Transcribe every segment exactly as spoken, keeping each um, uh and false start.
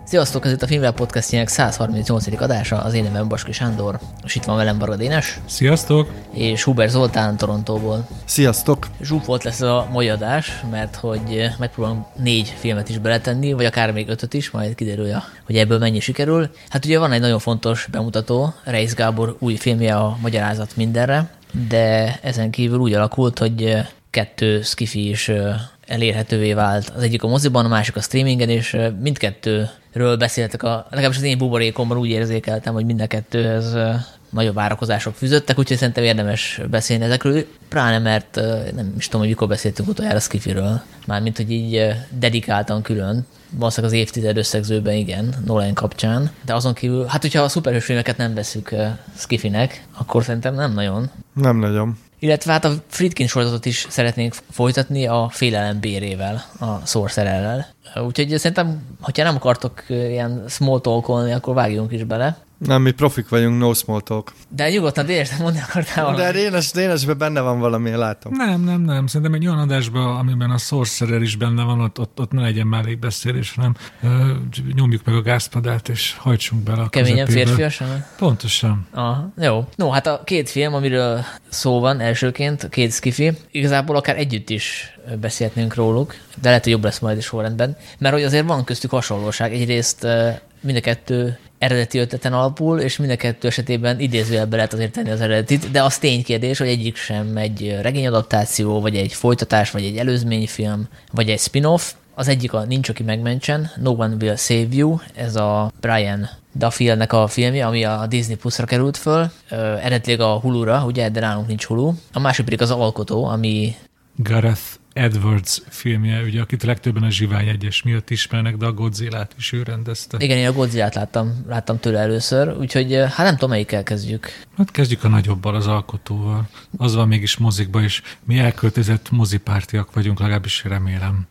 Sziasztok, ez itt a Filmvel Podcastjának száz harmincnyolcadik adása, az én nevem Baski Sándor, és itt van velem Varga Dénes. Sziasztok! És Hubert Zoltán Torontóból. Sziasztok! Zsúfolt lesz a mai adás, mert hogy megpróbálom négy filmet is beletenni, vagy akár még ötöt is, majd kiderül, hogy ebből mennyi sikerül. Hát ugye van egy nagyon fontos bemutató, Reisz Gábor új filmje, a Magyarázat mindenre, de ezen kívül úgy alakult, hogy kettő skifi is elérhetővé vált. Az egyik a moziban, a másik a streamingen, és mindkettőről beszéltek, a, legalábbis az én buborékomban úgy érzékeltem, hogy mind a kettőhöz nagyobb várakozások fűzöttek, úgyhogy szerintem érdemes beszélni ezekről, pláne mert nem is tudom, hogy mikor beszéltünk utoljára skifiről, mármint, hogy így dedikáltan külön, valószínűleg az évtized összegzőben, igen, Nolan kapcsán, de azon kívül, hát hogyha a szuperhős filmeket nem veszük skifinek, akkor szerintem nem nagyon. Nem nagyon. Illetve hát a Friedkin sorozatot is szeretnénk folytatni a Félelem bérével, a Sorcererrel. Úgyhogy szerintem, hogyha nem akartok ilyen small talkolni, akkor vágjunk is bele. Nem, mi profik vagyunk, no small talk. De nyugodtan, Dénes, nem mondni akartál valami. De Dénes, Dénesben benne van valami, látom. Nem, nem, nem. Szerintem egy olyan adásban, amiben a Sorcerer is benne van, ott, ott, ott ne legyen mellékbeszélés, hanem ö, nyomjuk meg a gázpedált, és hajtsunk bele a keményen közepébe. Férfiasan? Pontosan. Aha, jó. No, hát a két film, amiről szó van elsőként, két skifi, igazából akár együtt is beszélhetnénk róluk, de lehet, hogy jobb lesz majd is sorrendben, mert hogy azért van köztük hasonlóság. Egyrészt mind a kettő eredeti ötleten alapul, és mind a kettő esetében idézőjelbe lehet azért tenni az eredetit, de az ténykérdés, hogy egyik sem egy regényadaptáció, vagy egy folytatás, vagy egy előzményfilm, vagy egy spin-off. Az egyik a Nincs, aki megmentsen, No One Will Save You, ez a Brian Duffield-nek a filmje, ami a Disney Plus-ra került föl, eredetileg a Hulu-ra, ugye, de nálunk nincs Hulu. A másik pedig az Alkotó, ami Gareth Edwards filmje, ugye, akit legtöbben a Zsivány egyes miatt ismernek, de a Godzillát is ő rendezte. Igen, én a Godzillát láttam, láttam tőle először, úgyhogy hát nem tudom, melyikkel kezdjük. Hát kezdjük a nagyobbal, az Alkotóval. Az van mégis mozikba, és mi elköltözött mozipártiak vagyunk, legalábbis remélem.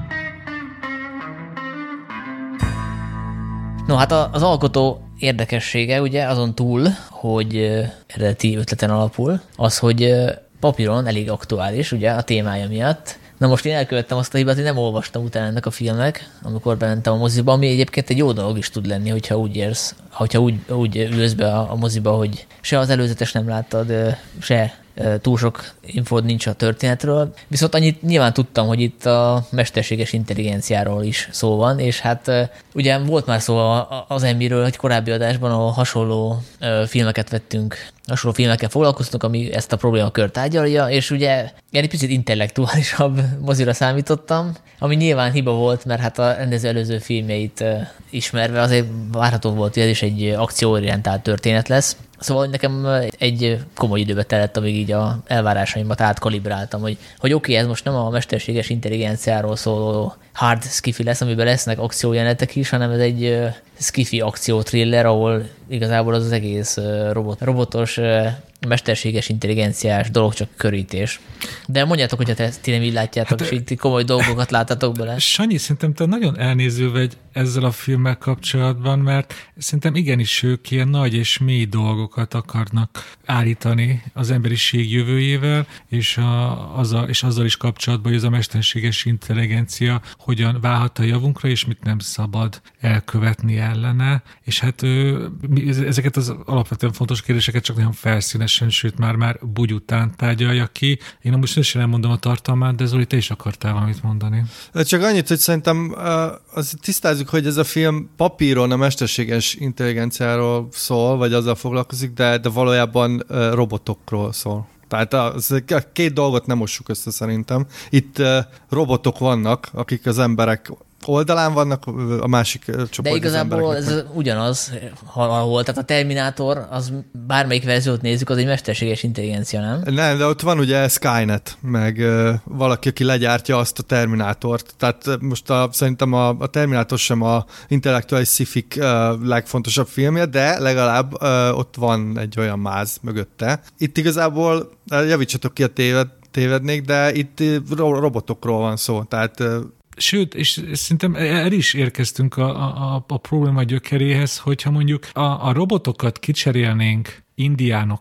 No, hát az Alkotó érdekessége, ugye, azon túl, hogy eredeti ötleten alapul, az, hogy papíron elég aktuális, ugye, a témája miatt. Na most én elkövettem azt a hibát, hogy nem olvastam utána ennek a filmnek, amikor bementem a moziba, ami egyébként egy jó dolog is tud lenni, hogyha úgy érsz, hogyha úgy, úgy ülsz be a, a moziba, hogy se az előzetes nem láttad, se túl sok infód nincs a történetről. Viszont annyit nyilván tudtam, hogy itt a mesterséges intelligenciáról is szó van, és hát ugye volt már szó az Emmyről egy korábbi adásban, ahol hasonló filmeket vettünk, hasonló filmekkel foglalkoztunk, ami ezt a problémakört tárgyalja, és ugye én egy picit intellektuálisabb mozira számítottam, ami nyilván hiba volt, mert hát a rendező előző filmjeit ismerve azért várható volt, hogy ez is egy akcióorientált történet lesz. Szóval nekem egy komoly időbe telett, amíg így a elvárásaimat átkalibráltam, hogy, hogy oké, okay, ez most nem a mesterséges intelligenciáról szóló hard skifi lesz, amiben lesznek akciójelenetek is, hanem ez egy skifi akciótriller, ahol igazából az, az egész robot, robotos, mesterséges intelligenciás dolog csak körítés. De mondjátok, hogyha te ezt nem így látjátok, hát, és itt komoly dolgokat láttatok bele. Sanyi, szerintem te nagyon elnéző vagy ezzel a filmmel kapcsolatban, mert szerintem igenis ők ilyen nagy és mély dolgokat akarnak állítani az emberiség jövőjével, és, a, azzal, és azzal is kapcsolatban, hogy ez a mesterséges intelligencia hogyan válhat a javunkra, és mit nem szabad elkövetni ellene. És hát ő, ezeket az alapvetően fontos kérdéseket csak nagyon felszínesen, sőt már, már bugy után tárgyalja ki. Én most sem nem mondom a tartalmát, de Zoli, te is akartál valamit mondani. Csak annyit, hogy szerintem az tisztázzuk, hogy ez a film papíron a mesterséges intelligenciáról szól, vagy azzal foglalkozik, de, de valójában robotokról szól. Tehát az, két dolgot nem mossuk össze szerintem. Itt robotok vannak, akik az emberek oldalán vannak, a másik csoport. De igazából ez ugyanaz, ahol, tehát a Terminátor, az bármelyik verziót nézzük, az egy mesterséges intelligencia, nem? Nem, de ott van ugye Skynet, meg uh, valaki, aki legyártja azt a Terminátort. Tehát most a, szerintem a, a Terminátor sem a intellektuális sci-fik uh, legfontosabb filmje, de legalább uh, ott van egy olyan máz mögötte. Itt igazából, uh, javítsatok ki, a téved, tévednék, de itt ro- robotokról van szó, tehát uh, Sőt, és szerintem el is érkeztünk a, a, a probléma gyökeréhez, hogyha mondjuk a, a robotokat kicserélnénk indiánokra,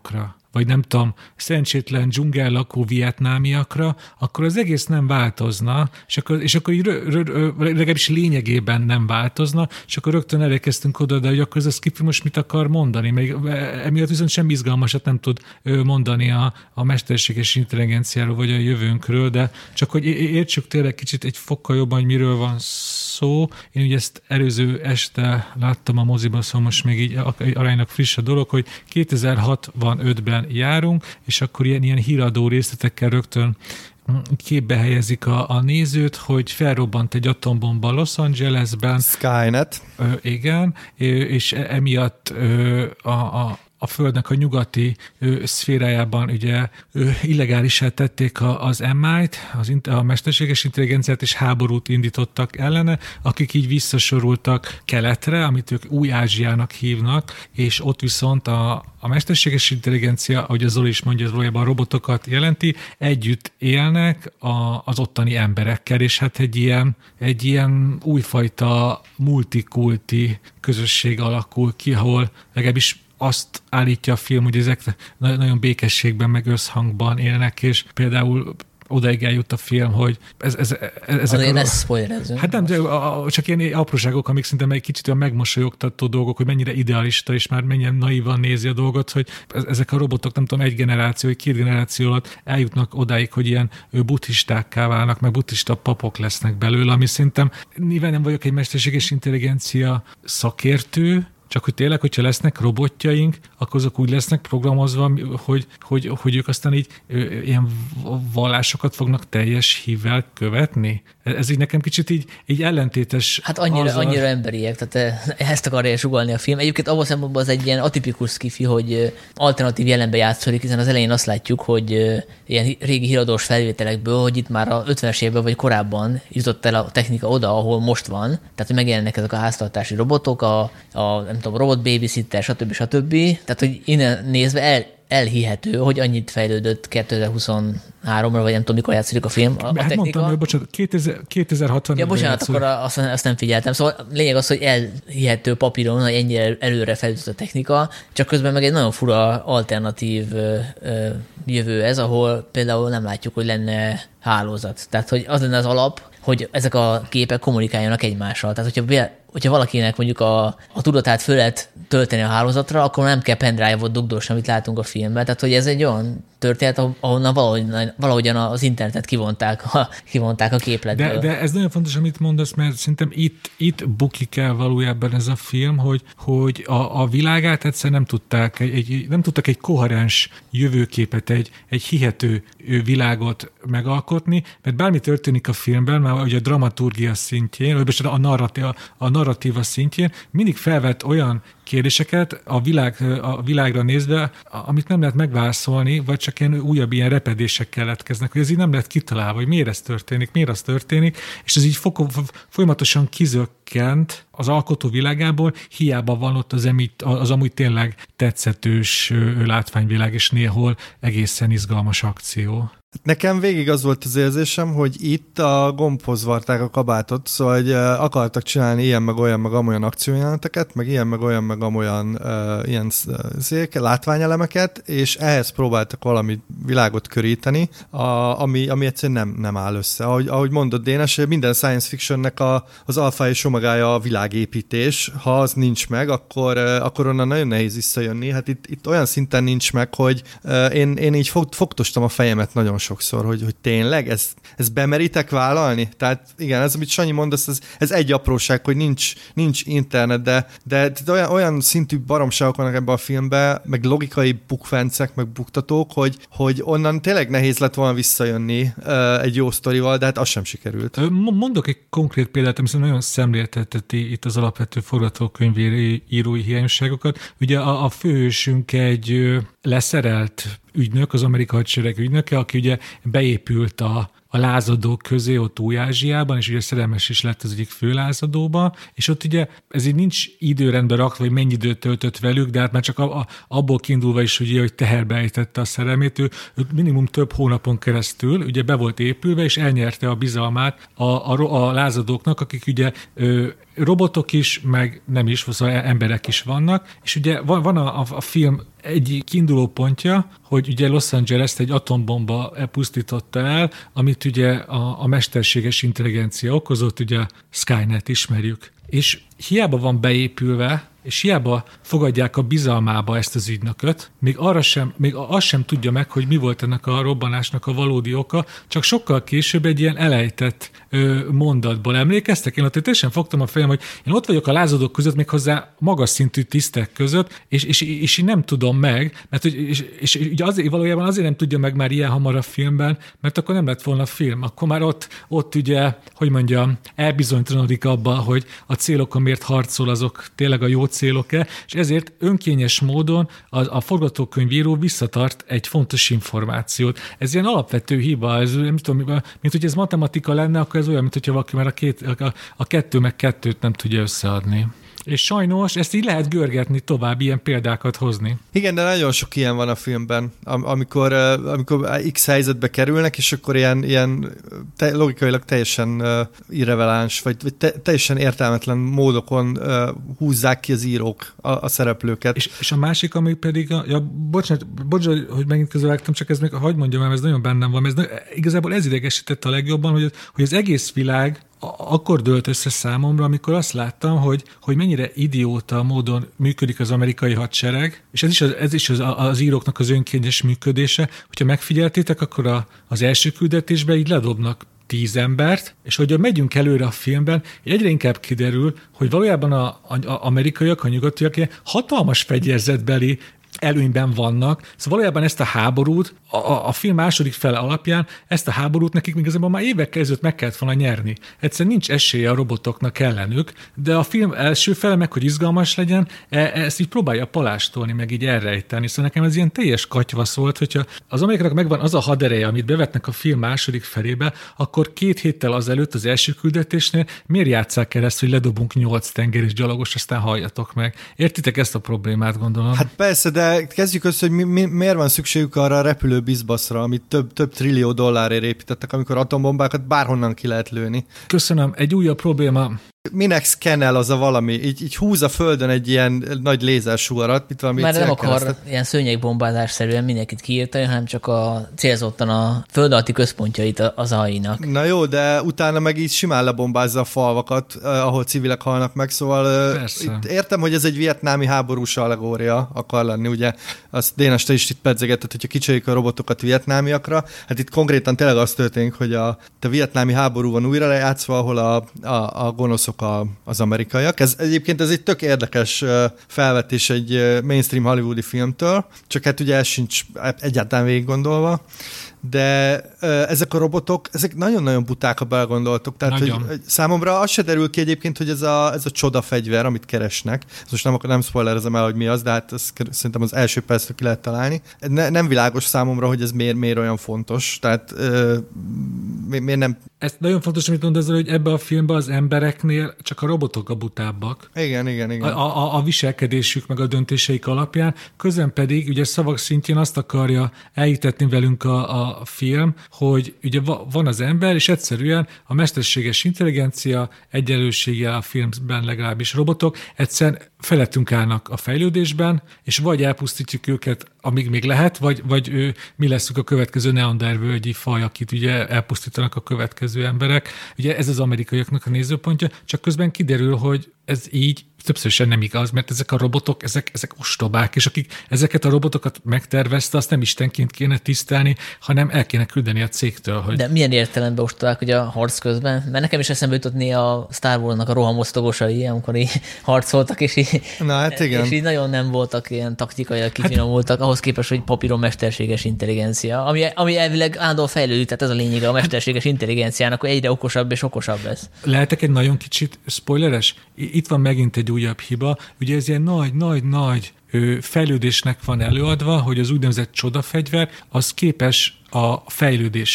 vagy nem tudom, szerencsétlen dzsungel lakó vietnámiakra, akkor az egész nem változna, és akkor, és akkor így rö, rö, rö, legalábbis lényegében nem változna, és akkor rögtön elérkeztünk oda, de hogy akkor ez a skifi most mit akar mondani, még emiatt viszont semmi izgalmasat nem tud mondani a, a mesterséges intelligenciáról, vagy a jövőnkről, de csak hogy értsük tényleg kicsit egy fokkal jobban, hogy miről van szó. Én ugye ezt előző este láttam a moziban, szóval most még így aránylag friss a dolog, hogy kétezer-hatvanötben járunk, és akkor ilyen, ilyen híradó részletekkel rögtön képbe helyezik a, a nézőt, hogy felrobbant egy atombomba Los Angelesben. Skynet. Ö, igen, és emiatt ö, a, a a Földnek a nyugati ö, szférájában ugye ö, illegálisá tették a, az em í-t, az, a mesterséges intelligenciát, és háborút indítottak ellene, akik így visszasorultak keletre, amit ők Új-Ázsiának hívnak, és ott viszont a, a mesterséges intelligencia, ahogy az Zoli is mondja, az valójában a robotokat jelenti, együtt élnek a, az ottani emberekkel, és hát egy ilyen, egy ilyen újfajta multikulti közösség alakul ki, ahol legalábbis azt állítja a film, hogy ezek nagyon békességben, meg összhangban élnek, és például odaig eljut a film, hogy ez, ez, ez, ezek... Azért lesz spoilerezünk. Hát nem, de a, a, csak ilyen apróságok, amik szinte egy kicsit olyan megmosolyogtató dolgok, hogy mennyire idealista, és már mennyire naívan nézi a dolgot, hogy ezek a robotok, nem tudom, egy generáció, vagy két generáció alatt eljutnak odáig, hogy ilyen buddhistákká válnak, meg buddhista papok lesznek belőle, ami szerintem nyilván nem vagyok egy mesterséges intelligencia szakértő, csak hogy tényleg, hogyha lesznek robotjaink, akkor azok úgy lesznek programozva, hogy, hogy, hogy ők aztán így ö, ilyen vallásokat fognak teljes hívvel követni. Ez így nekem kicsit így, így ellentétes. Hát annyira, azzal... annyira emberiek, tehát ezt akarja sugalni a film. Egyébként abban szempontból az egy ilyen atipikus skifi, hogy alternatív jelenbe játszódik, hiszen az elején azt látjuk, hogy ilyen régi híradós felvételekből, hogy itt már a ötvenes évben vagy korábban jutott el a technika oda, ahol most van, tehát hogy megjelennek ezek a háztartási robotok, a, a nem tudom, robot babysitter, stb. stb. Tehát, hogy innen nézve el, elhihető, hogy annyit fejlődött kétezer-huszonháromra, vagy nem tudom, mikor játszódik a film. A, a hát mondtam, hogy bocsánat, kétezer-hatvan. Ja, bocsánat, akkor azt, azt nem figyeltem. Szóval lényeg az, hogy elhihető papíron, hogy ennyire előre fejlődött a technika, csak közben meg egy nagyon fura alternatív ö, ö, jövő ez, ahol például nem látjuk, hogy lenne hálózat. Tehát, hogy az lenne az alap, hogy ezek a képek kommunikáljanak egymással. Tehát, hogyha, hogyha valakinek mondjuk a, a tudatát föl lehet tölteni a hálózatra, akkor nem kell pendrive-ot dugdosni, amit látunk a filmben. Tehát, hogy ez egy olyan történet, ahonnan valahogyan, valahogyan az internetet kivonták a, kivonták a képletből. De, de ez nagyon fontos, amit mondasz, mert szerintem itt, itt bukik el valójában ez a film, hogy, hogy a, a világát egyszer nem tudták, egy, nem tudtak egy koherens jövőképet, egy, egy hihető világot megalkotni, mert bármi történik a filmben, már ugye a dramaturgia szintjén, vagy a narratíva, a narratíva szintjén mindig felvett olyan kérdéseket a, világ, a világra nézve, amit nem lehet megválaszolni, vagy csak ilyen újabb ilyen repedések keletkeznek, hogy ez így nem lehet kitalálva, hogy miért ez történik, miért az történik, és ez így foko, folyamatosan kizökkent az alkotó világából, hiába van ott az, emit, az amúgy tényleg tetszetős látványvilág, és néhol egészen izgalmas akció. Nekem végig az volt az érzésem, hogy itt a gombhoz varták a kabátot, szóval hogy uh, akartak csinálni ilyen meg olyan meg amolyan akciójeleneteket, meg ilyen meg olyan meg amolyan uh, ilyen szék, látványelemeket, és ehhez próbáltak valami világot köríteni, a, ami, ami egyszerűen nem, nem áll össze. Ahogy, ahogy mondod, Dénes, minden science fictionnek a, az alfa és omegája a világépítés. Ha az nincs meg, akkor, uh, akkor onnan nagyon nehéz visszajönni. Hát itt, itt olyan szinten nincs meg, hogy uh, én, én így fog, fogtostam a fejemet nagyon sokszor, hogy, hogy tényleg, ez, ez bemeritek vállalni? Tehát igen, ez, amit Sanyi mondasz, ez, ez egy apróság, hogy nincs, nincs internet, de, de, de olyan, olyan szintű baromságok vannak ebben a filmben, meg logikai bukfencek, meg buktatók, hogy, hogy onnan tényleg nehéz lett volna visszajönni uh, egy jó sztorival, de hát az sem sikerült. Mondok egy konkrét példát, ami nagyon szemlélteteti itt az alapvető forgatókönyvírói hiányosságokat. Ugye a, a főhősünk egy leszerelt ügynök, az amerikai hadsereg ügynöke, aki ugye beépült a a lázadók közé ott Új-Ázsiában, és ugye szerelmes is lett az egyik főlázadóba, és ott ugye ez így nincs időrendben rakva, hogy mennyi időt töltött velük, de hát már csak a, a, abból kiindulva is, ugye, hogy teherbe ejtette a szerelmét, ő, ő minimum több hónapon keresztül ugye be volt épülve, és elnyerte a bizalmát a, a, a lázadóknak, akik ugye ö, robotok is, meg nem is, szóval emberek is vannak, és ugye van, van a, a film egy kiinduló pontja, hogy ugye Los Angeles-t egy atombomba pusztította el, amit ugye a, a mesterséges intelligencia okozott, ugye Skynet ismerjük. És hiába van beépülve, és hiába fogadják a bizalmába ezt az ügynököt, még arra sem, még az sem tudja meg, hogy mi volt ennek a robbanásnak a valódi oka, csak sokkal később egy ilyen elejtett ö, mondatból emlékeztek. Én ott teljesen fogtam a fejem, hogy én ott vagyok a lázadók között, még hozzá magas szintű tisztek között, és, és, és én nem tudom meg, mert hogy, és, és ugye azért, valójában azért nem tudja meg már ilyen hamar a filmben, mert akkor nem lett volna film. Akkor már ott, ott ugye, hogy mondjam, elbizonytalanodik abba, hogy a célok, amiért harcol, azok tényleg a jó célok-e, és ezért önkényes módon a, a forgatókönyvíró visszatart egy fontos információt. Ez ilyen alapvető hiba, ez, nem tudom, mint hogy ez matematika lenne, akkor ez olyan, mint hogyha valaki már a, két, a, a kettő meg kettőt nem tudja összeadni. És sajnos ezt így lehet görgetni tovább, ilyen példákat hozni. Igen, de nagyon sok ilyen van a filmben, am- amikor, uh, amikor X helyzetbe kerülnek, és akkor ilyen, ilyen te- logikailag teljesen uh, irreveláns, vagy, vagy te- teljesen értelmetlen módokon uh, húzzák ki az írók a, a szereplőket. És, és a másik, ami pedig, a, ja, bocsánat, bocsánat, hogy megint közölvágtam, csak ez még, hadd mondjam, mert ez nagyon bennem van, mert ez, igazából ez idegesített a legjobban, hogy, hogy az egész világ akkor dőlt össze számomra, amikor azt láttam, hogy, hogy mennyire idióta módon működik az amerikai hadsereg, és ez is az, ez is az, az íróknak az önkényes működése. Hogyha megfigyeltétek, akkor a, az első küldetésben így ledobnak tíz embert, és hogyha megyünk előre a filmben, egyre inkább kiderül, hogy valójában a, a, a amerikaiak, a nyugatiak ilyen hatalmas fegyverzetbeli előnyben vannak. Szóval valójában ezt a háborút, a, a film második fele alapján ezt a háborút nekik még igazából már évekkel ezelőtt meg kellett volna nyerni. Egyszerűen nincs esélye a robotoknak ellenük, de a film első fele meg, hogy izgalmas legyen, e, ezt így próbálja palástolni, meg így elrejteni. Szóval nekem ez ilyen teljes katyvasz volt, hogyha az amerikaiak megvan az a hadereje, amit bevetnek a film második felébe, akkor két héttel azelőtt az első küldetésnél miért játsszák el ezt, hogy ledobunk nyolc tengeres gyalogos, aztán halljatok meg. Értitek ezt a problémát, gondolom? Hát persze, de kezdjük össze, hogy mi, mi, miért van szükségük arra a repülő bizbaszra, amit több, több trillió dollárért építettek, amikor atombombákat bárhonnan ki lehet lőni. Köszönöm. Egy újabb probléma. Minek szkennel az a valami? Így, így húz a földön egy ilyen nagy lézersugarat, mit valami. Már nem akar ilyen szőnyegbombázásszerűen mindenkit kiírtani, hanem csak a célzottan a föld alatti központjait az alainak. Na jó, de utána meg így simán lebombázza a falvakat, eh, ahol civilek halnak meg, szóval eh, értem, hogy ez egy vietnámi háborús allegória akar lenni, ugye? Azt Dénes, te is itt pedzegetted, hogyha kicseljük a robotokat vietnámiakra. Hát itt konkrétan tényleg az történik, hogy a, a vietnámi háború van újra lejátszva, ahol a, a, a gonoszok A, az amerikaiak. Ez egyébként ez egy tök érdekes felvetés egy mainstream hollywoodi filmtől, csak hát ugye ez sincs egyáltalán végig gondolva, de ezek a robotok, ezek nagyon-nagyon buták, ha belegondoltok. Tehát, hogy számomra az se derül ki egyébként, hogy ez a, ez a csoda fegyver, amit keresnek. Ez most nem, nem spoilerezem el, hogy mi az, de hát ez, szerintem az első percről ki lehet találni. Ne, nem világos számomra, hogy ez miért, miért olyan fontos. Tehát mi, miért nem... Ez nagyon fontos, amit mondasz, hogy ebben a filmben az embereknél csak a robotok a butábbak. Igen, igen, igen. A, a, a viselkedésük meg a döntéseik alapján, közben pedig ugye szavak szintjén azt akarja elhitetni velünk a, a film, hogy ugye van az ember, és egyszerűen a mesterséges intelligencia egyenlőséggel a filmben legalábbis robotok egyszerűen felettünk állnak a fejlődésben, és vagy elpusztítjuk őket, amíg még lehet, vagy, vagy ő, mi leszünk a következő neandervölgyi faj, akit ugye elpusztítanak a következő emberek. Ugye ez az amerikaiaknak a nézőpontja, csak közben kiderül, hogy ez így többszörösen nem igaz, mert ezek a robotok, ezek, ezek ostobák, és akik ezeket a robotokat megtervezte, azt nem istenként kéne tisztelni, hanem el kéne küldeni a cégtől. Hogy... De milyen értelemben ostobák, hogy a harc közben? Mert nekem is eszembe jutott néha a Star Wars-nak a rohamosztogosai, amikor így harcoltak, és így, Na, hát igen. és így nagyon nem voltak ilyen taktikailag kifinomultak, hát... ahhoz képest, hogy papíron mesterséges intelligencia, ami, ami elvileg állandóan fejlődik, tehát ez a lényege a mesterséges intelligenciának, hogy egyre okosabb és okosabb lesz. Lehetek egy nagyon kicsit spoileres? Itt van megint egy újabb hiba. Ugye ez ilyen nagy, nagy, nagy fejlődésnek van előadva, hogy az úgynevezett csodafegyver az képes a fejlődésre.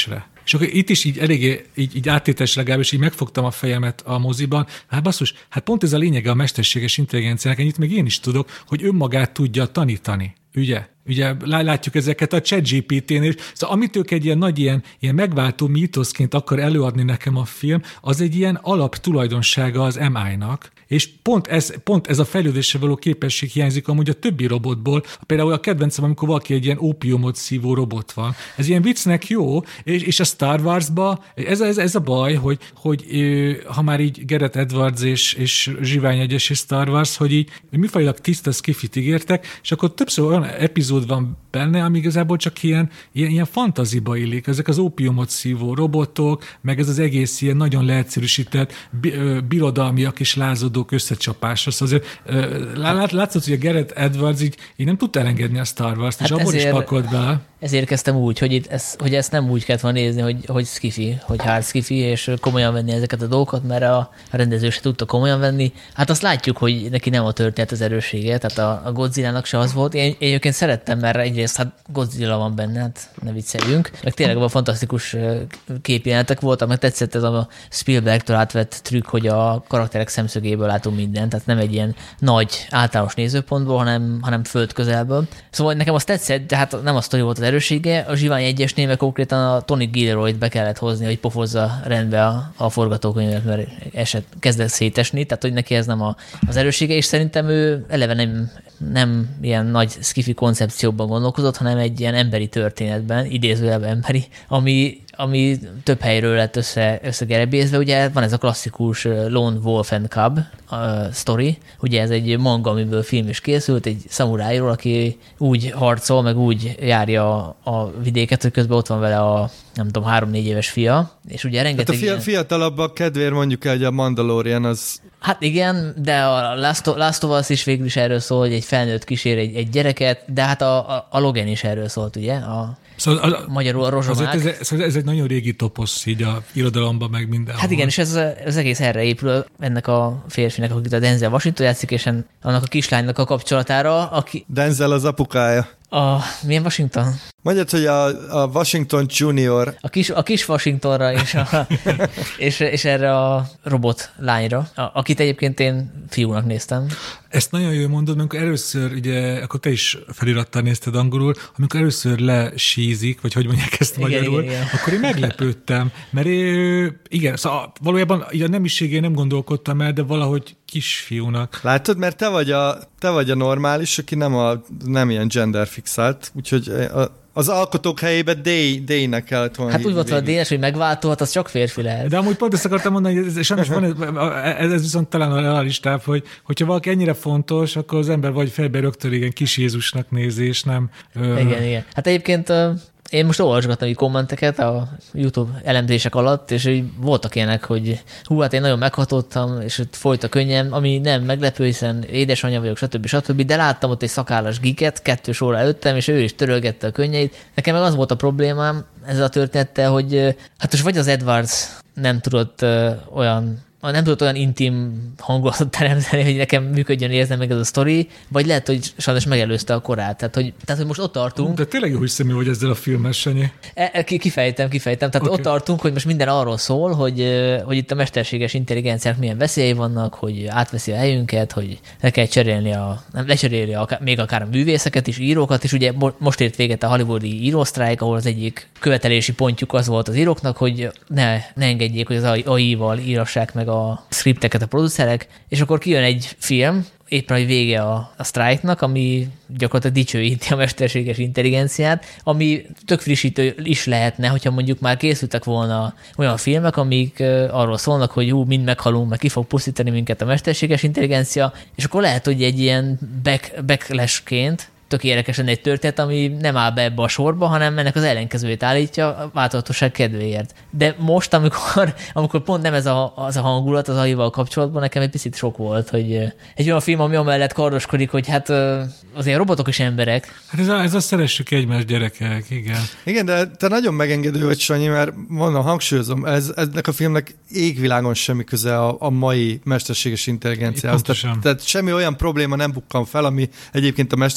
És akkor itt is így eléggé így, így áttétes legalábbis így megfogtam a fejemet a moziban. Hát basszus, hát pont ez a lényege a mesterséges intelligenciának, ennyit meg én is tudok, hogy önmagát tudja tanítani. Ugye? Ugye látjuk ezeket a ChatGPT-nél, szóval amit ők egy ilyen nagy ilyen, ilyen megváltó mítoszként akar előadni nekem a film, az egy ilyen alaptulajdonsága az em i-nak, és pont ez, pont ez a fejlődésre való képesség hiányzik amúgy a többi robotból. Például a kedvencem, amikor valaki egy ilyen ópiumot szívó robot van. Ez ilyen viccnek jó, és, és a Star Wars-ba ez, ez, ez a baj, hogy, hogy ha már így Gareth Edwards és, és Zsivány egyes és Star Wars, hogy így mifajlag tiszta skifit ígértek, és akkor többször olyan epizód van benne, ami igazából csak ilyen, ilyen, ilyen fantaziba illik. Ezek az ópiumot szívó robotok, meg ez az egész ilyen nagyon leegyszerűsített birodalmiak és lázadók összecsapása. Szóval azért lát, látszott, hogy a Gareth Edwards így, így nem tudta elengedni a Star Wars-t, hát és abból is pakolt be. Ezért kezdtem úgy, hogy, itt ez, hogy ezt nem úgy kellett volna nézni, hogy, hogy skifi, hogy hard skifi, és komolyan venni ezeket a dolgokat, mert a rendező se tudta komolyan venni. Hát azt látjuk, hogy neki nem a történet az erőssége, tehát a, a Godzilla-nak se az volt. Én, én egyébként szerettem, mert egyrészt hát Godzilla van benne, hát ne vicceljünk. Meg tényleg abban fantasztikus képjelenetek voltak, meg tetszett ez a Spielbergtől átvett trükk, hogy a karakterek szemszögéből látunk mindent, tehát nem egy ilyen nagy általános nézőpontból, hanem, hanem föld közelből. Szóval nekem azt tetszett, de hát nem a sztori volt az erőssége. A Zsivány egyesnél meg konkrétan a Tony Gilroyt be kellett hozni, hogy pofozza rendbe a, a forgatókönyvet, mert eset, kezdett szétesni, tehát hogy neki ez nem a, az erőssége, és szerintem ő eleve nem, nem ilyen nagy skifi koncepcióban gondolkozott, hanem egy ilyen emberi történetben, idézőjelben emberi, ami ami több helyről lett össze, összegerebézve. Ugye van ez a klasszikus Lone Wolf and Cub uh, sztori, ugye ez egy manga, amiből film is készült, egy szamurájról, aki úgy harcol, meg úgy járja a, a vidéket, hogy közben ott van vele a nem tudom, három-négy éves fia, és ugye rengeteg... Hát a fia, fiatalabbak kedvéért mondjuk el, hogy a Mandalorian az... Hát igen, de a Last of, Last of Us is végül is erről szól, hogy egy felnőtt kísér egy, egy gyereket, de hát a, a, a Logan is erről szólt, ugye? A, szóval a, magyarul a rozsomák. Ez, ez, ez egy nagyon régi toposz így a irodalomban, meg mindenhol. Hát igen, és ez az egész erre épül ennek a férfinek, akit a Denzel Washington játszik, és annak a kislánynak a kapcsolatára, aki... Denzel az apukája. A, milyen Washington? Mondjad, hogy a, a Washington Junior. A kis, a kis Washingtonra és, a, és, és erre a robot lányra, a, akit egyébként én fiúnak néztem. Ezt nagyon jól mondod, amikor először, ugye, akkor te is felirattal nézted angolul, amikor először lesízik, vagy hogy mondják ezt igen, magyarul, igen, igen. akkor én meglepődtem, mert én, igen, szóval valójában így a nemiségén nem gondolkodtam el, de valahogy kisfiúnak. Látod, mert te vagy a, te vagy a normális, aki nem, a, nem ilyen genderfixált, úgyhogy a, az alkotók helyében Day-nek kellett volna. Hát úgy volt a Dénes, hogy megváltó, az csak férfi lehet. De amúgy pont ezt akartam mondani, hogy ez, sajnos van, ez, ez viszont talán a realistább, hogy hogyha valaki ennyire fontos, akkor az ember vagy fejbe rögtön igen kis Jézusnak nézi, és nem... Igen, ö... igen. Hát egyébként én most olvasgattam így kommenteket a YouTube elemzések alatt, és így voltak ilyenek, hogy hú, hát én nagyon meghatottam, és ott folyt a könnyem, ami nem meglepő, hiszen édesanyja vagyok, stb. stb. De láttam ott egy szakállas giket, kettő sorra előttem, és ő is törölgette a könnyeit. Nekem meg az volt a problémám ezzel a történettel, hogy hát most vagy az Edwards nem tudott ö, olyan nem tudott olyan intim hangulatot teremteni, hogy nekem működjön érzem meg ez a sztori, vagy lehet, hogy sajnos megelőzte a korát. Tehát, hogy, tehát, hogy most ott tartunk. De tényleg jó hiszemű vagy ezzel a filmmel, Sanyi. E, kifejtem, kifejtem. Tehát okay. Ott tartunk, hogy most minden arról szól, hogy, hogy itt a mesterséges intelligenciák milyen veszélyei vannak, hogy átveszi a helyünket, hogy le kell cserélni a, nem lecserélni a, még akár a művészeket is, írókat is. Ugye most ért véget a hollywoodi írósztrájk, ahol az egyik követelési pontjuk az volt az íróknak, hogy ne, ne engedjék, hogy az á i-val írassák meg a scripteket a producerek, és akkor kijön egy film, éppen, hogy vége a, a sztrájknak, ami gyakorlatilag dicsőíti a mesterséges intelligenciát, ami tök frissítő is lehetne, hogyha mondjuk már készültek volna olyan filmek, amik uh, arról szólnak, hogy hú, mind meghalunk, meg ki fog pusztítani minket a mesterséges intelligencia, és akkor lehet, hogy egy ilyen back, backlash-ként tök érdekes lenne egy történet, ami nem áll be ebbe a sorba, hanem ennek az ellenkezőjét állítja a változatosság kedvéért. De most, amikor, amikor pont nem ez a, az a hangulat az á i-val kapcsolatban, nekem egy picit sok volt, hogy egy olyan film, ami amellett kardoskodik, hogy hát azért robotok is emberek. Hát ez a, ez a szeressük egymást, gyerekek, igen. Igen, de te nagyon megengedő vagy, Sanyi, mert mondom, hangsúlyozom, ez, ennek a filmnek égvilágon semmi köze a, a mai mesterséges intelligenciához. Tehát, tehát semmi olyan probléma nem bukkan fel, ami egyébként a mesterséges intelligencia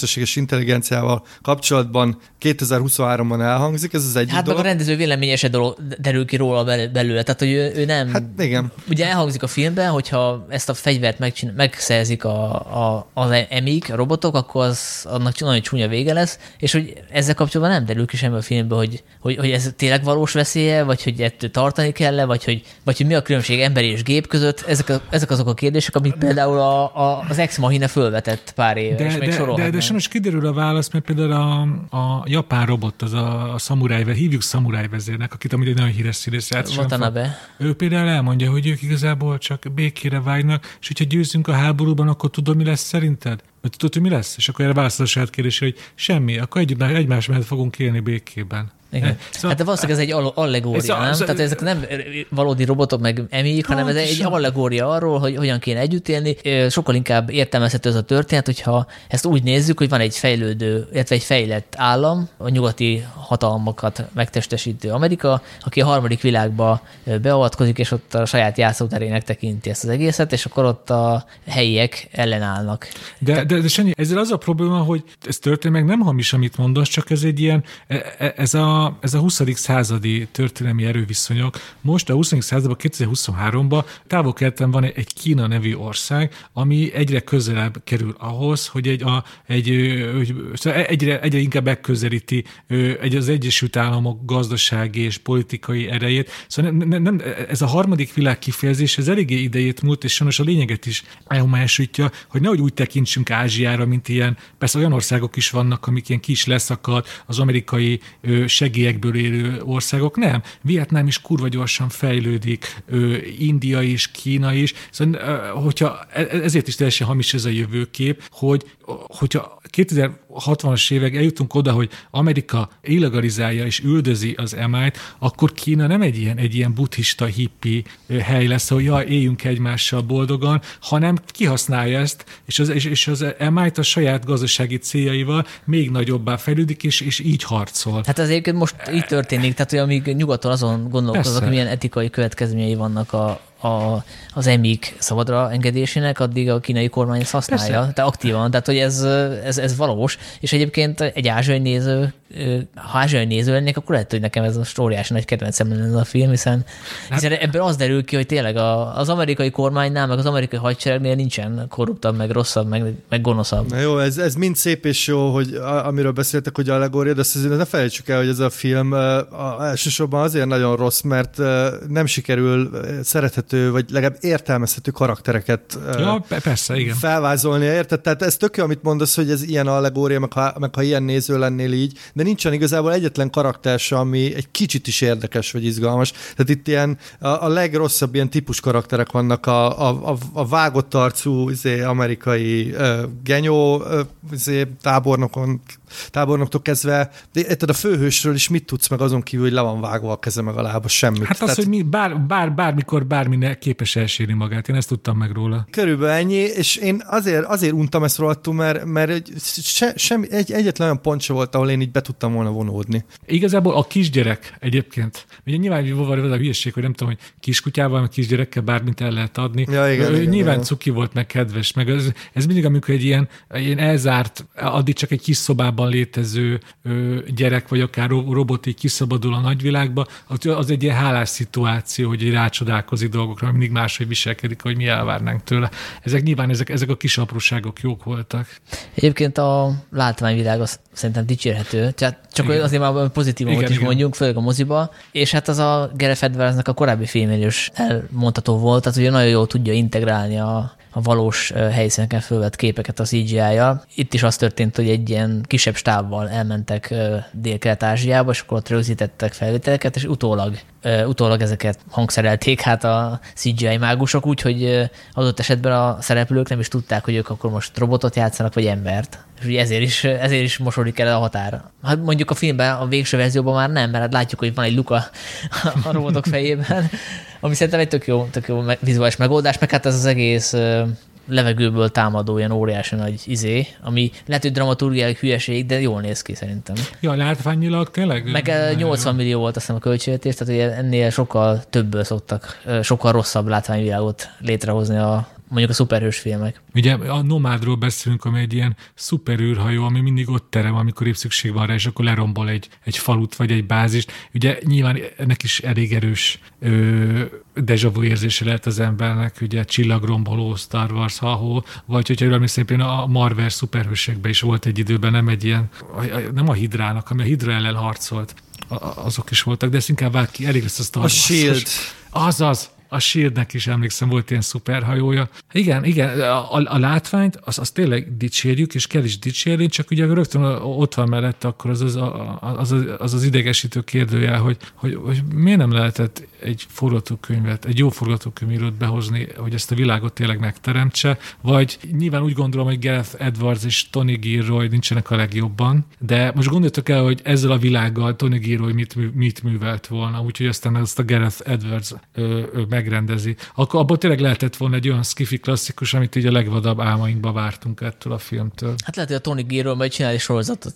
intelligenciával kapcsolatban kétezer-huszonháromban elhangzik, ez az egyik hát dolog. meg a rendező véleménye se dolog, derül ki róla belőle, tehát hogy ő, ő nem... Hát igen. Ugye elhangzik a filmben, hogyha ezt a fegyvert megcsin- megszerzik a, a, az emik, a robotok, akkor az, annak nagyon csúnya vége lesz, és hogy ezzel kapcsolatban nem derül ki semmi a filmben, hogy, hogy, hogy ez tényleg valós veszélye, vagy hogy ettől tartani kell-e, vagy hogy, vagy hogy mi a különbség emberi és gép között. Ezek, a, ezek azok a kérdések, amik például a, a, az Ex Machina fölvetett pár éve, de, és még de, de, de sajnos kiderül a válasz, mert például a, a japán robot, az a, a szamuráj, hívjuk szamuráj vezérnek, akit amúgy egy nagyon híres színész játszik. Watanabe. Ő például elmondja, hogy ők igazából csak békére vágynak, és hogyha győzünk a háborúban, akkor tudod, mi lesz szerinted? Mert tudod, hogy mi lesz? És akkor erre válaszol a saját kérdésre, hogy semmi, akkor egy, egymás mellett fogunk élni békében. Igen. Szóval, hát de valószínűleg ez egy allegória, ez a, nem? Az, Tehát ezek nem valódi robotok meg emik, hanem ez egy allegória arról, hogy hogyan kéne együtt élni. Sokkal inkább értelmezhető ez a történet, hogyha ezt úgy nézzük, hogy van egy fejlődő, illetve egy fejlett állam, a nyugati hatalmakat megtestesítő Amerika, aki a harmadik világba beavatkozik, és ott a saját játszóterének tekinti ezt az egészet, és akkor ott a helyiek ellenállnak. De, de, de Sanyi, ezzel az a probléma, hogy ez történet meg nem hamis, amit mondasz, csak ez egy ilyen, ez a ez a huszadik századi történelmi erőviszonyok. Most a huszadik században, kétezer-huszonháromban távol-keleten van egy Kína nevű ország, ami egyre közelebb kerül ahhoz, hogy egy, a, egy, egyre, egyre inkább megközelíti egy az Egyesült Államok gazdasági és politikai erejét. Szóval nem, nem, nem, ez a harmadik világ kifejezés, ez eléggé idejét múlt, és sajnos a lényeget is elmásítja, hogy nehogy úgy tekintsünk Ázsiára, mint ilyen, persze olyan országok is vannak, amik ilyen kis leszakadt, az amerikai segélyekből élő országok. Nem. Vietnám is kurva gyorsan fejlődik, India is, Kína is. Szóval, hogyha, ezért is teljesen hamis ez a jövőkép, hogy hogyha kétezer-hatvanas évek eljutunk oda, hogy Amerika illegalizálja és üldözi az em í-t, akkor Kína nem egy ilyen, egy ilyen buddhista hippi hely lesz, hogy jaj, éljünk egymással boldogan, hanem kihasználja ezt, és az, és, és az em í-t a saját gazdasági céljaival még nagyobbá fejlődik, és, és így harcol. Hát ez egyébként most így történik, tehát hogy amíg nyugaton azon gondolkozok, hogy milyen etikai következményei vannak a A, az emik szabadra engedésének, addig a kínai kormány ezt használja, Persze. tehát aktívan, tehát hogy ez, ez, ez valós, és egyébként egy ázsiai néző, ha ázsiai néző lennék, akkor lehet, hogy nekem ez a óriási nagy kedvencem lenne ez a film, hiszen, hiszen ebből az derül ki, hogy tényleg a, az amerikai kormánynál, meg az amerikai hadseregnél nincsen korruptabb, meg rosszabb, meg, meg gonoszabb. Na jó, ez, ez mind szép és jó, hogy amiről beszéltek, hogy allegória, de azt ne felejtsük el, hogy ez a film a, elsősorban azért nagyon rossz, mert nem sikerül szerethető, vagy legalább értelmezhető karaktereket ja, persze, igen. felvázolnia, érted? Tehát ez tök jó, amit mondasz, hogy ez ilyen allegória, meg ha, meg ha ilyen néző lennél így, de nincsen igazából egyetlen karakter sem, ami egy kicsit is érdekes, vagy izgalmas. Tehát itt ilyen a, a legrosszabb ilyen típus karakterek vannak, a, a, a vágott arcú izé, amerikai uh, genyó uh, izé, tábornokon tábornoktól kezdve, de a főhősről is mit tudsz meg azon kívül, hogy le van vágva a keze meg a lába, semmit. Hát az, Tehát, hogy mi bár, bár, bármikor bármi képes elsírni magát, én ezt tudtam meg róla. Körülbelül ennyi, és én azért, azért untam ezt rohadtul, mert, mert se, semmi, egy, egyetlen olyan pont se volt, ahol én így be tudtam volna vonódni. Igazából a kisgyerek egyébként, ugye nyilván van az a hülyeség, hogy nem tudom, hogy kiskutyával, meg kisgyerekkel bármit el lehet adni. Ja, igen, ő, igen, nyilván igen. cuki volt, meg kedves, meg ez, ez mindig, amikor egy ilyen, ilyen elzárt, addig csak egy kis szobában létező ö, gyerek, vagy akár robot így kiszabadul a nagyvilágba, az egy ilyen hálás szituáció, hogy rácsodálkozik dolgokra, mindig máshogy viselkedik, hogy mi elvárnánk tőle. Ezek nyilván ezek, ezek a kis apróságok jók voltak. Egyébként a látványvilág az szerintem dicsérhető, tehát csak igen. azért már pozitívan is mondjunk, főleg a moziba, és hát az a Gareth Edwardsnak a korábbi filmnél is elmondható volt, tehát ugye nagyon jól tudja integrálni a a valós helyszíneken fölvett képeket a cé gé í-jal. Itt is az történt, hogy egy ilyen kisebb stábbal elmentek Dél-Kelet-Ázsiába, és akkor ott rögzítettek felvételeket, és utólag, utólag ezeket hangszerelték hát a cé gé í mágusok, úgyhogy adott esetben a szereplők nem is tudták, hogy ők akkor most robotot játszanak, vagy embert. És ugye ezért is, ezért is mosodik el a határ. Hát mondjuk a filmben, a végső verzióban már nem, mert hát látjuk, hogy van egy luka a robotok fejében, ami szerintem egy tök jó, tök jó vizuális megoldás, meg hát ez az egész levegőből támadó ilyen óriási nagy izé, ami lehet, hogy dramaturgiai hülyeség, de jól néz ki szerintem. Ja, látványilag tényleg? Meg nyolcvan millió volt azt hiszem a költségvetés, tehát ugye ennél sokkal többből szoktak, sokkal rosszabb látványvilágot létrehozni a mondjuk a szuperhős filmek. Ugye a Nomádról beszélünk, ami egy ilyen szuperűrhajó, ami mindig ott terem, amikor épp szükség van rá, és akkor lerombol egy, egy falut vagy egy bázist. Ugye nyilván ennek is elég erős ö, déjà vu érzése lehet az embernek, ugye csillagromboló, Star Wars, ha-hó, vagy hogyha jól emlékszem, a Marvel szuperhősekben is volt egy időben, nem egy ilyen, nem a Hydrának, ami a Hydra ellen harcolt, azok is voltak, de ezt inkább vált ki, elég lesz a Star Wars. A Shield. Azaz, a Shieldnek is emlékszem, volt ilyen szuperhajója. Igen, igen, a, a, a látványt, azt az tényleg dicsérjük, és kell is dicsérni, csak ugye rögtön ott van mellette, akkor az az, az, az, az, az idegesítő kérdőjel, hogy, hogy, hogy miért nem lehetett egy forgatókönyvet, egy jó forgatókönyvírót behozni, hogy ezt a világot tényleg megteremtse, vagy nyilván úgy gondolom, hogy Gareth Edwards és Tony Gilroy nincsenek a legjobban, de most gondoljatok el, hogy ezzel a világgal Tony Gilroy mit, mit művelt volna, úgyhogy aztán azt a Gareth Edwards ö, ö, megrendezi. Akkor abból tényleg lehetett volna egy olyan skifi klasszikus, amit így a legvadabb álmainkba vártunk ettől a filmtől. Hát lehet, hogy a Tony Gilroy majd csinál egy sorozatot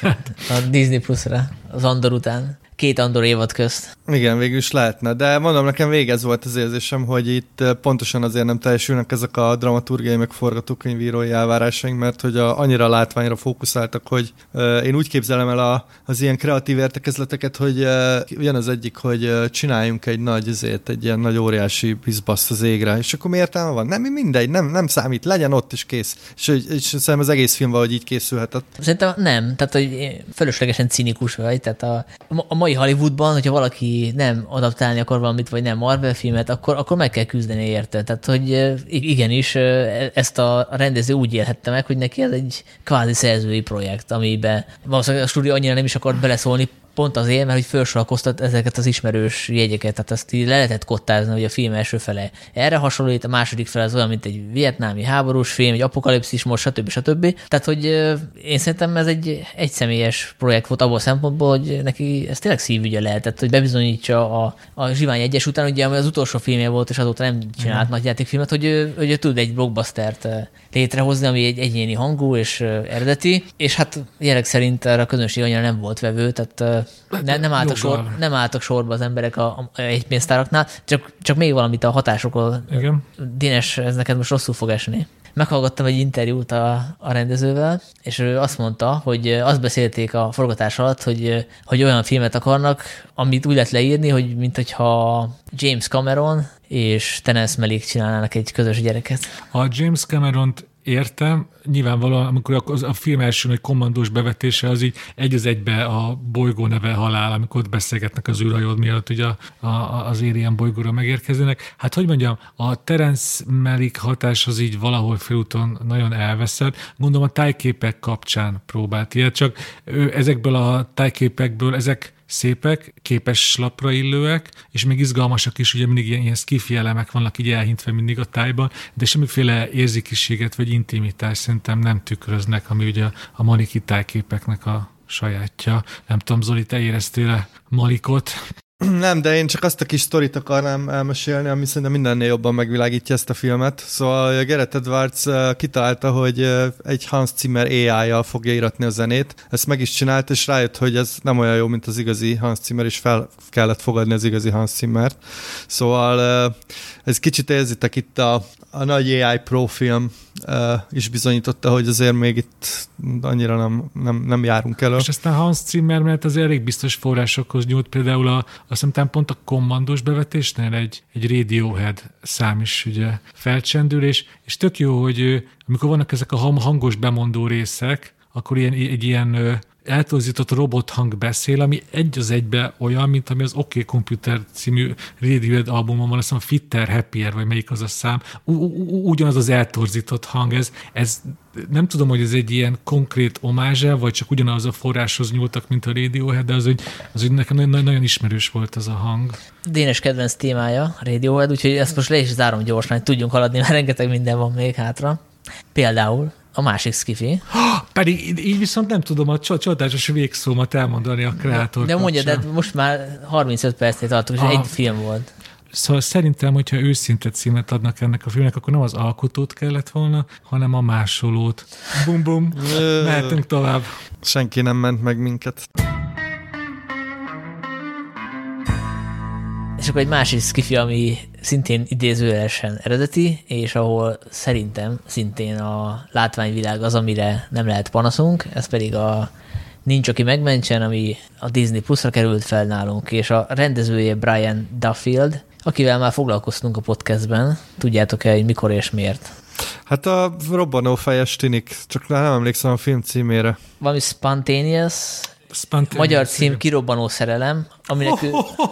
a Disney Plus-ra, az Andor után. Két Andor évad közt. Igen, végül is lehetne, de mondom, nekem végez volt az érzésem, hogy itt pontosan azért nem teljesülnek ezek a dramaturgiai meg forgatókönyvírói elvárásaink, mert hogy a, annyira látványra fókuszáltak, hogy uh, én úgy képzelem el a, az ilyen kreatív értekezleteket, hogy uh, jön az egyik, hogy uh, csináljunk egy nagy azért, egy ilyen nagy óriási bizbaszt az égre, és akkor mi értelme van? Nem, mindegy, nem, nem számít, legyen ott is kész. És, és szerintem az egész film valahogy így készülhetett. Szerintem nem, tehát hogy fölöslegesen cinikus vagy, tehát a, a mai Hollywoodban, hogyha valaki nem adaptálni akar valamit, vagy nem Marvel filmet, akkor, akkor meg kell küzdeni érte. Tehát, hogy igenis, ezt a rendező úgy élhette meg, hogy neki ez egy kvázi szerzői projekt, amiben valószínűleg a stúdió annyira nem is akart beleszólni, pont azért, mert hogy felsorakoztat ezeket az ismerős jegyeket, tehát azt így le lehetett kottázni, hogy a film első fele erre hasonlít, a második fele az olyan, mint egy vietnámi háborús film, egy apokalipszis most, stb. stb. Tehát, hogy én szerintem ez egy egyszemélyes projekt volt abból a szempontból, hogy neki ez tényleg szívügye lehetett, hogy bebizonyítsa a, a Zsivány egyes után, ugye az utolsó filmje volt, és azóta nem csinált mm. nagy játékfilmet, hogy ő, hogy ő tud egy blockbustert létrehozni, ami egy egyéni hangú és eredeti, és hát jelek szerint erre a közönség annyira nem volt vevő, tehát Ne, nem, álltak sor, nem álltak sorba az emberek a, a egypénztáraknál, csak, csak még valamit a hatásokról. Igen. Dénes, ez neked most rosszul fog esni. Meghallgattam egy interjút a, a rendezővel, és ő azt mondta, hogy azt beszélték a forgatás alatt, hogy, hogy olyan filmet akarnak, amit úgy lehet leírni, hogy mint hogyha James Cameron és Terence Malick csinálnának egy közös gyereket. A James Cameront értem, nyilvánvalóan, amikor a film első nagy kommandós bevetése, az így egy az egybe a bolygó neve halál, amikor ott beszélgetnek az űrhajód miatt, ugye a, a, az Alien bolygóra megérkeznek. Hát, hogy mondjam, a Terence Malick hatás az így valahol félúton nagyon elveszett. Gondolom a tájképek kapcsán próbált ilyet, csak ő ezekből a tájképekből, ezek szépek, képes lapra illőek, és még izgalmasak is, ugye mindig ilyen, ilyen skifi elemek vannak így elhintve mindig a tájban, de semmiféle érzékiséget vagy intimitást szerintem nem tükröznek, ami ugye a Maliki tájképeknek a sajátja. Nem tudom, Zoli, te éreztél Malikot? Nem, de én csak azt a kis sztorit akarnám elmesélni, ami szerintem mindennél jobban megvilágítja ezt a filmet. Szóval Gareth Edwards kitalálta, hogy egy Hans Zimmer á í-jal fogja íratni a zenét. Ezt meg is csinált, és rájött, hogy ez nem olyan jó, mint az igazi Hans Zimmer, és fel kellett fogadni az igazi Hans Zimmert. Szóval ez kicsit érzitek itt a, a nagy á i Pro film is bizonyította, hogy azért még itt annyira nem, nem, nem járunk elő. És aztán Hans Zimmer, mert az elég biztos forrásokhoz nyújt, például a, azt hiszem pont a kommandós bevetésnél egy, egy Radiohead szám is ugye felcsendül, és, és tök jó, hogy amikor vannak ezek a hangos bemondó részek, akkor ilyen, egy ilyen eltorzított robothang beszél, ami egy az egybe olyan, mint ami az OK Computer című Radiohead albumon van, azt hiszem a Fitter, Happier, vagy melyik az a szám. Ugyanaz az eltorzított hang. Ez, ez nem tudom, hogy ez egy ilyen konkrét omázsa, vagy csak ugyanaz a forráshoz nyúltak, mint a Radiohead, de az, hogy, az, hogy nekem nagyon, nagyon ismerős volt az a hang. Dénes kedvenc témája Radiohead, úgyhogy ezt most le is zárom gyorsan, hogy tudjunk haladni, mert rengeteg minden van még hátra. Például a másik skifi. Pedig így viszont nem tudom a csodálatos végszómat elmondani a kreátor De mondja, de most már harmincöt percnél tartunk, és egy film volt. Szóval szerintem, hogyha őszinte címet adnak ennek a filmnek, akkor nem az alkotót kellett volna, hanem a másolót. Bum bum, mehetünk tovább. Senki nem ment meg minket. És akkor egy másik skifi, ami szintén idézőjelesen eredeti, és ahol szerintem szintén a látványvilág az, amire nem lehet panaszunk, ez pedig a Nincs, aki megmentsen, ami a Disney Plus-ra került fel nálunk, és a rendezője Brian Duffield, akivel már foglalkoztunk a podcastben. Tudjátok-e, hogy mikor és miért? Hát a robbanófejes tinik, csak nem emlékszem a film címére. Valami Spontaneous, Spontaneous magyar cím Kirobbanó szerelem, aminek ő...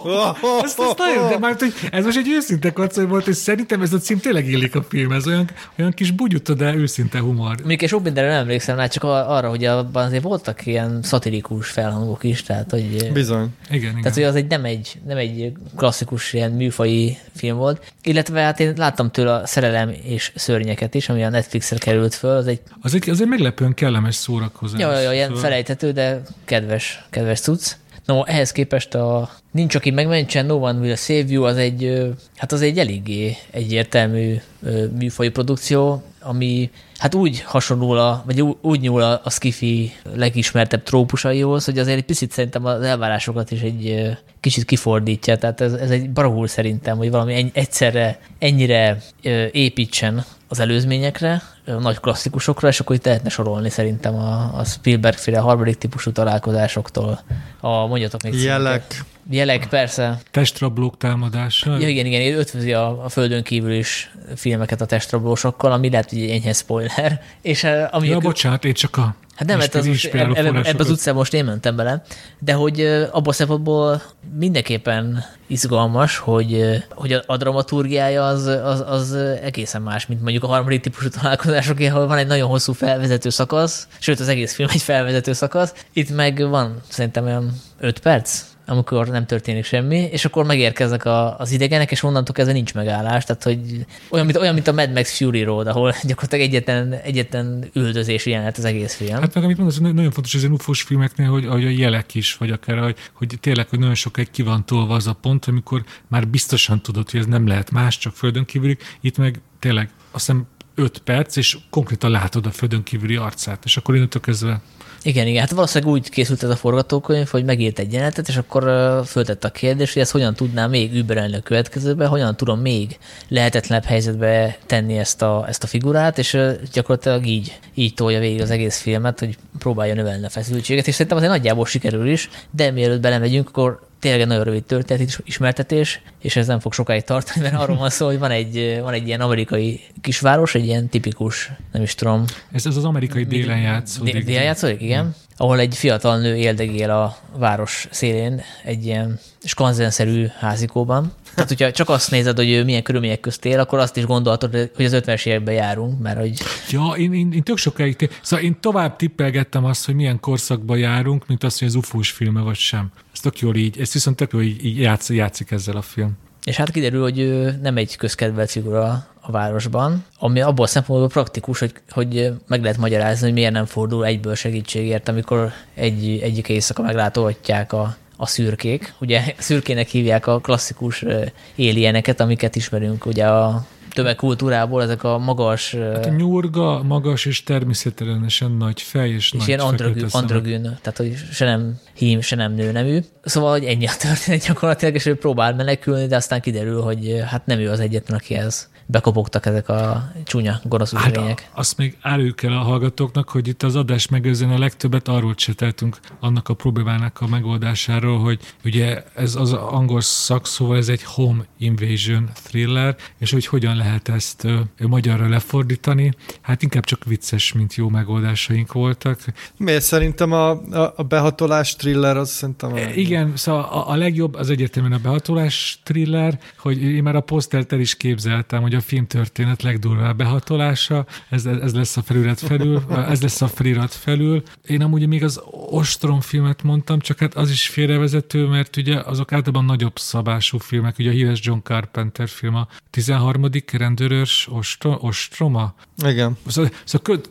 Ezt azt nagyon, de már, hogy ez most egy őszinte kacaj volt, és szerintem ez a cím tényleg illik a film, ez olyan, olyan kis bugyuta, de őszinte humor. Mondjuk és sok mindenre nem emlékszem rá, csak arra, hogy abban azért voltak ilyen szatirikus felhangok is, tehát hogy... Bizony. Igen, igen. Tehát, hogy az egy nem egy, nem egy klasszikus ilyen műfaji film volt, illetve hát én láttam tőle a Szerelem és szörnyeket is, ami a Netflixre került föl, az egy... Az egy, az egy meglepően kellemes szórakozás. Ja, ja, ilyen felejthető, de kedves, kedves cucc. No, ehhez képest a Nincs, aki megmentsen, No One Will Save You, az egy, hát az egy eléggé egyértelmű műfaji produkció, ami hát úgy hasonlul, a, vagy úgy nyúl a, a skifi legismertebb trópusaihoz, hogy azért egy picit szerintem az elvárásokat is egy kicsit kifordítja, tehát ez, ez egy bravúr szerintem, hogy valami egyszerre ennyire építsen az előzményekre, a nagy klasszikusokra, és akkor itt lehetne sorolni szerintem a, a Spielberg-féle harmadik típusú találkozásoktól. A, mondjatok még Jelek. Színket. Jelek, persze. Testrablók támadása. Ja, igen, igen, ötvözi a, a földön kívül is filmeket a testrablósokkal, ami lehet, hogy egy enyhe spoiler. És, ami ja, bocsánat, én csak a... Hát nem, mert az ebbe, ebbe az utcában most én mentem bele, de hogy abban szempontból mindenképpen izgalmas, hogy, hogy a dramaturgiája az, az, az egészen más, mint mondjuk a harmadik típusú találkozások, ahol van egy nagyon hosszú felvezető szakasz, sőt az egész film egy felvezető szakasz. Itt meg van szerintem olyan öt perc, amikor nem történik semmi, és akkor megérkeznek a, az idegenek, és onnantól kezdve nincs megállás, tehát hogy olyan, mint, olyan, mint a Mad Max Fury Road, ahol gyakorlatilag egyetlen, egyetlen üldözés jelenet az egész film. Hát meg amit mondasz, nagyon fontos az ilyen ufós filmeknél, hogy, hogy a jelek is, vagy akár, hogy, hogy tényleg, hogy nagyon sokáig ki van tolva az a pont, amikor már biztosan tudod, hogy ez nem lehet más, csak földön kívüli, itt meg tényleg azt hiszem öt perc, és konkrétan látod a földön kívüli arcát, és akkor innentől kezdve. Igen, igen, hát valószínűleg úgy készült ez a forgatókönyv, hogy megírt egy jelenetet, és akkor uh, föltett a kérdés, hogy ezt hogyan tudná még überelni a következőbe, hogyan tudom még lehetetlenebb helyzetbe tenni ezt a, ezt a figurát, és uh, gyakorlatilag így, így tolja végig az egész filmet, hogy próbálja növelni a feszültséget, és szerintem azért nagyjából sikerül is, de mielőtt belemegyünk, akkor tényleg egy nagyon rövid történet ismertetés, és ez nem fog sokáig tartani, mert arról van szó, hogy van egy, van egy ilyen amerikai kisváros, egy ilyen tipikus, nem is tudom. Ez, ez az amerikai délen játszódik. Délen játszódik, igen. Hmm. Ahol egy fiatal nő éldegél a város szélén egy ilyen skanzenszerű házikóban. Tehát, hogyha csak azt nézed, hogy ő milyen körülmények közt él, akkor azt is gondolhatod, hogy az ötvenes években járunk, mert hogy... Ja, én, én, én tök sokáig... Szóval én tovább tippelgettem azt, hogy milyen korszakban járunk, mint azt, hogy az ufós filme vagy sem. Ez tök jól így, ez viszont tök jól így, így játsz, játszik ezzel a film. És hát kiderül, hogy ő nem egy közkedvelt figura a városban, ami abból a szempontból praktikus, hogy, hogy meg lehet magyarázni, hogy miért nem fordul egyből segítségért, amikor egy, egyik éjszaka meglátogatják a, a szürkék. Ugye szürkének hívják a klasszikus alieneket, amiket ismerünk ugye a tömegkultúrából, ezek a magas... Hát a nyurga, magas és természetelenesen nagy fej és, és nagy ilyen androgyn, androgyn, tehát hogy se nem hím, se nem nő nemű. Szóval, hogy ennyi a történet gyakorlatilag, és ő próbál menekülni, de aztán kiderül, hogy hát nem ő az egyetlen, akihez bekopogtak ezek a csúnya, gonosz lények. Hát azt még áruljuk kell a hallgatóknak, hogy itt az adás megőzően a legtöbbet arról cseteltünk annak a problémának a megoldásáról, hogy ugye ez az angol szakszóval ez egy home invasion thriller, és hogy hogyan lehet ezt ö, magyarra lefordítani. Hát inkább csak vicces, mint jó megoldásaink voltak. Miért szerintem a, a, a behatolás thriller az szerintem... A... Igen, szóval a, a legjobb az egyértelműen a behatolás thriller, hogy én már a posztert el is képzeltem, hogy a filmtörténet legdurvább behatolása, ez, ez lesz a felület felül, ez lesz a felirat felül. Én amúgy még az ostrom filmet mondtam, csak hát az is félrevezető, mert ugye azok általában nagyobb szabású filmek, ugye a híres John Carpenter film, a tizenharmadik rendőrös ostro, ostroma. Igen. Szóval, szóval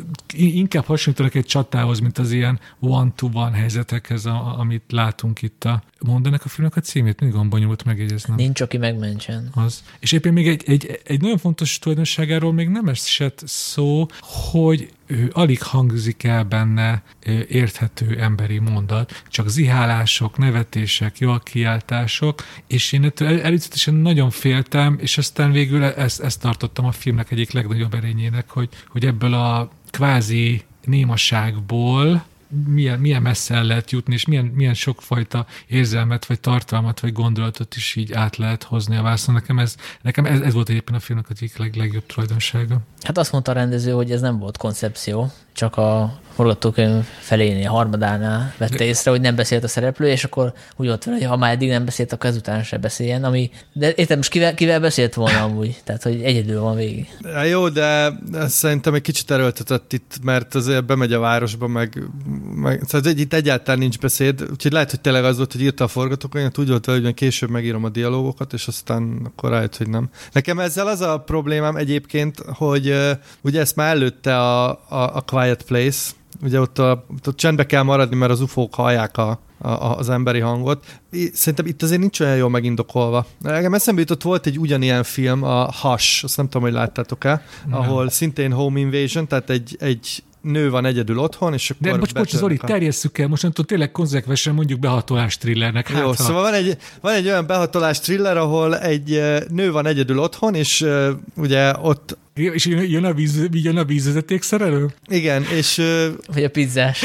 inkább hasonlítanak egy csatához, mint az ilyen one-to-one helyzetekhez, a, amit látunk itt. A, mondanak a filmnek a címét? Mindig van bonyolult megjegyeznem. Nincs, aki megmentsen. Az. És éppen még egy, egy, egy nagyon fontos tulajdonságáról még nem esett szó, hogy ő, alig hangzik el benne érthető emberi mondat, csak zihálások, nevetések, jó kiáltások, és én előzetesen nagyon féltem, és aztán végül ezt, ezt tartottam a filmnek egyik legnagyobb erényének, hogy, hogy ebből a kvázi némaságból milyen, milyen messze el lehet jutni, és milyen, milyen sokfajta érzelmet, vagy tartalmat, vagy gondolatot is így át lehet hozni a vászon. Nekem ez, nekem ez, ez volt egyébként a filmnek az egyik leg, legjobb tulajdonsága. Hát azt mondta a rendező, hogy ez nem volt koncepció, csak a forgatókönyv felénél, harmadánál vette észre, hogy nem beszélt a szereplő, és akkor úgy volt vele, hogy ha már eddig nem beszélt, akkor ezután se beszéljen, ami, de értem, most kivel, kivel beszélt volna amúgy? Tehát, hogy egyedül van végig. Ja, jó, de szerintem egy kicsit erőltetett itt, mert azért bemegy a városba, meg, meg szóval itt egyáltalán nincs beszéd, úgyhogy lehet, hogy tényleg az volt, hogy írta a forgatókönyvet, úgy volt vele, hogy később megírom a dialógokat, és aztán akkor rájött, hogy nem. Nekem ezzel az a problémám egyébként, hogy uh, ugye ezt már előtte a, a, a Quiet Place, ugye ott, a, ott csendbe kell maradni, mert az ufók hallják a, a, az emberi hangot. Szerintem itt azért nincs olyan jól megindokolva. Engem eszembe jutott, volt egy ugyanilyen film, a Hush, azt nem tudom, hogy láttátok-e, nem. Ahol szintén home invasion, tehát egy, egy nő van egyedül otthon, és akkor... De most, bocs, Zoli, a... terjesszük el, mostantól tényleg konzekvensen mondjuk behatolás thrillernek. Hát, jó, ha... szóval van egy, van egy olyan behatolás thriller, ahol egy nő van egyedül otthon, és uh, ugye ott... És jön a, víz, jön a vízvezeték szerelő? Igen, és... Uh, Vagy a pizzás.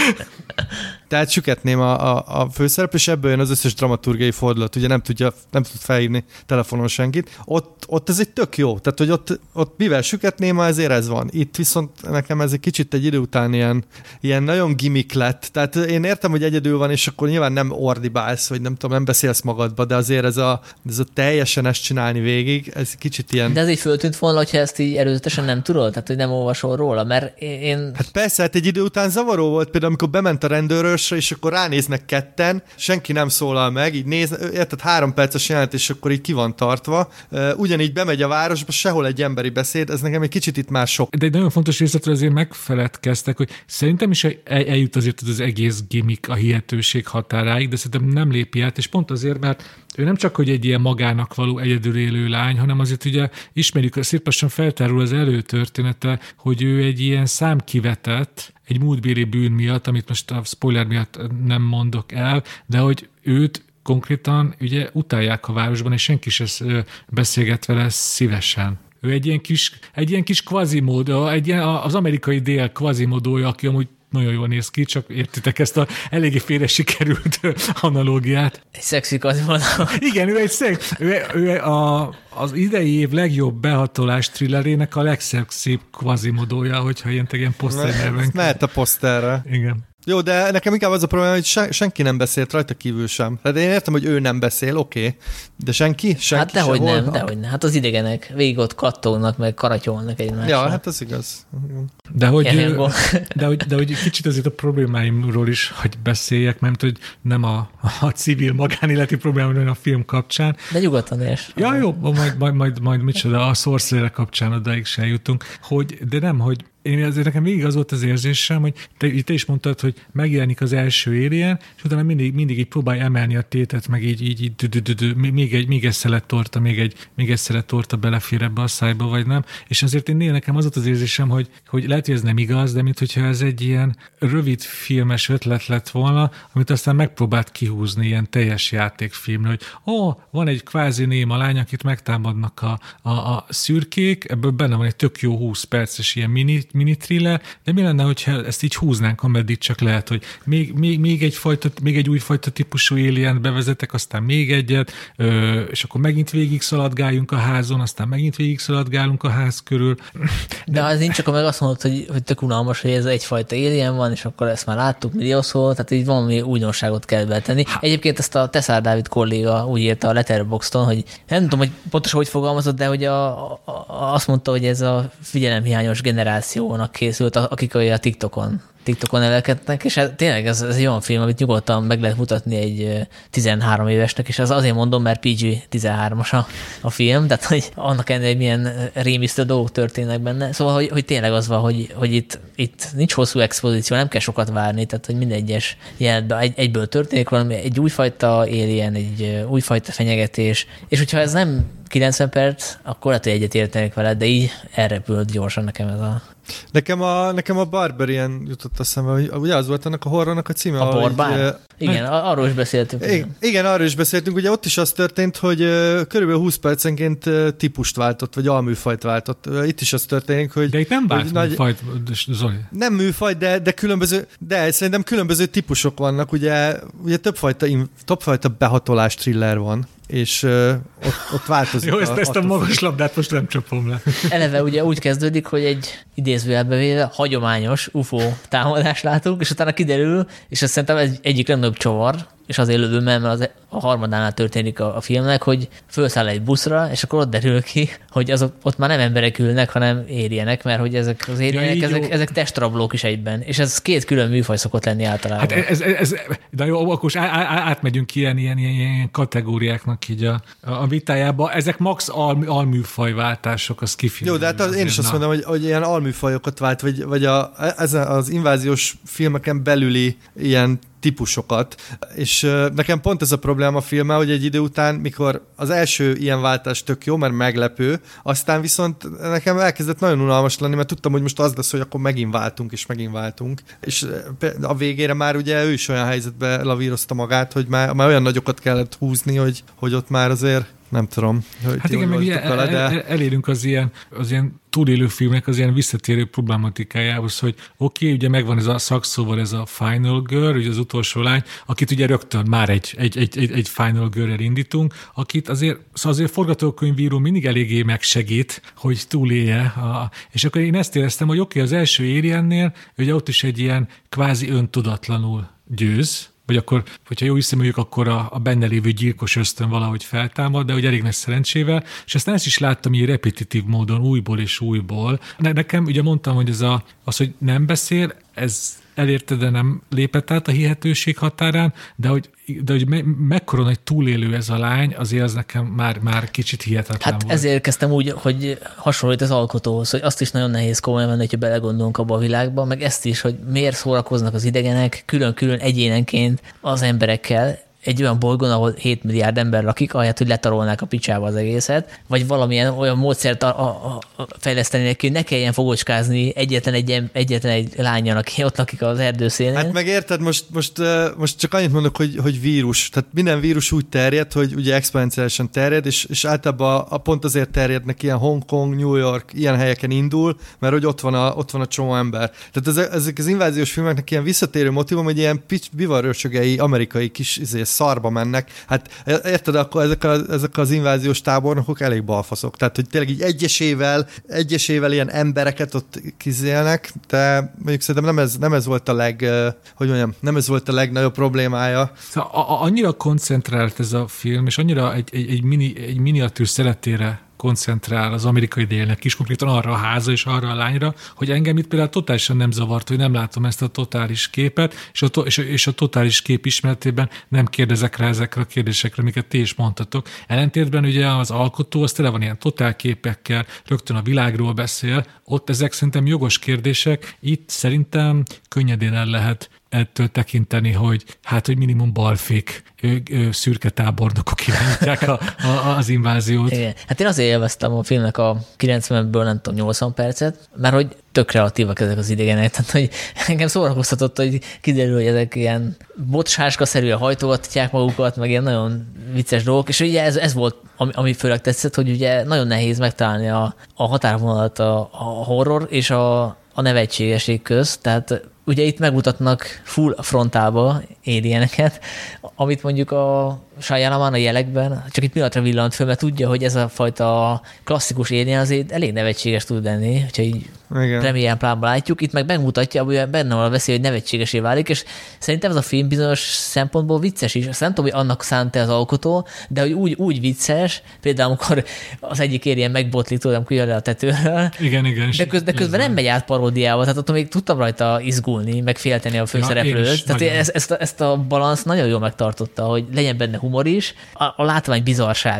Tehát süketném a, a, a főszerep, és ebből jön az összes dramaturgiai fordulat. Ugye nem tudja, nem tud felhívni telefonon senkit. Ott, ott ez egy tök jó. Tehát, hogy ott, ott mivel süketném, ezért ez van. Itt viszont nekem ez egy kicsit egy idő után ilyen, ilyen nagyon gimmick lett. Tehát én értem, hogy egyedül van, és akkor nyilván nem ordibálsz, vagy nem tudom, nem beszélsz magadba, de azért ez a, ez a teljesen ezt csinálni végig, ez kicsit ilyen... De ez így föltűnt volna, hogyha ezt így előzetesen nem tudod, tehát hogy nem olvasol róla, mert én... Hát persze, hát egy idő után zavaró volt, például amikor bement a rendőrösre, és akkor ránéznek ketten, senki nem szólal meg, így néz, érted, három perces jelent, és akkor így ki van tartva. Ugyanígy bemegy a városba, sehol egy emberi beszéd, ez nekem egy kicsit itt már sok. De egy nagyon fontos részletről azért megfeledkeztek, hogy szerintem is eljut azért az egész gimmick a hihetőség határáig, de szerintem nem lépi át, és pont azért, mert ő nem csak, hogy egy ilyen magának való egyedül élő lány, hanem azért ugye ismerjük, szép lassan feltárul az előtörténete, hogy ő egy ilyen számkivetett, egy múltbéli bűn miatt, amit most a spoiler miatt nem mondok el, de hogy őt konkrétan ugye utálják a városban, és senki sem beszélget vele szívesen. Ő egy ilyen kis, egy ilyen kis kvazimód, egy ilyen, az amerikai dél kvazimódója, aki amúgy nagyon jól néz ki, csak értitek ezt a eléggé félre sikerült analógiát. Egy szexi kvazimódó. Igen, ő egy szex, ő, ő a, az idei év legjobb behatolás thrillerének a legszexibb kvazimódója, hogyha ilyen, ilyen poszternerven. Mehet a poszterre. Igen. Jó, de nekem inkább az a probléma, hogy se, senki nem beszélt rajta kívül sem. Tehát én értem, hogy ő nem beszél, oké, okay. De senki? senki hát dehogy sehol? nem, dehogy nem. Hát az idegenek végig ott kattognak, meg karatyolnak egymással. Ja, hát az igaz. De hogy, de, hogy, de hogy kicsit azért a problémáimról is, hogy beszéljek, mert hogy nem a, a civil magánéleti problémáról a film kapcsán. De nyugodtan és. Ja, jó, majd, majd, majd, majd micsoda, a Sorcerer kapcsán odaig se jutunk. Hogy, de nem, hogy én azért nekem végig az volt az érzésem, hogy te, te is mondtad, hogy megjelenik az első Alien, és utána mindig, mindig így próbálj emelni a tétet, meg így, így, így dü, dü, dü, dü, még egy, még egy szelet torta, még egy, még egy szelet torta belefér ebbe a szájba, vagy nem. És azért én néha nekem az volt az érzésem, hogy, hogy lehet, hogy ez nem igaz, de minthogyha ez egy ilyen rövid filmes ötlet lett volna, amit aztán megpróbált kihúzni ilyen teljes játékfilmre, hogy ó, oh, van egy kvázi néma lány, akit megtámadnak a, a, a szürkék, ebből benne van egy tök jó húsz perces ilyen mini mini thriller, de mi lenne, hogyha ezt így húznánk, ameddig csak lehet, hogy még, még, még, egy, fajta, még egy újfajta típusú Alien bevezetek, aztán még egyet, ö, és akkor megint végig szaladgáljunk a házon, aztán megint végig szaladgálunk a ház körül. De, de az nincs, akkor meg azt mondod, hogy, hogy tök unalmas, hogy ez egyfajta Alien van, és akkor ezt már láttuk milliószor, tehát így valami újdonságot kell betenni. Egyébként ezt a Teszár Dávid kolléga úgy írta a Letterboxdon, hogy nem tudom, hogy pontosan hogy fogalmazott, de hogy a, a, azt mondta, hogy ez a figyelemhiányos generációnak készült, akik a TikTokon TikTokon nevelkednek, és hát tényleg ez, ez egy olyan film, amit nyugodtan meg lehet mutatni egy tizenhárom évesnek, és az azért mondom, mert pé gé tizenhármas a, a film, tehát hogy annak ennél milyen rémisztő dolgok történnek benne. Szóval, hogy, hogy tényleg az van, hogy, hogy itt, itt nincs hosszú expozíció, nem kell sokat várni, tehát hogy minden egyes jelenetben egy, egyből történik valami, egy újfajta alien, egy újfajta fenyegetés, és hogyha ez nem kilencven perc, akkor lehet, hogy egyet értenek vele, de így elrepült gyorsan nekem ez a Nekem a, nekem a Barbarian jutott eszembe, hogy ugye az volt annak a horrornak a címe. A Barbár? Ahogy, igen, meg... arról is beszéltünk. Igen, igen, arról is beszéltünk. Ugye ott is az történt, hogy körülbelül húsz percenként típust váltott, vagy alműfajt váltott. Itt is az történik, hogy... De itt nem vált nagy... műfajt, Zoli. Nem műfaj, de, de különböző, de szerintem különböző típusok vannak. Ugye, ugye többfajta, többfajta behatolás thriller van, és uh, ott, ott változik. Jó, ezt, a, ezt a magas labdát most nem csapom le. Eleve ugye úgy kezdődik, hogy egy idézőjelbe véve hagyományos u f o támadást látunk, és utána kiderül, és ez szerintem egy, egyik legnagyobb csavar, és azért lövöm, mert az a harmadánál történik a, a filmnek, hogy felszáll egy buszra, és akkor ott derül ki, hogy azok, ott már nem emberek ülnek, hanem érjenek, mert hogy ezek az érjenek, ja, ezek, ezek testrablók is egyben. És ez két külön műfaj szokott lenni általában. Hát ez, ez, ez de jó, akkor most átmegyünk ilyen, ilyen, ilyen, ilyen kategóriáknak így a, a vitájába. Ezek max al, alműfajváltások, az kifilmül. Jó, de hát az, én is azt mondom, hogy, hogy ilyen alműfajokat vált, vagy, vagy a, ez az inváziós filmeken belüli ilyen típusokat, és nekem pont ez a probléma a filmmel, hogy egy idő után, mikor az első ilyen váltás tök jó, mert meglepő, aztán viszont nekem elkezdett nagyon unalmas lenni, mert tudtam, hogy most az lesz, hogy akkor megint váltunk, és megint váltunk, és a végére már ugye ő is olyan helyzetbe lavírozta magát, hogy már, már olyan nagyokat kellett húzni, hogy, hogy ott már azért nem tudom, hogy hát igen, meg ilyen, vele, de... el, elérünk az ilyen, az ilyen túlélő filmnek az ilyen visszatérő problematikájához, hogy oké, okay, ugye megvan ez a szakszóval ez a final girl, ugye az utolsó lány, akit ugye rögtön már egy, egy, egy, egy, egy final girl-rel indítunk, akit azért, szóval azért forgatókönyvíró mindig eléggé megsegít, hogy túlélje. A, és akkor én ezt éreztem, hogy oké, okay, az első Aliennél, ugye ott is egy ilyen kvázi öntudatlanul győz, vagy akkor, hogyha jó hiszem, mondjuk, akkor a, a benne lévő gyilkos ösztön valahogy feltámad, de hogy elég nagy szerencsével, és aztán ezt is láttam így repetitív módon, újból és újból. Ne, nekem ugye mondtam, hogy ez a, az, hogy nem beszél, ez elérte, de nem lépett át a hihetőség határán, de hogy, de hogy me, mekkora nagy túlélő ez a lány, azért az nekem már, már kicsit hihetetlen hát volt. Ezért kezdtem úgy, hogy hasonlít az alkotóhoz, hogy azt is nagyon nehéz komolyan venni, hogyha belegondolunk abba a világba, meg ezt is, hogy miért szórakoznak az idegenek külön-külön egyénenként az emberekkel, egy olyan bolygón, ahol hét milliárd ember lakik, ahelyett, hogy letarolnák a picsába az egészet, vagy valamilyen olyan módszert a, a, a fejlesztenének, hogy ne kelljen fogocskázni egyetlen egy, egyetlen egy lányon, aki ott lakik az erdőszélén. Hát meg érted, most, most, most csak annyit mondok, hogy, hogy vírus. Tehát minden vírus úgy terjed, hogy ugye exponenciálisan terjed, és, és általában a, a pont azért terjednek ilyen Hongkong, New York, ilyen helyeken indul, mert hogy ott van a, ott van a csomó ember. Tehát ezek, ezek az inváziós filmeknek ilyen visszatérő motivum, hogy ilyen bivarörsögei amerikai kis izé, szarba mennek. Hát érted, akkor ezek, a, ezek az inváziós tábornokok elég balfaszok. Tehát, hogy tényleg így egyesével, egyesével ilyen embereket ott kizélnek, de mondjuk szerintem nem ez, nem ez volt a leg, hogy mondjam, nem ez volt a legnagyobb problémája. Szóval a, a, annyira koncentrált ez a film, és annyira egy, egy, egy, mini, egy miniatűr szeretére koncentrál az amerikai délnek is, konkrétan arra a háza és arra a lányra, hogy engem itt például totálisan nem zavart, hogy nem látom ezt a totális képet, és a, to, és a, és a totális kép ismeretében nem kérdezek rá ezekre a kérdésekre, amiket ti is mondtatok. Ellentétben ugye az alkotó, az tele van ilyen totál képekkel, rögtön a világról beszél, ott ezek szerintem jogos kérdések, itt szerintem könnyedén el lehet ettől tekinteni, hogy hát, hogy minimum balfék, ő, ő, szürke tábornokok irányítják a, a, az inváziót. Igen. Hát én azért élveztem a filmnek a kilencvenből nem tudom, nyolcvan percet, mert hogy tök kreatívak ezek az idegenek, tehát hogy engem szórakoztatott, hogy kiderül, hogy ezek ilyen botsáska-szerűen hajtogatják magukat, meg ilyen nagyon vicces dolgok, és ugye ez, ez volt, ami, ami főleg tetszett, hogy ugye nagyon nehéz megtalálni a, a határvonalat a, a horror és a, a nevetségesség közt, tehát ugye itt megmutatnak full frontába alieneket, amit mondjuk a Shyamalan a jelekben, csak itt pillanatra villant föl, mert tudja, hogy ez a fajta klasszikus alien azért elég nevetséges tud lenni, hogyha így premiéren plánban látjuk. Itt meg megmutatja, hogy benne van a veszély, hogy nevetségesé válik, és szerintem ez a film bizonyos szempontból vicces is. Azt nem tudom, hogy annak szánta az alkotó, de hogy úgy, úgy vicces, például amikor az egyik alien megbotlik, tudom, hogy le a tetőről. Igen, igen. De, köz, de közben nem megy át paródiával, tehát ott még tudtam rajta izgulni, meg félteni a főszereplőt. Ja, tehát ezt, ezt, a, ezt a balanszt nagyon jól megtartotta, hogy legyen benne humor is, a, a látvány bizarsága,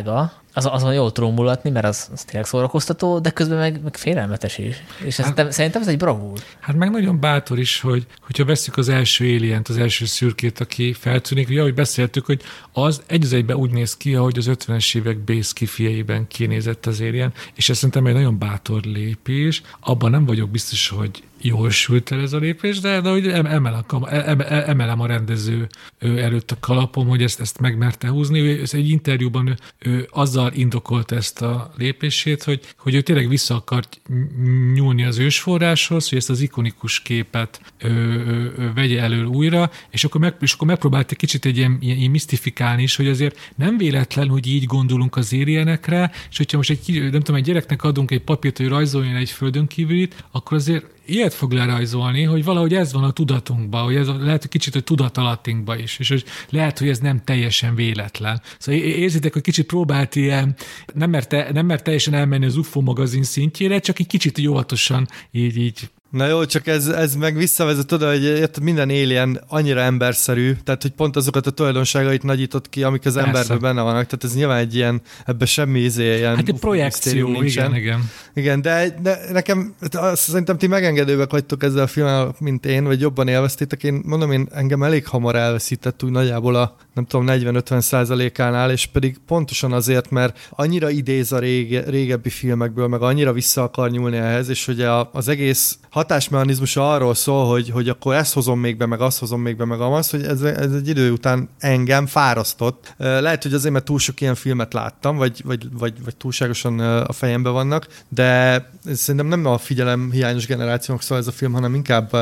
az, azon jól trómulatni, mert az, az tényleg szórakoztató, de közben meg, meg félelmetes is. És hát, ezt, szerintem ez egy bravúr. Hát meg nagyon bátor is, hogy hogyha vesszük az első Alient, az első szürkét, aki feltűnik, ugye ahogy beszéltük, hogy az egy az egyben úgy néz ki, ahogy az ötvenes évek B-skifieiben kinézett az Alien, és ez szerintem egy nagyon bátor lépés. Abban nem vagyok biztos, hogy jól sült el ez a lépés, de, de hogy emelem, emelem a rendező előtt a kalapom, hogy ezt, ezt megmerte húzni. Ő, ez egy interjúban ő, ő azzal indokolta ezt a lépését, hogy, hogy ő tényleg vissza akart nyúlni az ősforráshoz, hogy ezt az ikonikus képet ő, ő, ő vegye elő újra, és akkor, meg, és akkor megpróbált egy kicsit egy ilyen, ilyen, ilyen misztifikálni is, hogy azért nem véletlen, hogy így gondolunk az alienekre, és hogyha most egy, nem tudom, egy gyereknek adunk egy papírt, hogy rajzoljon egy földön kívülit, akkor azért ilyet fog lerajzolni, hogy valahogy ez van a tudatunkban, hogy ez lehet, hogy kicsit a tudatalattinkban is, és hogy lehet, hogy ez nem teljesen véletlen. Szóval érzitek, hogy kicsit próbált ilyen, nem mert, nem mert teljesen elmenni az u f o magazin szintjére, csak egy kicsit óvatosan így, így Na jó, csak ez, ez meg visszavezet oda, hogy érted, minden alien annyira emberszerű, tehát hogy pont azokat a tulajdonságait nagyított ki, amik az Persze. emberben benne vannak, tehát ez nyilván egy ilyen, ebben semmi izé, ilyen hát egy projekció, igen, igen. Igen, de, de nekem azt szerintem ti megengedőbbek vagytok ezzel a filmmel, mint én, vagy jobban élveztétek. Én mondom, én engem elég hamar elveszített úgy nagyjából a nem tudom, negyven-ötven százalékánál, és pedig pontosan azért, mert annyira idéz a rége, régebbi filmekből, meg annyira vissza akar nyúlni ehhez, és hogy a, az egész hatásmechanizmusa arról szól, hogy, hogy akkor ezt hozom még be, meg azt hozom még be, meg amaz, hogy ez, ez egy idő után engem fárasztott. Lehet, hogy azért, mert túl sok ilyen filmet láttam, vagy, vagy, vagy, vagy túlságosan a fejemben vannak, de szerintem nem a figyelem hiányos generációnak szól ez a film, hanem inkább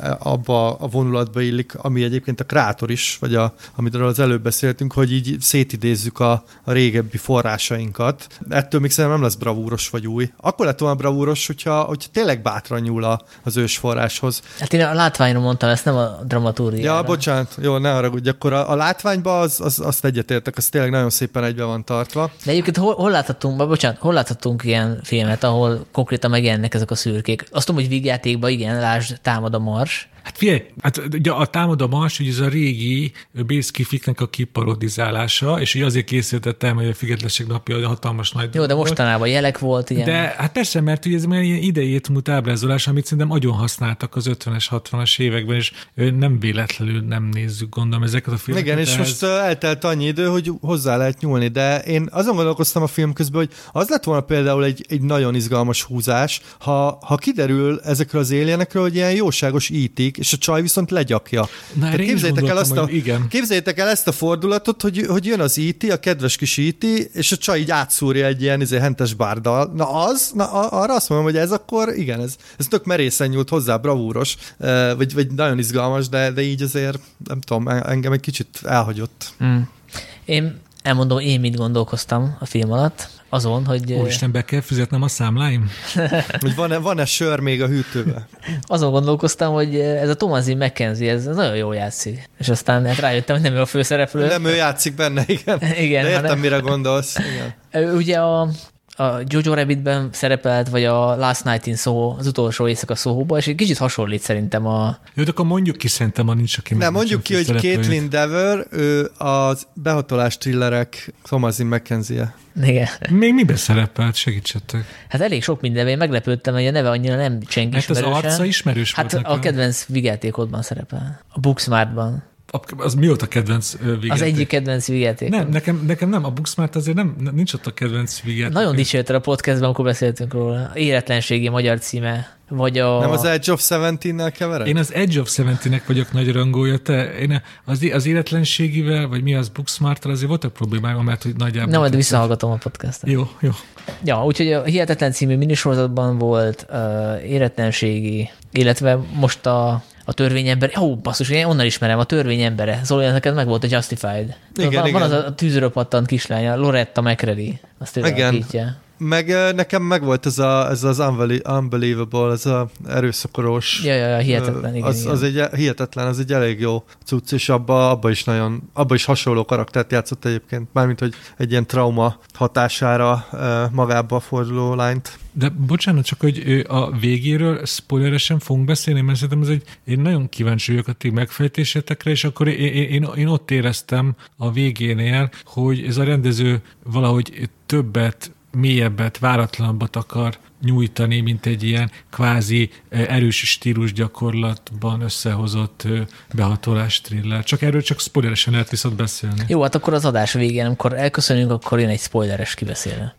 abba a vonulatba illik, ami egyébként a Krátor is, vagy a, amiről az előbb beszéltünk, hogy így szétidézzük a, a régebbi forrásainkat. Ettől még szerintem nem lesz bravúros vagy új. Akkor lett volna bravúros, hogyha, hogyha tényleg bátran nyúl a, az ős forráshoz. Hát én a látványra mondtam, ezt nem a dramaturgiára. Ja, bocsánat, jó, ne haragudj, akkor a, a látványban az, az, azt egyetértek, az tényleg nagyon szépen egybe van tartva. De egyébként hol, hol láthatunk, bocsánat, hol láthatunk ilyen filmet, ahol konkrétan megjelennek ezek a szürkék? Azt tudom, hogy vígjátékban igen, lásd, Támad a Mars. Hát figyelj, hát ugye a Támad a Mars, ugye ez a régi Bészkifiknek a kiparodizálása, és ugye azért készítettem, hogy a Függetlenség napja a hatalmas nagy... Jó, de mostanában jelek volt ilyen. De hát persze, mert ugye ez már ilyen idejét múlt ábrázolás, amit szerintem nagyon használtak az ötvenes, hatvanas években, és nem véletlenül nem nézzük, gondolom, ezeket a filmeket. Igen, és ehhez... most eltelt annyi idő, hogy hozzá lehet nyúlni, de én azon gondolkoztam a film közben, hogy az lett volna például egy, egy nagyon izgalmas húzás, ha, ha kiderül ezekről az alienekről, hogy ilyen jóságos ítik, és a csaj viszont legyakja. Na, képzeljétek, el azt a, képzeljétek el ezt a fordulatot, hogy, hogy jön az í té, a kedves kis í té, és a csaj így átszúrja egy ilyen izé, hentes bárdal. Na az, na arra azt mondom, hogy ez akkor, igen, ez, ez tök merészen nyúlt hozzá, bravúros, vagy, vagy nagyon izgalmas, de, de így azért, nem tudom, engem egy kicsit elhagyott. Mm. Én elmondom, én mit gondolkoztam a film alatt. Azon, hogy... Úristen, be kell fizetnem a számláim? Hogy van-e, van-e sör még a hűtőben? Azon gondolkoztam, hogy ez a Thomasin McKenzie, ez nagyon jól játszik. És aztán hát rájöttem, hogy nem ő a főszereplő. Nem ő játszik benne, igen. igen de értem, hanem... mire gondolsz. Igen. Ugye a... a Jojo Rabbitben szerepelt, vagy a Last Night in Soho, az utolsó éjszaka Soho-ba, és egy kicsit hasonlít szerintem a... Jó, de akkor mondjuk ki, szerintem, ha nincs, aki... Nem, mondjuk ki, hogy Caitlin Dever, ő az behatolás thrillerek Thomasin McKenzie. Igen. Még miben szerepelt? Segítsetek. Hát elég sok mindenben, én meglepődtem, hogy a neve annyira nem cseng ismerősen. Hát az arca ismerős hát volt a nekem. Kedvenc vigyátékodban szerepel. A Booksmartban. Az mi volt a kedvenc vigyáték? Az egyik kedvenc vigyáték. Nem, nekem, nekem nem, a Booksmart azért nem, nincs ott a kedvenc vigyáték. Nagyon dicsérted a podcastban, amikor beszéltünk róla. Életlenségi magyar címe. Vagy a... Nem az Edge of Seventeen-nel kevered? Én az Edge of Seventeen-nek vagyok nagy rangolja. Te, én az, az életlenségivel, vagy mi az Booksmart-tal azért voltak problémáim, mert hogy nagyjából... Nem, majd visszahallgatom a podcastot. Jó, jó. Ja, úgyhogy a Hihetetlen című minisorozatban volt uh, életlenségi, illetve most a a törvényember, ó, basszus, én onnan ismerem, a törvényembere. Szóval neked meg volt a Justified. Igen, van, igen. van az a tűzről pattant kislánya, Loretta McCready. Azt ő alakítja. Meg nekem megvolt ez, a, ez az unbelievable, ez az erőszakoros. Ja, ja, ja, hihetetlen, igen, az, igen. az egy hihetetlen, az egy elég jó cucc, és abba, abba is nagyon, abba is hasonló karaktert játszott egyébként, mármint, hogy egy ilyen trauma hatására magába forduló lányt. De bocsánat, csak hogy a végéről spoileresen fogunk beszélni, mert szerintem ez egy, én nagyon kíváncsi vagyok a ti megfejtésetekre, és akkor én, én, én ott éreztem a végénél, hogy ez a rendező valahogy többet, mélyebbet, váratlanabbat akar nyújtani, mint egy ilyen kvázi erős stílusgyakorlatban összehozott behatolás thriller. Csak erről csak spoileresen lehet viszont beszélni. Jó, hát akkor az adás végén, amikor elköszönünk, akkor én egy spoileres kibeszélő.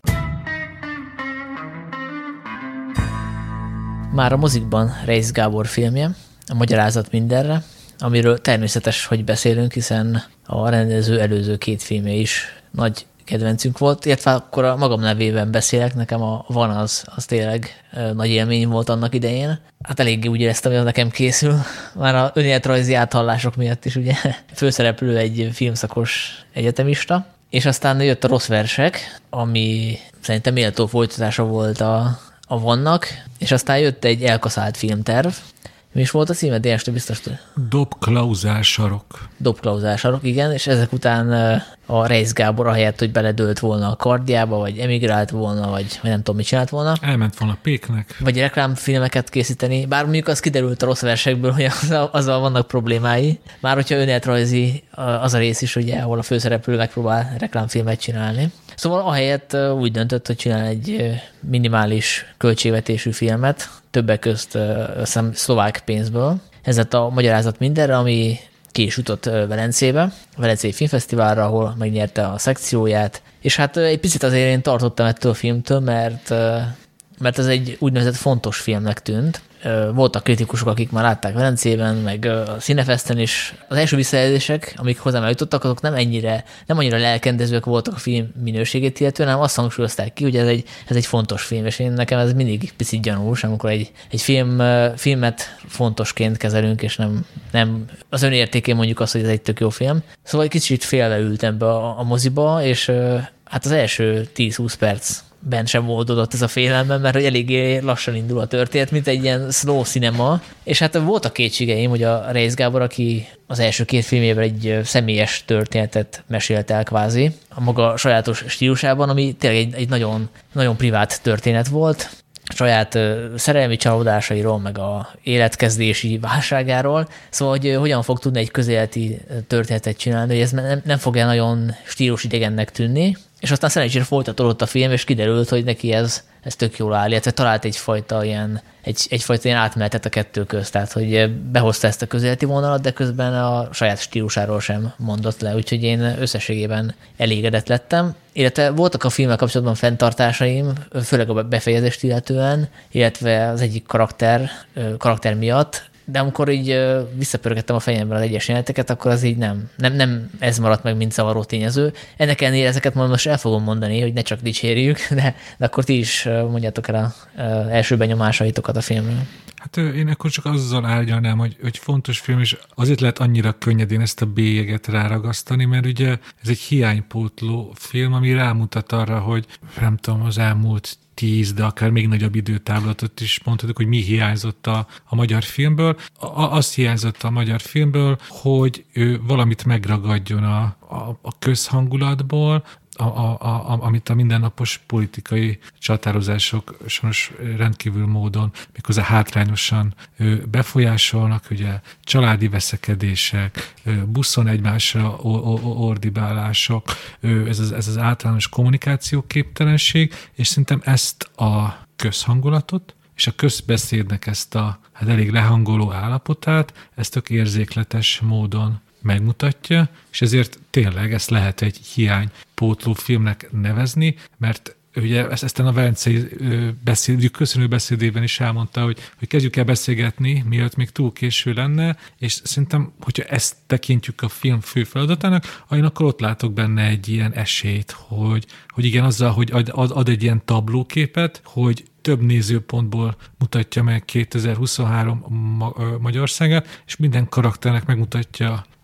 Már a mozikban Reisz Gábor filmje, a Magyarázat mindenre, amiről természetes, hogy beszélünk, hiszen a rendező előző két filmje is nagy kedvencünk volt, illetve akkor a magam nevében beszélek, nekem a Van az, az tényleg nagy élmény volt annak idején. Hát eléggé úgy éreztem, hogy az nekem készül, már a önéletrajzi áthallások miatt is ugye főszereplő egy filmszakos egyetemista, és aztán jött a Rossz versek, ami szerintem méltó folytatása volt a, a Vannak, és aztán jött egy elkaszált filmterv. Mi is volt a címe? Dénes, te biztos? Dobklauzál sarok. Dobklauzál sarok, igen, és ezek után a Reisz Gábor ahelyett, hogy beledőlt volna a kardjába, vagy emigrált volna, vagy, vagy nem tudom, mit csinált volna. Elment volna péknek. Vagy reklámfilmeket készíteni, bár mondjuk az kiderült a Rossz versekből, hogy azzal, azzal vannak problémái. Már hogyha önéletrajzi az a rész is, ugye, ahol a főszereplő megpróbál reklámfilmet csinálni. Szóval ahelyett úgy döntött, hogy csinál egy minimális költségvetésű filmet, többek közt szlovák pénzből. Ez lett a Magyarázat mindenre, ami ki is jutott Velencébe, a Velencei Filmfesztiválra, ahol megnyerte a szekcióját, és hát egy picit azért én tartottam ettől a filmtől, mert, mert ez egy úgynevezett fontos filmnek tűnt. Voltak kritikusok, akik már látták Velencében, meg a Cinefesten is. Az első visszajelzések, amik hozzám eljutottak, azok nem ennyire, nem annyira lelkendezőek voltak a film minőségét illetően, hanem azt hangsúlyozták ki, hogy ez egy, ez egy fontos film, és én nekem ez mindig picit gyanús, amikor egy, egy film, filmet fontosként kezelünk, és nem, nem az önértékén mondjuk azt, hogy ez egy tök jó film. Szóval egy kicsit félve ültem be a, a moziba, és hát az első tíz-húsz perc bent sem oldódott ez a félelmem, mert hogy eléggé lassan indul a történet, mint egy ilyen slow cinema, és hát voltak kétségeim, hogy a Reisz Gábor, aki az első két filmjében egy személyes történetet mesélt el kvázi, a maga sajátos stílusában, ami tényleg egy, egy nagyon, nagyon privát történet volt, saját szerelmi csalódásairól, meg a életkezdési válságáról. Szóval, hogy hogyan fog tudni egy közéleti történetet csinálni, hogy ez nem, nem fog nagyon stílusidegennek tűnni. És aztán szerencsére folytatódott a film, és kiderült, hogy neki ez, ez tök jól áll, illetve talált egyfajta ilyen, egy, egyfajta ilyen átmenetet a kettő közt, tehát hogy behozta ezt a közéleti vonalat, de közben a saját stílusáról sem mondott le, úgyhogy én összességében elégedett lettem. Illetve voltak a filmmel kapcsolatban fenntartásaim, főleg a befejezést illetően, illetve az egyik karakter, karakter miatt, de amikor így visszapörgettem a fejemben az egyes jeleneteket, akkor az így nem, nem, nem ez maradt meg, mint zavaró tényező. Ennek ellenére ezeket majd most el fogom mondani, hogy ne csak dicsérjük, de, de akkor ti is mondjátok el az első benyomásaitokat a filmről. Hát én akkor csak azzal árnyalnám, hogy, hogy fontos film, és azért lehet annyira könnyedén ezt a bélyeget ráragasztani, mert ugye ez egy hiánypótló film, ami rámutat arra, hogy nem tudom, az elmúlt tíz, de akár még nagyobb időtávlatot is mondhatok, hogy mi hiányzott a, a magyar filmből. A, azt hiányzott a magyar filmből, hogy ő valamit megragadjon a, a, a közhangulatból, A, a, a, amit a mindennapos politikai csatározások sajnos rendkívül módon, méghozzá hátrányosan befolyásolnak, ugye családi veszekedések, buszon egymásra ordibálások, ez az, ez az általános kommunikáció képtelenség, és szerintem ezt a közhangulatot, és a közbeszédnek ezt a hát elég lehangoló állapotát, ezt tök érzékletes módon megmutatja, és ezért tényleg ezt lehet egy hiánypótló filmnek nevezni, mert ugye ezt, ezt a Velencei beszéd, köszönő beszédében is elmondta, hogy, hogy kezdjük el beszélgetni, mielőtt még túl késő lenne, és szerintem, hogyha ezt tekintjük a film fő feladatának, akkor ott látok benne egy ilyen esélyt, hogy, hogy igen, azzal, hogy ad, ad egy ilyen tablóképet, hogy több nézőpontból mutatja meg kétezer-huszonhárom Magyarországát, és minden karakternek megmutatja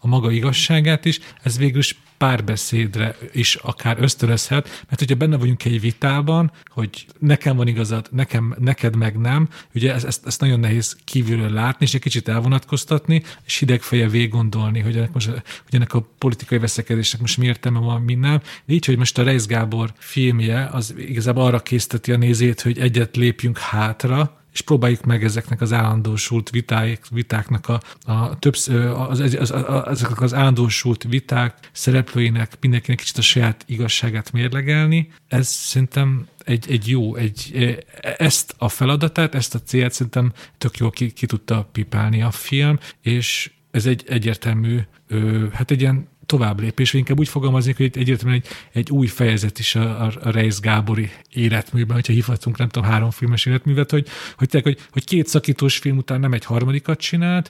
a maga igazságát is, ez végül is párbeszédre is akár ösztönözhet, mert hogyha benne vagyunk egy vitában, hogy nekem van igazad, nekem, neked meg nem, ugye ezt, ezt, ezt nagyon nehéz kívülről látni, és egy kicsit elvonatkoztatni, és hidegfeje végiggondolni, hogy ennek, most, hogy ennek a politikai veszekedésnek most mi értelme van, mi nem. De így, hogy most a Reisz Gábor filmje, az igazából arra készteti a nézőt, hogy egyet lépjünk hátra, és próbáljuk meg ezeknek az állandósult viták, vitáknak a, a többször, az, az, az, az, ezeknek az állandósult viták szereplőinek mindenkinek kicsit a saját igazságát mérlegelni. Ez szerintem egy, egy jó, egy, ezt a feladatát, ezt a célt szerintem tök jól ki, ki tudta pipálni a film, és ez egy egyértelmű, hát egy ilyen tovább lépés, vagy inkább úgy fogalmaznék, hogy itt egyértelműen egy, egy új fejezet is a, a, a Reisz Gábori életműben, hogyha hívhatunk, nem tudom, három filmes életművet, hogy, hogy, tényleg, hogy, hogy két szakítós film után nem egy harmadikat csinált,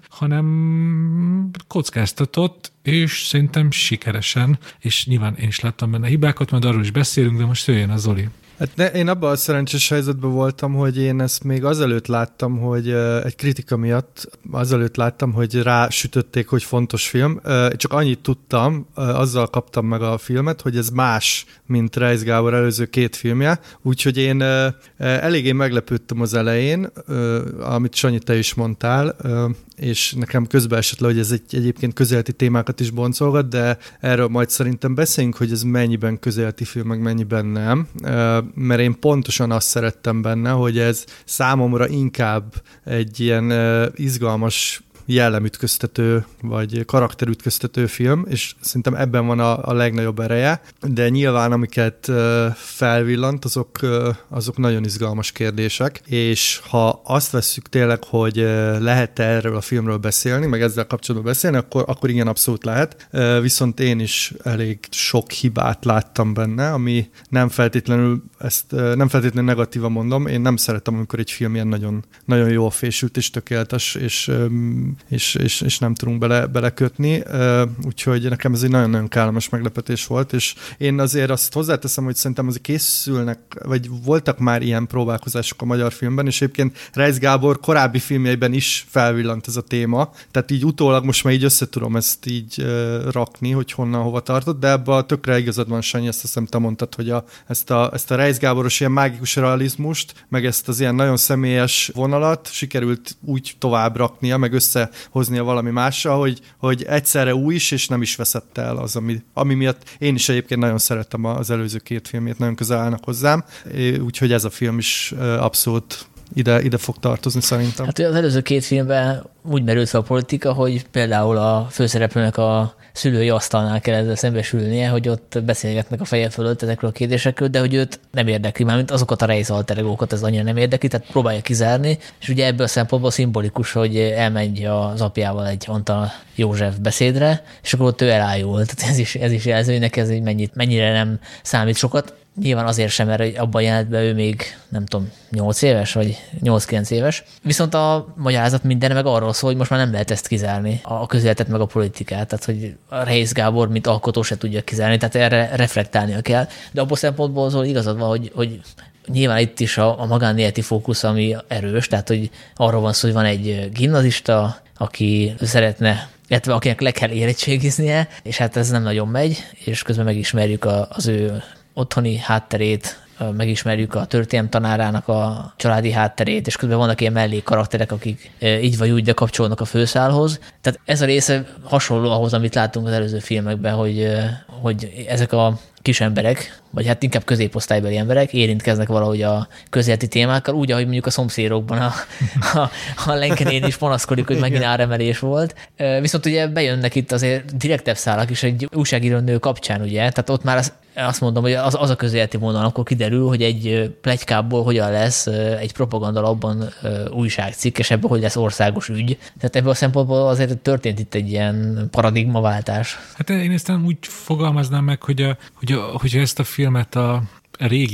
hanem kockáztatott, és szerintem sikeresen, és nyilván én is láttam benne hibákat, majd arról is beszélünk, de most jöjjön a Zoli. Hát ne, én abban a szerencsés helyzetben voltam, hogy én ezt még azelőtt láttam, hogy uh, egy kritika miatt azelőtt láttam, hogy rásütötték, hogy fontos film. Uh, csak annyit tudtam, uh, azzal kaptam meg a filmet, hogy ez más, mint Reisz Gábor előző két filmje. Úgyhogy én uh, eléggé meglepődtem az elején, uh, amit Sanyi, te is mondtál, uh, és nekem közben esett le, hogy ez egy, egyébként közeleti témákat is boncolgat, de erről majd szerintem beszéljünk, hogy ez mennyiben közeleti film, meg mennyiben nem. Uh, mert én pontosan azt szerettem benne, hogy ez számomra inkább egy ilyen uh, izgalmas jellemütköztető, vagy karakterütköztető film, és szerintem ebben van a, a legnagyobb ereje, de nyilván amiket uh, felvillant, azok, uh, azok nagyon izgalmas kérdések, és ha azt vesszük tényleg, hogy uh, lehet erről a filmről beszélni, meg ezzel kapcsolatban beszélni, akkor, akkor igen, abszolút lehet. Uh, viszont én is elég sok hibát láttam benne, ami nem feltétlenül, ezt uh, nem feltétlenül negatívan mondom, én nem szeretem, amikor egy film ilyen nagyon, nagyon jól fésült és tökéletes, és um, És, és, és nem tudunk bele, belekötni, úgyhogy nekem ez egy nagyon-nagyon kellemes meglepetés volt, és én azért azt hozzáteszem, hogy szerintem azért készülnek, vagy voltak már ilyen próbálkozások a magyar filmben, és egyébként Reisz Gábor korábbi filmjeiben is felvillant ez a téma, tehát így utólag most már így össze tudom ezt így rakni, hogy honnan, hova tartott, de ebben a tökre igazad van, Sanyi, ezt azt hiszem te mondtad, hogy a, ezt, a, ezt a Reisz Gáboros ilyen mágikus realizmust, meg ezt az ilyen nagyon személyes vonalat sikerült úgy tovább raknia, meg össze hoznia valami mással, hogy, hogy egyszerre új is, és nem is veszett el az, ami, ami miatt én is egyébként nagyon szerettem az előző két filmét, nagyon közel állnak hozzám, úgyhogy ez a film is abszolút ide, ide fog tartozni szerintem. Hát az előző két filmben úgy merült fel a politika, hogy például a főszereplőnek a szülői asztalnál kell ezzel szembesülnie, hogy ott beszélgetnek a feje fölött ezekről a kérdésekről, de hogy őt nem érdekli, mármint azokat a Reisz alter egókat ez annyira nem érdekli, tehát próbálja kizárni, és ugye ebből a szempontból szimbolikus, hogy elmegy az apjával egy Antal József beszédre, és akkor ott ő elájul, tehát ez is, ez is jelző, hogy neki ez mennyit, mennyire nem számít sokat. Nyilván azért sem, mert abban a jelenetben ő még, nem tudom, nyolc éves, vagy nyolc-kilenc éves. Viszont a magyarázat minden meg arról szól, hogy most már nem lehet ezt kizárni, a közéletet meg a politikát, tehát hogy a Reisz Gábor, mint alkotó se tudja kizárni, tehát erre reflektálnia kell. De abból szempontból azon igazad van, hogy, hogy nyilván itt is a, a magánéleti fókusz, ami erős, tehát hogy arról van szó, hogy van egy gimnazista, aki szeretne, illetve akinek le kell érettségiznie, és hát ez nem nagyon megy, és közben megismerjük a, az ő otthoni hátterét, megismerjük a történelem tanárának a családi hátterét, és közben vannak ilyen mellék karakterek, akik így vagy úgy, de kapcsolódnak a főszálhoz. Tehát ez a része hasonló ahhoz, amit láttunk az előző filmekben, hogy, hogy ezek a kis emberek, vagy hát inkább középosztálybeli emberek érintkeznek valahogy a közéleti témákkal, úgy, ahogy mondjuk a szomszédokban a, a, a Lenkenén is panaszkodik, hogy megint áremelés volt. Viszont ugye bejönnek itt azért direktebb szálak is egy újságíró nő kapcsán, ugye, tehát ott már az, azt mondom, hogy az, az a közéleti vonal, akkor kiderül, hogy egy pletykából hogyan lesz egy propagandalapban újságcikk, és ebből hogy lesz országos ügy. Tehát ebből a szempontból azért történt itt egy ilyen paradigmaváltás. Hát én ezt úgy fogalmaznám meg, hogy, a, hogy a, hogyha ezt a filmet a régi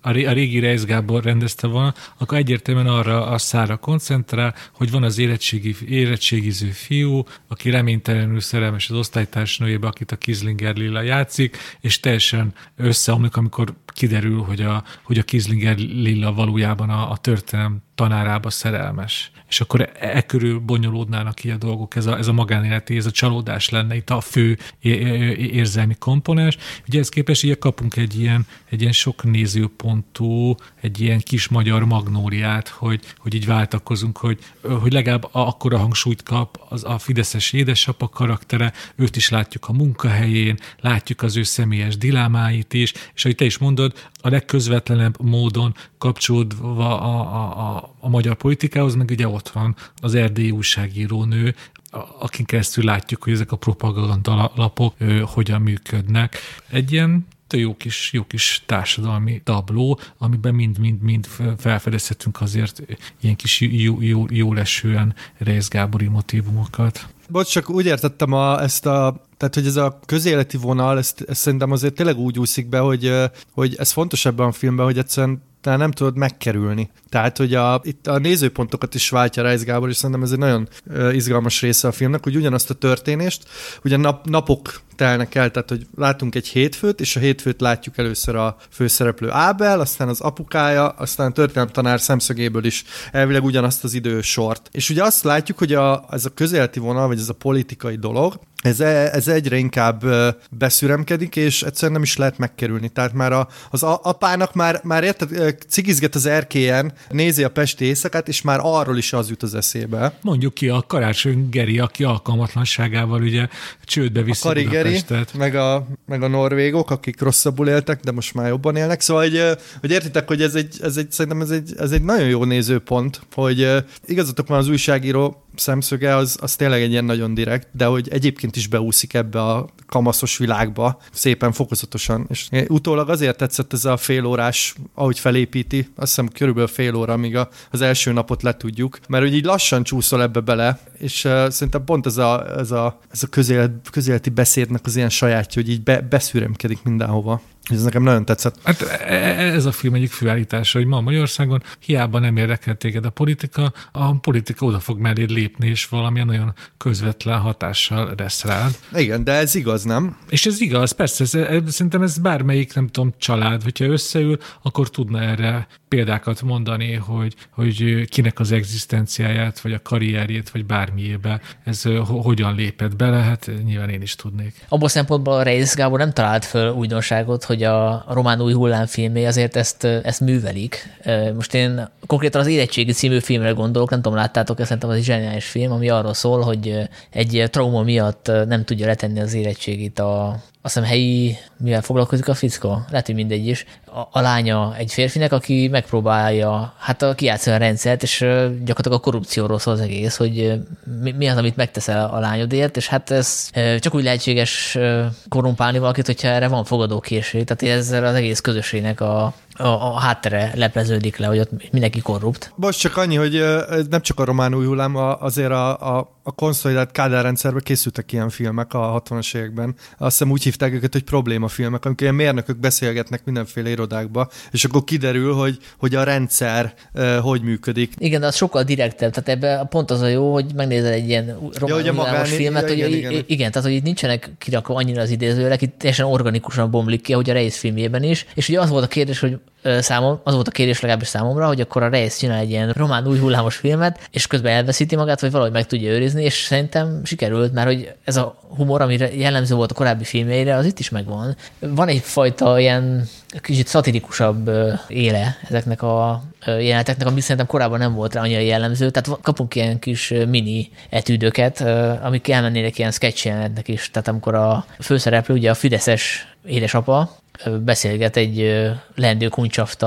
a régi Reisz Gábor rendezte volna, akkor egyértelműen arra a szára koncentrál, hogy van az érettségi, érettségiző fiú, aki reménytelenül szerelmes az osztálytársnőjébe, akit a Kieslinger Lilla játszik, és teljesen összeomlik, amikor kiderül, hogy a, hogy a Kieslinger Lilla valójában a, a történelem tanárába szerelmes. És akkor e, e körül bonyolódnának ki a dolgok, ez a, ez a magánéleti, ez a csalódás lenne itt a fő érzelmi komponens. Ugye ezt képest így kapunk egy ilyen, egy ilyen sok nézőpontú, egy ilyen kis magyar magnóliát, hogy, hogy így váltakozunk, hogy, hogy legalább akkora hangsúlyt kap az a fideszes édesapa karaktere, őt is látjuk a munkahelyén, látjuk az ő személyes dilemmáit is, és ahogy te is mondod, a legközvetlenebb módon kapcsolódva a, a, a, a magyar politikához, meg ugye ott van az erdélyi újságírónő, akin keresztül látjuk, hogy ezek a propagandalapok hogyan működnek. Egy ilyen jó kis, jó kis társadalmi tabló, amiben mind-mind-mind felfedezhetünk azért ilyen kis jó, jó, jó lesően Reisz Gábori motívumokat. Bocs, csak úgy értettem a, ezt a, tehát hogy ez a közéleti vonal, ezt, ezt szerintem azért tényleg úgy úszik be, hogy, hogy ez fontos ebben a filmben, hogy egyszerűen nem tudod megkerülni. Tehát, hogy a, itt a nézőpontokat is váltja Reisz Gábor, és szerintem ez egy nagyon uh, izgalmas része a filmnek, hogy ugyanazt a történést, ugye nap, napok telnek el, tehát, hogy látunk egy hétfőt, és a hétfőt látjuk először a főszereplő Ábel, aztán az apukája, aztán a történelemtanár szemszögéből is elvileg ugyanazt az idősort. És ugye azt látjuk, hogy a, ez a közéleti vonal, vagy ez a politikai dolog, ez, ez egyre inkább beszüremkedik, és egyszerűen nem is lehet megkerülni. Tehát már a, az apának már, már érted, cigizget az erkélyen, nézi a pesti éjszakát, és már arról is az jut az eszébe. Mondjuk ki a Karácsony Geri, aki alkalmatlanságával ugye csődbe viszi a Budapestet. Meg a, meg a norvégok, akik rosszabbul éltek, de most már jobban élnek. Szóval, hogy, hogy értitek, hogy ez egy, ez egy, szerintem ez egy, ez egy nagyon jó nézőpont, hogy igazatok van, az újságíró szemszöge, az, az tényleg egy ilyen nagyon direkt, de hogy egyébként is beúszik ebbe a kamaszos világba szépen fokozatosan. És utólag azért tetszett ez a félórás, ahogy felépíti, azt hiszem körülbelül fél óra, amíg a, az első napot letudjuk, mert hogy így lassan csúszol ebbe bele, és uh, szerintem pont ez a, ez a, ez a közélet, közéleti beszédnek az ilyen sajátja, hogy így be, beszüremkedik mindenhova. Ez nekem nagyon tetszett. Hát ez a film egyik főállítása, hogy ma Magyarországon hiába nem érdekel téged a politika, a politika oda fog melléd lépni, és valamilyen nagyon közvetlen hatással lesz rád. Igen, de ez igaz, nem? És ez igaz, persze, ez, ez, szerintem ez bármelyik, nem tudom, család, hogyha összeül, akkor tudna erre példákat mondani, hogy, hogy kinek az egzisztenciáját, vagy a karrierjét, vagy bármiébe ez hogyan lépett bele, hát nyilván én is tudnék. Abból szempontból a Reisz Gábor nem talált föl újdonságot, hogy a román új hullám filmé azért ezt, ezt művelik. Most én konkrétan az Érettségi című filmre gondolok, nem tudom, láttátok, ez szerintem az egy zseniális film, ami arról szól, hogy egy trauma miatt nem tudja letenni az érettségit a azt hiszem helyi, mivel foglalkozik a fickó? Lehet, hogy mindegy is. A, a lánya egy férfinek, aki megpróbálja hát kijátszani a rendszert, és gyakorlatilag a korrupcióról szól az egész, hogy mi, mi az, amit megteszel a lányodért, és hát ez csak úgy lehetséges korrumpálni valakit, hogyha erre van fogadókészség. Tehát ezzel az egész közösségnek a, a, a háttere lepleződik le, hogy ott mindenki korrupt. Most csak annyi, hogy nem csak a román új hullám, azért a, a, a konszolidált Kádár rendszerben készültek ilyen filmek a hatvanas években. Azt hiszem úgy hívták őket, hogy problémafilmek, amikor ilyen mérnökök beszélgetnek mindenféle irodákba, és akkor kiderül, hogy, hogy a rendszer uh, hogy működik. Igen, de az sokkal direktebb, tehát ebben pont az a jó, hogy megnézel egy ilyen román ja, magán, filmet, ja, hogy igen, igen. igen, igen, tehát hogy itt nincsenek kirakva annyira az idézőjelek, itt teljesen organikusan bomlik ki, ahogy a Reisz filmjében is, és ugye az volt a kérdés, hogy számom, az volt a kérdés legalábbis számomra, hogy akkor a Reisz csinál egy ilyen román új hullámos filmet, és közben elveszíti magát, vagy valahogy meg tudja őrizni, és szerintem sikerült, mert hogy ez a humor, amire jellemző volt a korábbi filmjeire, az itt is megvan. Van egyfajta ilyen kicsit szatirikusabb éle ezeknek a jeleneteknek, ami szerintem korábban nem volt rá annyira jellemző, tehát kapunk ilyen kis mini etűdöket, amik elmennének ilyen sketch jelenetnek is, tehát amikor a főszereplő, ugye a fideszes édesapa beszélget egy leendő kuncsaftal,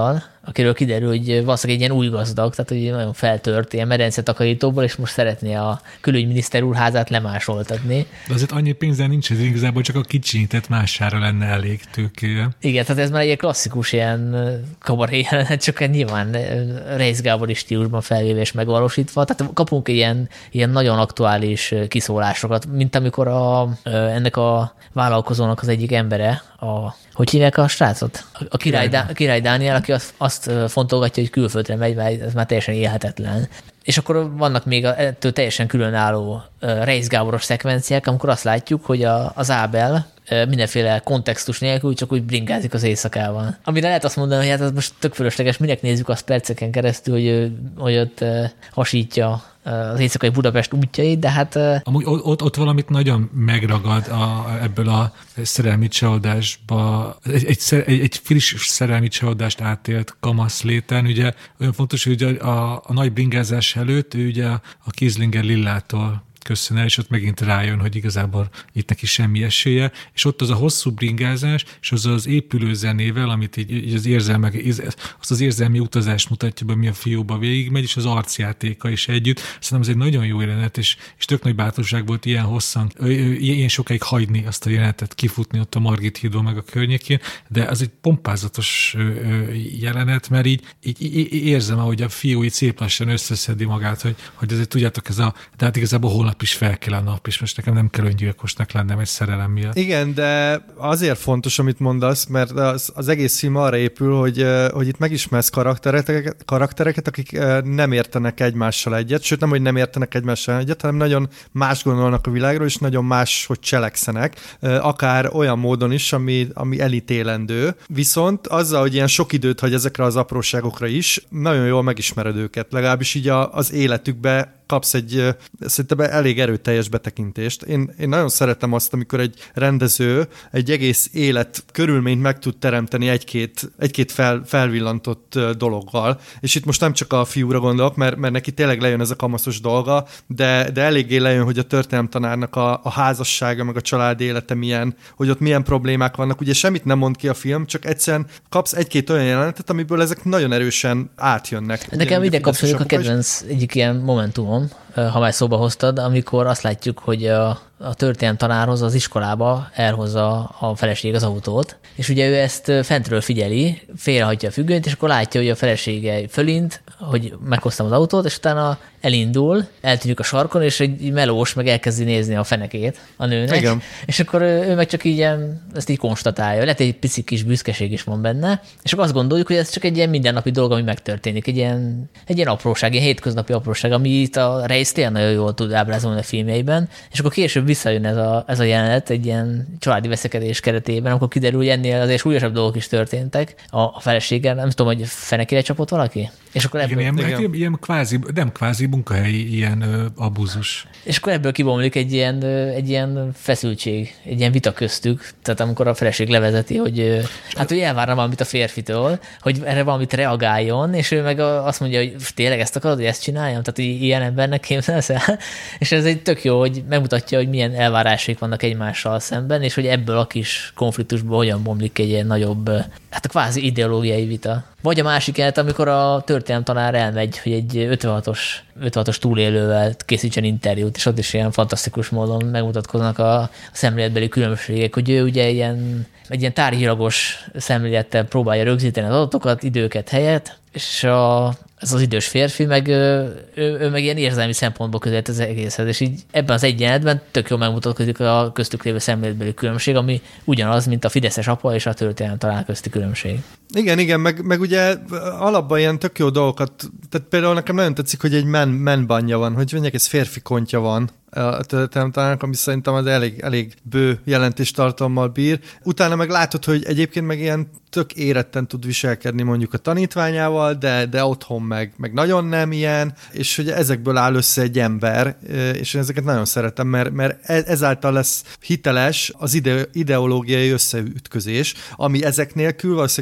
akiről kiderül, hogy valószínűleg egy ilyen új gazdag, tehát hogy nagyon feltört ilyen medencetakarítóból, és most szeretné a külügyminiszter úr házát lemásoltatni. De azért annyi pénzzel nincs, ez igazából csak a kicsinyített mására lenne elég tőkéje. Igen, tehát ez már egy klasszikus ilyen kabaré jelenet, csak nyilván Reisz Gábor stílusban felvéve és megvalósítva. Tehát kapunk ilyen, ilyen nagyon aktuális kiszólásokat, mint amikor a, ennek a vállalkozónak az egyik embere, a, hogy hívják a srácot? A király, Dá, a király Dániel, aki azt, azt fontolgatja, hogy külföldre megy, mert ez már teljesen élhetetlen. És akkor vannak még ettől teljesen különálló Reisz Gáboros szekvenciák, amikor azt látjuk, hogy a, az Ábel mindenféle kontextus nélkül csak úgy bringázik az éjszakával. Amire lehet azt mondani, hogy hát ez most tök fölösleges, minek nézzük azt perceken keresztül, hogy, hogy ott hasítja az éjszakai Budapest útjait, de hát... Amúgy ott, ott valamit nagyon megragad a, ebből a szerelmi csalódásba, egy, egy, egy, egy friss szerelmi csalódást átélt kamasz léten, ugye olyan fontos, hogy a, a, a nagy bringázás előtt ő ugye a Kieslinger Lillától köszön el, és ott megint rájön, hogy igazából itt neki semmi esélye, és ott az a hosszú bringázás, és az az épülő zenével, amit így, így az érzelmek, azt az érzelmi utazást mutatja be, mi a fiúba végigmegy, és az arcjátéka is együtt. Szerintem ez egy nagyon jó jelenet, és, és tök nagy bátorság volt ilyen hosszan, ilyen sokáig hagyni azt a jelenetet, kifutni ott a Margit hídon meg a környékén, de az egy pompázatos jelenet, mert így, így, így érzem, ahogy a fiú így szép lassan összeszedi magát, hogy, hogy azért tudjátok, ez a, tehát igazából holnap is fel kell a nap, és most nekem nem kell öngyilkosnak lennem egy szerelem miatt. Igen, de azért fontos, amit mondasz, mert az, az egész film arra épül, hogy, hogy itt megismersz karaktereket, karaktereket, akik nem értenek egymással egyet, sőt nem, hogy nem értenek egymással egyet, hanem nagyon más gondolnak a világról, és nagyon más, hogy cselekszenek, akár olyan módon is, ami, ami elítélendő. Viszont azzal, hogy ilyen sok időt hagy ezekre az apróságokra is, nagyon jól megismered őket, legalábbis így a, az életükbe kapsz egy szerintem elég erőteljes betekintést. Én, én nagyon szeretem azt, amikor egy rendező egy egész élet körülményt meg tud teremteni egy-két, egy-két fel, felvillantott dologgal. És itt most nem csak a fiúra gondolok, mert, mert neki tényleg lejön ez a kamaszos dolga, de, de eléggé lejön, hogy a történelemtanárnak a, a házassága, meg a család élete milyen, hogy ott milyen problémák vannak. Ugye semmit nem mond ki a film, csak egyszerűen kapsz egy-két olyan jelenetet, amiből ezek nagyon erősen átjönnek. Nekem ide kapcsoljuk a kedvenc is. Egyik ilyen momentumom, ha már szóba hoztad, amikor azt látjuk, hogy a, a történelem tanárhoz az iskolába elhozza a feleség az autót, és ugye ő ezt fentről figyeli, félrehagyja a függönyt, és akkor látja, hogy a felesége fölint, hogy meghoztam az autót, és utána elindul, eltűnik a sarkon, és egy melós meg elkezdi nézni a fenekét a nőnek. Igen. És akkor ő meg csak így ezt így konstatálja. Lehet, egy pici kis büszkeség is van benne, és akkor azt gondoljuk, hogy ez csak egy ilyen mindennapi dolog, ami megtörténik, egy ilyen, egy ilyen apróság, egy hétköznapi apróság, ami itt a Reisz tényleg nagyon jól tud ábrázolni a filmjeiben, és akkor később visszajön ez a, ez a jelenet egy ilyen családi veszekedés keretében, akkor kiderül, hogy ennél azért súlyosabb dolgok is történtek a, a feleséggel, nem tudom, hogy fenekére csapott valaki? És akkor ebből, igen, ilyen, igen. ilyen kvázi, nem kvázi munkahelyi ilyen ö, abúzus. És akkor ebből kibomlik egy ilyen, ö, egy ilyen feszültség, egy ilyen vita köztük, tehát amikor a feleség levezeti, hogy ö, hát ő elvárna valamit a férfitől, hogy erre valamit reagáljon, és ő meg azt mondja, hogy tényleg ezt akarod, hogy ezt csináljam? Tehát ilyen embernek képzelsz el? És ez egy tök jó, hogy megmutatja, hogy milyen elvárásaik vannak egymással szemben, és hogy ebből a kis konfliktusból hogyan bomlik egy ilyen nagyobb, hát a kvázi ideológiai vita. Vagy a másik elet, amikor a történelemtanár elmegy, hogy egy ötvenhatos, ötvenhatos túlélővel készítsen interjút, és ott is ilyen fantasztikus módon megmutatkoznak a, a szemléletbeli különbségek, hogy ő ugye ilyen, egy ilyen tárgyilagos szemlélettel próbálja rögzíteni az adatokat, időket, helyet, és a, ez az idős férfi, meg ő, ő meg ilyen érzelmi szempontból közelít az egészhez, és így ebben az egy jelenetben tök jól megmutatkozik a köztük lévő szemléletbeli különbség, ami ugyanaz, mint a fideszes apa és a történelemtanár közti különbség. Igen, igen, meg, meg ugye alapban ilyen tök jó dolgokat, tehát például nekem nagyon tetszik, hogy egy men, menbanja van, hogy mondják, ez férfi kontja van a történelemtanárnak, ami szerintem az elég, elég bő jelentéstartalommal bír. Utána meg látod, hogy egyébként meg ilyen tök éretten tud viselkedni mondjuk a tanítványával, de, de otthon meg, meg nagyon nem ilyen, és hogy ezekből áll össze egy ember, és én ezeket nagyon szeretem, mert, mert ezáltal lesz hiteles az ide, ideológiai összeütközés, ami ezek nélkül valószínűleg nagyon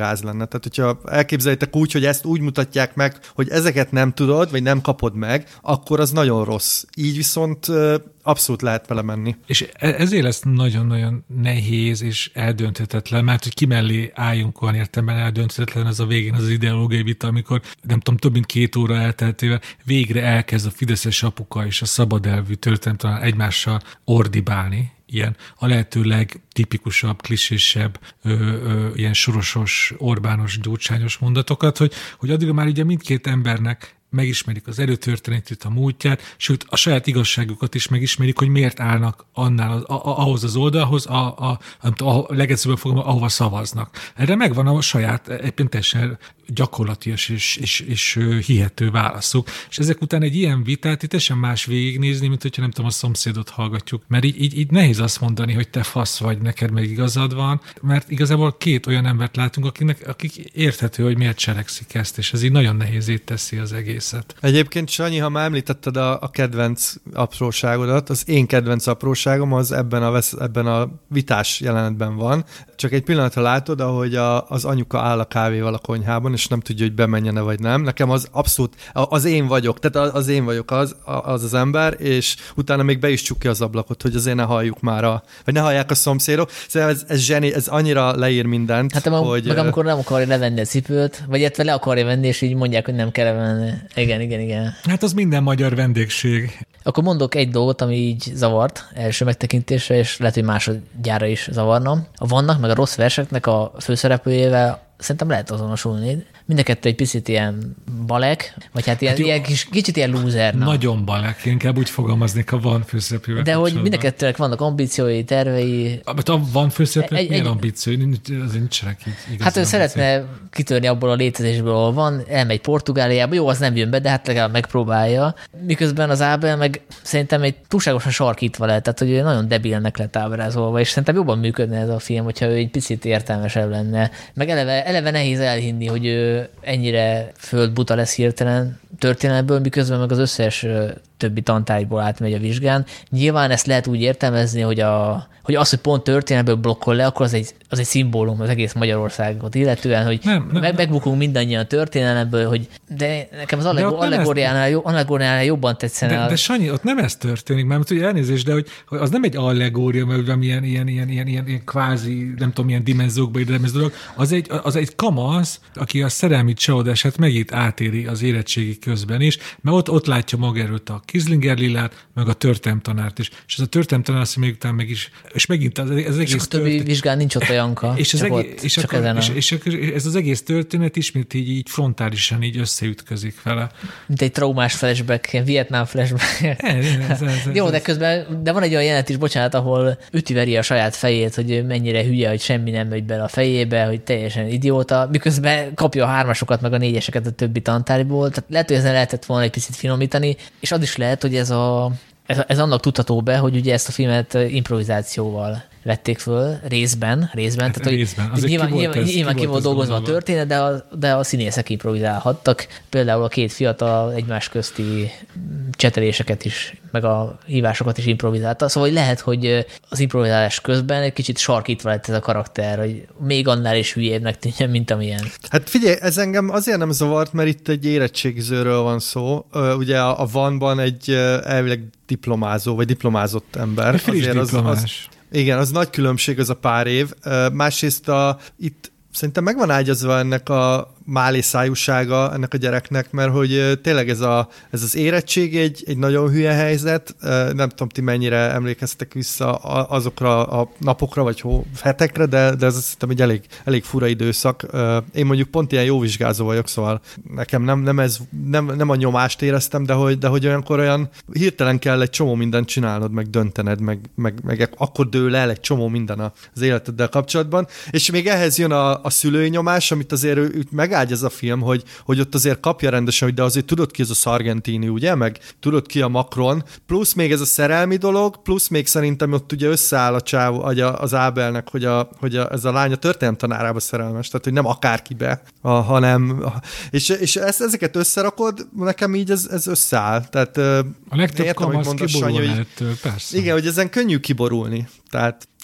gáz lenne. Tehát, hogyha elképzeljétek úgy, hogy ezt úgy mutatják meg, hogy ezeket nem tudod, vagy nem kapod meg, akkor az nagyon rossz. Így viszont abszolút lehet vele menni. És ezért lesz nagyon-nagyon nehéz és eldönthetetlen, mert hogy ki mellé álljunk olyan értelemben eldönthetetlen ez a végén az, az ideológiai vita, amikor nem tudom, több mint két óra elteltével végre elkezd a fideszes apuka és a szabadelvű történelemtelen egymással ordibálni, ilyen a lehető legtipikusabb, klisésebb, ö, ö, ilyen sorosos, Orbános, gyurcsányos mondatokat, hogy, hogy addigra már ugye mindkét embernek megismerik az előtörténetét, a múltját, sőt a saját igazságukat is megismerik, hogy miért állnak annál, a, a, ahhoz az oldalhoz, a, a, a, a legegyszerűbben fogom, ahova szavaznak. Erre megvan a saját, egyébként teljesen gyakorlatias és, és, és hihető válaszuk. És ezek után egy ilyen vitát itt teljesen más végignézni, mint hogyha nem tudom, a szomszédot hallgatjuk. Mert így, így, így nehéz azt mondani, hogy te fasz vagy, neked meg igazad van, mert igazából két olyan embert látunk, akinek, akik érthető, hogy miért cselekszik ezt, és ez így nagyon nehézé teszi az egészet. Egyébként, Sanyi, ha már említetted a, a kedvenc apróságodat, az én kedvenc apróságom az ebben a, vesz, ebben a vitás jelenetben van. Csak egy pillanatra látod, ahogy a, az anyuka áll a kávéval a konyhában, és nem tudja, hogy bemenjene vagy nem. Nekem az abszolút, az én vagyok, tehát az én vagyok az az, az ember, és utána még be is csukja az ablakot, hogy azért ne halljuk már a, vagy ne hallják a szomszédok. Szóval ez, ez zseni, ez annyira leír mindent, hát hogy... meg amikor nem akarja levenni a cipőt, vagy illetve le akarja venni, és így mondják, hogy nem kell venni. Igen, igen, igen. Hát az minden magyar vendégség. Akkor mondok egy dolgot, ami így zavart első megtekintésre, és lehet, hogy másodjára is zavarna. A Vannak, meg a Rossz verseknek a főszereplőjével szerintem lehet azonosulni. Mind a kettő egy picit ilyen balek, vagy hát ilyen, hát ilyen kis, kicsit ilyen loser. Nagyon balek, inkább úgy fogalmaznék, a Van főszereplővel. De hogy mind a kettőnek vannak ambíciói, tervei. Hát a Van főszereplőnek milyen ambíciói? Azért nincsenek így igazán. Hát ő szeretne kitörni abból a létezésből, ahol van, elmegy Portugáliába, jó, az nem jön be, de hát legalább megpróbálja. Miközben az Ábel meg szerintem egy túlságosan sarkítva lett, tehát hogy ő nagyon debilnek lett ábrázolva, és szerintem jobban működne ez a film, hogyha ő egy picit értelmesebb lenne. Meg eleve, eleve nehéz elhinni, hogy ő ennyire földbuta lesz hirtelen történetből, miközben meg az összes többi tantárgyból átmegy a vizsgán. Nyilván ezt lehet úgy értelmezni, hogy, a, hogy az, hogy pont történetből blokkol le, akkor az egy, az egy szimbólum az egész Magyarországot illetően, hogy nem, nem, meg, megbukunk mindannyian a történelemből, hogy de nekem az allegóriánál, jobb, allegóriánál jobban tetszene. De, de Sanyi, ott nem ez történik, mert ugye elnézést, de hogy, hogy az nem egy allegória, mert ilyen, ilyen, ilyen, ilyen, ilyen, ilyen, ilyen kvázi, nem tudom, milyen dimenziókba idemez dolog, az egy, az egy kamasz, aki a szerelmi csalódását megint átéri az érettségi közben is, mert ott, ott látja maga előtt a Kislinger Lillát, meg a történelemtanárt is. És ez a történelemtanár azt még után meg is, és megint az, az egész és a többi történet... vizsgán nincs ott a Janka. És, ez egész, ott, és, akkor, a... és, és, és ez az egész történet ismét így, így frontálisan így összeütközik vele. Mint egy traumás flashback, ilyen Vietnám flashback. Ez, ez, ez, Jó, ez, de közben, de van egy olyan jelenet is, bocsánat, ahol ütiveri a saját fejét, hogy mennyire hülye, hogy semmi nem megy bele a fejébe, hogy teljesen idióta, miközben kapja a hármasokat, meg a négyeseket a többi tantárgyból. Tehát lehet, hogy ezen lehetett volna egy picit finomítani, és az is lehet, hogy ez, a, ez, ez annak tudható be, hogy ugye ezt a filmet improvizációval vették föl, részben, részben. Hát tehát, részben. Hogy nyilván, nyilván, nyilván ki volt dolgozva a történet, de a, de a színészek improvizálhattak. Például a két fiatal egymás közti cseteléseket is, meg a hívásokat is improvizálta. Szóval lehet, hogy az improvizálás közben egy kicsit sarkítva lett ez a karakter, hogy még annál is hülyébbnek tűnjön, mint amilyen. Hát figyelj, ez engem azért nem zavart, mert itt egy érettségizőről van szó. Ugye a Vanban egy elvileg diplomázó, vagy diplomázott ember. A friss diplomás. Az, az, igen, az nagy különbség, az a pár év. Másrészt a, itt szerintem meg van ágyazva ennek a málészájúsága ennek a gyereknek, mert hogy tényleg ez, a, ez az érettség egy, egy nagyon hülye helyzet. Nem tudom, ti mennyire emlékeztek vissza azokra a napokra, vagy hó, hetekre, de, de ez szerintem egy elég, elég fura időszak. Én mondjuk pont ilyen jó vizsgázó vagyok, szóval nekem nem, nem, ez, nem, nem a nyomást éreztem, de hogy, de hogy olyankor olyan hirtelen kell egy csomó mindent csinálnod, meg döntened, meg, meg, meg akkor dől el egy csomó minden az életeddel kapcsolatban. És még ehhez jön a, a szülői nyomás, amit azért ő meg ez a film, hogy, hogy ott azért kapja rendesen, hogy de azért tudod ki ez a Sargentini, ugye? Meg tudod ki a Macron, plusz még ez a szerelmi dolog, plusz még szerintem ott ugye összeáll a csáv, az Ábelnek, hogy, a, hogy a, ez a lány a történelemtanárába szerelmes, tehát hogy nem akárkibe, a, hanem és, és ezt, ezeket összerakod, nekem így ez, ez összeáll. Tehát, a legtöbb kamasz kiborul ettől, persze. Igen, hogy ezen könnyű kiborulni. Tehát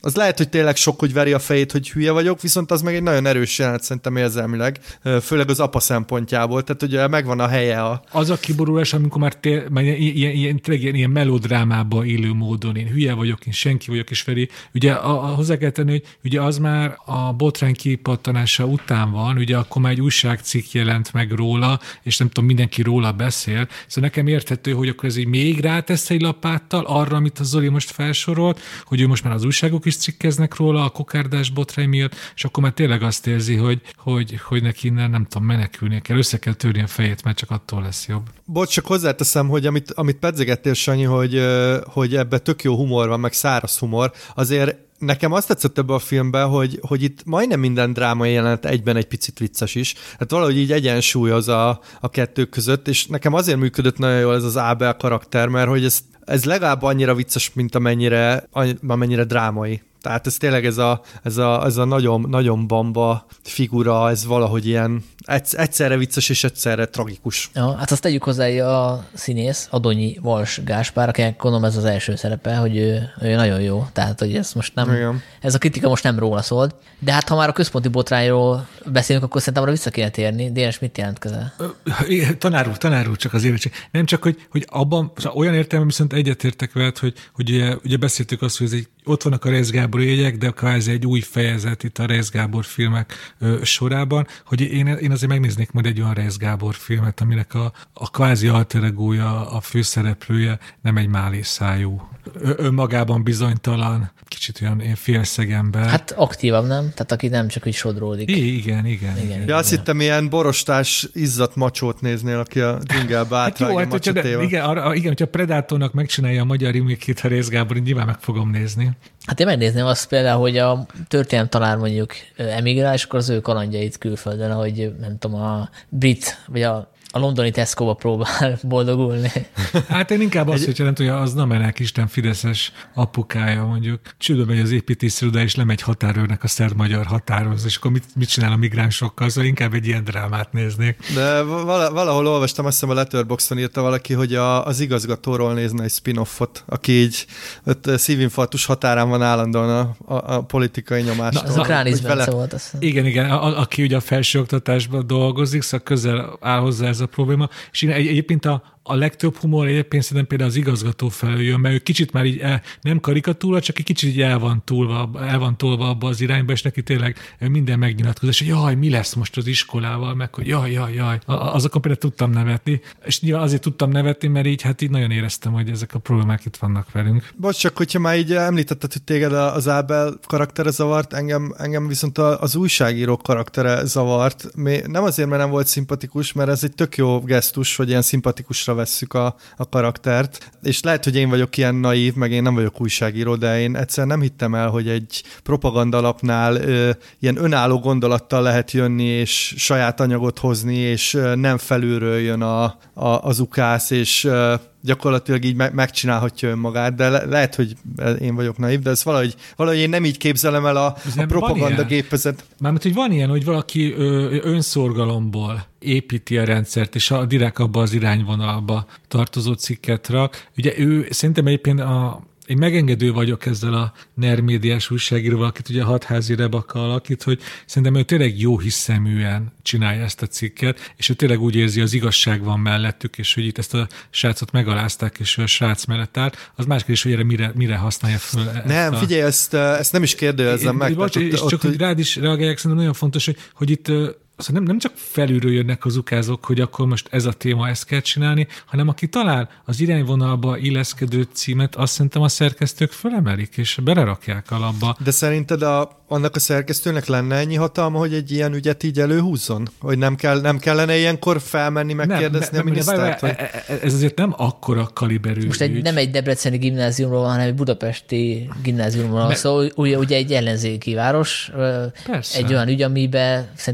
Az lehet, hogy tényleg sok, hogy veri a fejét, hogy hülye vagyok, viszont az meg egy nagyon erős jelenet szerintem érzelmileg, főleg az apa szempontjából, tehát ugye megvan a helye a... Az a kiborulás, amikor már, tél, már ilyen, ilyen, ilyen, ilyen, ilyen melodrámába élő módon, én hülye vagyok, én senki vagyok, és Feri, ugye a, a, hozzá kell tenni, hogy ugye az már a botrány kipattanása után van, ugye akkor már egy újságcikk jelent meg róla, és nem tudom, mindenki róla beszél, szóval nekem érthető, hogy akkor ez így még rátesz egy lapáttal arra, amit a Zoli most felsorolt, hogy ő most már az újságok is cikkeznek róla a kokárdás botrány miatt, és akkor már tényleg azt érzi, hogy, hogy, hogy neki innen nem tudom, menekülnie kell, össze kell törni a fejét, mert csak attól lesz jobb. Bocs, csak hozzáteszem, hogy amit, amit pedzegettél, Sanyi, hogy, hogy ebben tök jó humor van, meg száraz humor, azért nekem azt tetszett ebbe a filmben, hogy, hogy itt majdnem minden drámai jelenet egyben egy picit vicces is. Hát valahogy így egyensúlyoz a, a kettő között, és nekem azért működött nagyon jól ez az Ábel karakter, mert hogy ez, ez legalább annyira vicces, mint amennyire, amennyire drámai. Tehát ez tényleg ez a, ez a, ez a nagyon, nagyon bamba figura, ez valahogy ilyen egyszerre vicces és egyszerre tragikus. Ja, hát azt tegyük hozzá, hogy a színész, Adonyi Vals Gáspár, akinek gondolom ez az első szerepe, hogy ő, ő nagyon jó. Tehát, hogy ez most nem, igen. Ez a kritika most nem róla szólt. De hát, ha már a központi botrányról beszélünk, akkor szerintem arra vissza kéne térni. Dénes, mit jelentkezel? Tanár úr, tanár úr, csak az évet. Nem csak, hogy, hogy abban, olyan értelmem viszont egyetértek veled, hogy, hogy ugye, ugye beszéltük azt, hogy ez egy, ott vannak a Reisz Gábor jegyek, de kvázi egy új fejezet itt a Reisz Gábor filmek ö, sorában, hogy én, én azért megnéznék majd egy olyan Reisz Gábor filmet, aminek a, a kvázi alter egója, a főszereplője nem egy málészájú, önmagában bizonytalan, kicsit olyan ilyen félszegember. Hát aktívabb, nem? Tehát aki nem csak úgy sodródik. I, igen, igen. igen, igen ja, azt hittem, ilyen borostás izzadt macsót néznél, aki a dzsungelbe átrágja hát macsatéval. Igen, arra, igen, hogyha Predátornak megcsinálja a magyar remake-ét a Reisz Gábor, nyilván meg fogom nézni. Hát én megnézném azt például, hogy a történelem tanár mondjuk emigrál, és akkor az ő kalandjait külföldön, ahogy nem tudom, a brit, vagy a a londoni Tesco-ba próbál boldogulni. Hát én inkább azt, hogyha nem tudja, az Namenák Isten fideszes apukája mondjuk. Csődbe megy az építésziroda, és lemegy határőrnek a szerb-magyar határhoz, és akkor mit, mit csinál a migránsokkal? Szóval inkább egy ilyen drámát néznék. De valahol olvastam, azt hiszem a Letterboxdon írta valaki, hogy a, az igazgatóról nézne egy spin-offot, aki így szívinfarktus határán van állandóan a, a, a politikai nyomástól. Na, az a Kránisz Bence volt azt. Igen, igen, a, aki ugye a felsőoktatásban dolgozik, szóval közel áll hozzá ez a probléma, és egy, egyébként a, a legtöbb humor egyébként szerintem például az igazgató felől jön, mert ő kicsit már így el, nem karikatúra, csak egy kicsit így el van, túlva, el van tolva abba az irányba, és neki tényleg minden megnyilatkozás, hogy jaj, mi lesz most az iskolával, meg hogy jaj, jaj, jaj. Azokon például tudtam nevetni, és nyilván azért tudtam nevetni, mert így hát így nagyon éreztem, hogy ezek a problémák itt vannak velünk. Bocs, csak hogyha már így említetted, hogy téged az Ábel karaktere zavart, engem, engem viszont az újságíró karaktere zavart. Nem azért, mert nem volt szimpatikus, mert ez egy tök jó gesztus, hogy ilyen szimpatikusra vesszük a, a karaktert, és lehet, hogy én vagyok ilyen naív, meg én nem vagyok újságíró, de én egyszer nem hittem el, hogy egy propagandalapnál ö, ilyen önálló gondolattal lehet jönni, és saját anyagot hozni, és ö, nem felülről jön a, a, az ukász, és ö, gyakorlatilag így megcsinálhatja önmagát, de le- lehet, hogy én vagyok naív, de ezt valahogy, valahogy én nem így képzelem el a, a propagandagépezet. Mármint, hogy van ilyen, hogy valaki ö, önszorgalomból építi a rendszert, és a, direkt abba az irányvonalba tartozó cikket rak. Ugye ő szerintem egyébként a én megengedő vagyok ezzel a NER médiás újságíróval, akit ugye a Hatházi Rebeka alakít, hogy szerintem ő tényleg jó hiszeműen csinálja ezt a cikket, és ő tényleg úgy érzi, az igazság van mellettük, és hogy itt ezt a srácot megalázták, és ő a srác mellett áll. Az más kérdés, hogy erre mire, mire használja föl. Nem, a... figyelj, ezt, ezt nem is kérdőjelezem meg. Bocs, és ott, csak, ott... hogy rád is reagáljak, szerintem nagyon fontos, hogy, hogy itt Szóval nem, nem csak felülről jönnek az ukázok, hogy akkor most ez a téma, ezt kell csinálni, hanem aki talál az irányvonalba illeszkedő címet, azt szerintem a szerkesztők fölemelik, és belerakják alapba. De szerinted a, annak a szerkesztőnek lenne ennyi hatalma, hogy egy ilyen ügyet így előhúzzon? Hogy nem, kell, nem kellene ilyenkor felmenni, megkérdezni nem, a minisztert? Nem, hogy... Ez azért nem akkora kaliberű most egy, ügy. Nem egy debreceni gimnáziumról, hanem egy budapesti gimnáziumról. Me... Szóval ugye, ugye egy ellenzéki város, persze. Egy olyan ügy, amiben szerintem nem lehet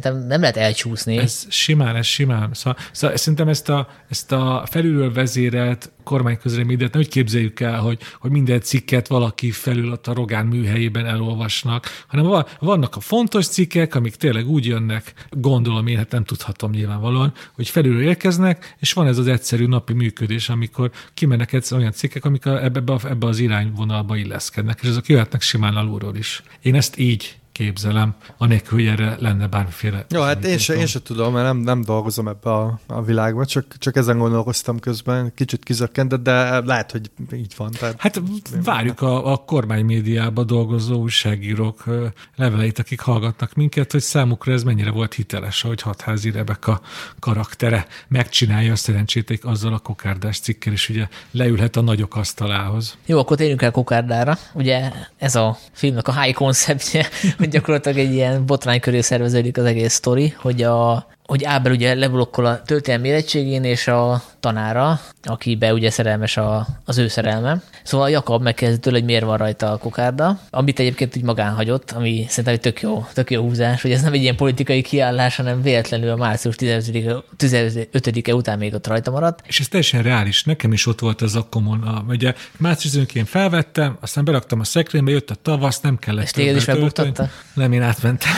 lehet elcsúszni. Ez simán, ez simán. Szóval, szóval szerintem ezt a, ezt a felülről vezérelt kormányközleményt nem úgy képzeljük el, hogy, hogy minden cikket valaki felül a Rogán műhelyében elolvasnak, hanem vannak a fontos cikkek, amik tényleg úgy jönnek, gondolom én, hát nem tudhatom nyilvánvalóan, hogy felülről érkeznek, és van ez az egyszerű napi működés, amikor kimennek egyszer olyan cikkek, amik ebbe, ebbe az irányvonalba illeszkednek, és azok jöhetnek simán alulról is. Én ezt így képzelem, anélkül, hogy erre lenne bármiféle... Jó, hát én se, én se tudom, mert nem, nem dolgozom ebbe a, a világban, csak, csak ezen gondolkoztam közben, kicsit kizökkentett, de lehet, hogy így van. Tehát hát várjuk a, a kormánymédiában dolgozó újságírók leveleit, akik hallgatnak minket, hogy számukra ez mennyire volt hiteles, ahogy Hatházi Rebeka karaktere megcsinálja a szerencséték azzal a kokárdás cikkel, és ugye leülhet a nagyok asztalához. Jó, akkor térjünk el kokárdára. Ugye ez a filmnek a high conceptje, hogy gyakorlatilag egy ilyen botrány köré szerveződik az egész sztori, hogy a hogy Ábel ugye leblokkol a történelmi érettségén, és a tanára, akibe ugye szerelmes a, az ő szerelme. Szóval Jakab megkérdezi tőle, hogy miért van rajta a kokárda, amit egyébként úgy magán hagyott, ami szerintem egy tök jó, tök jó húzás, hogy ez nem egy ilyen politikai kiállás, hanem véletlenül a március tizenötödike után még ott rajta maradt. És ez teljesen reális. Nekem is ott volt ez a komon. Ugye március tizenötödikén felvettem, aztán beraktam a szekrénybe, jött a tavasz, nem kellett. És téged is megbuktatta? Nem, én átmentem.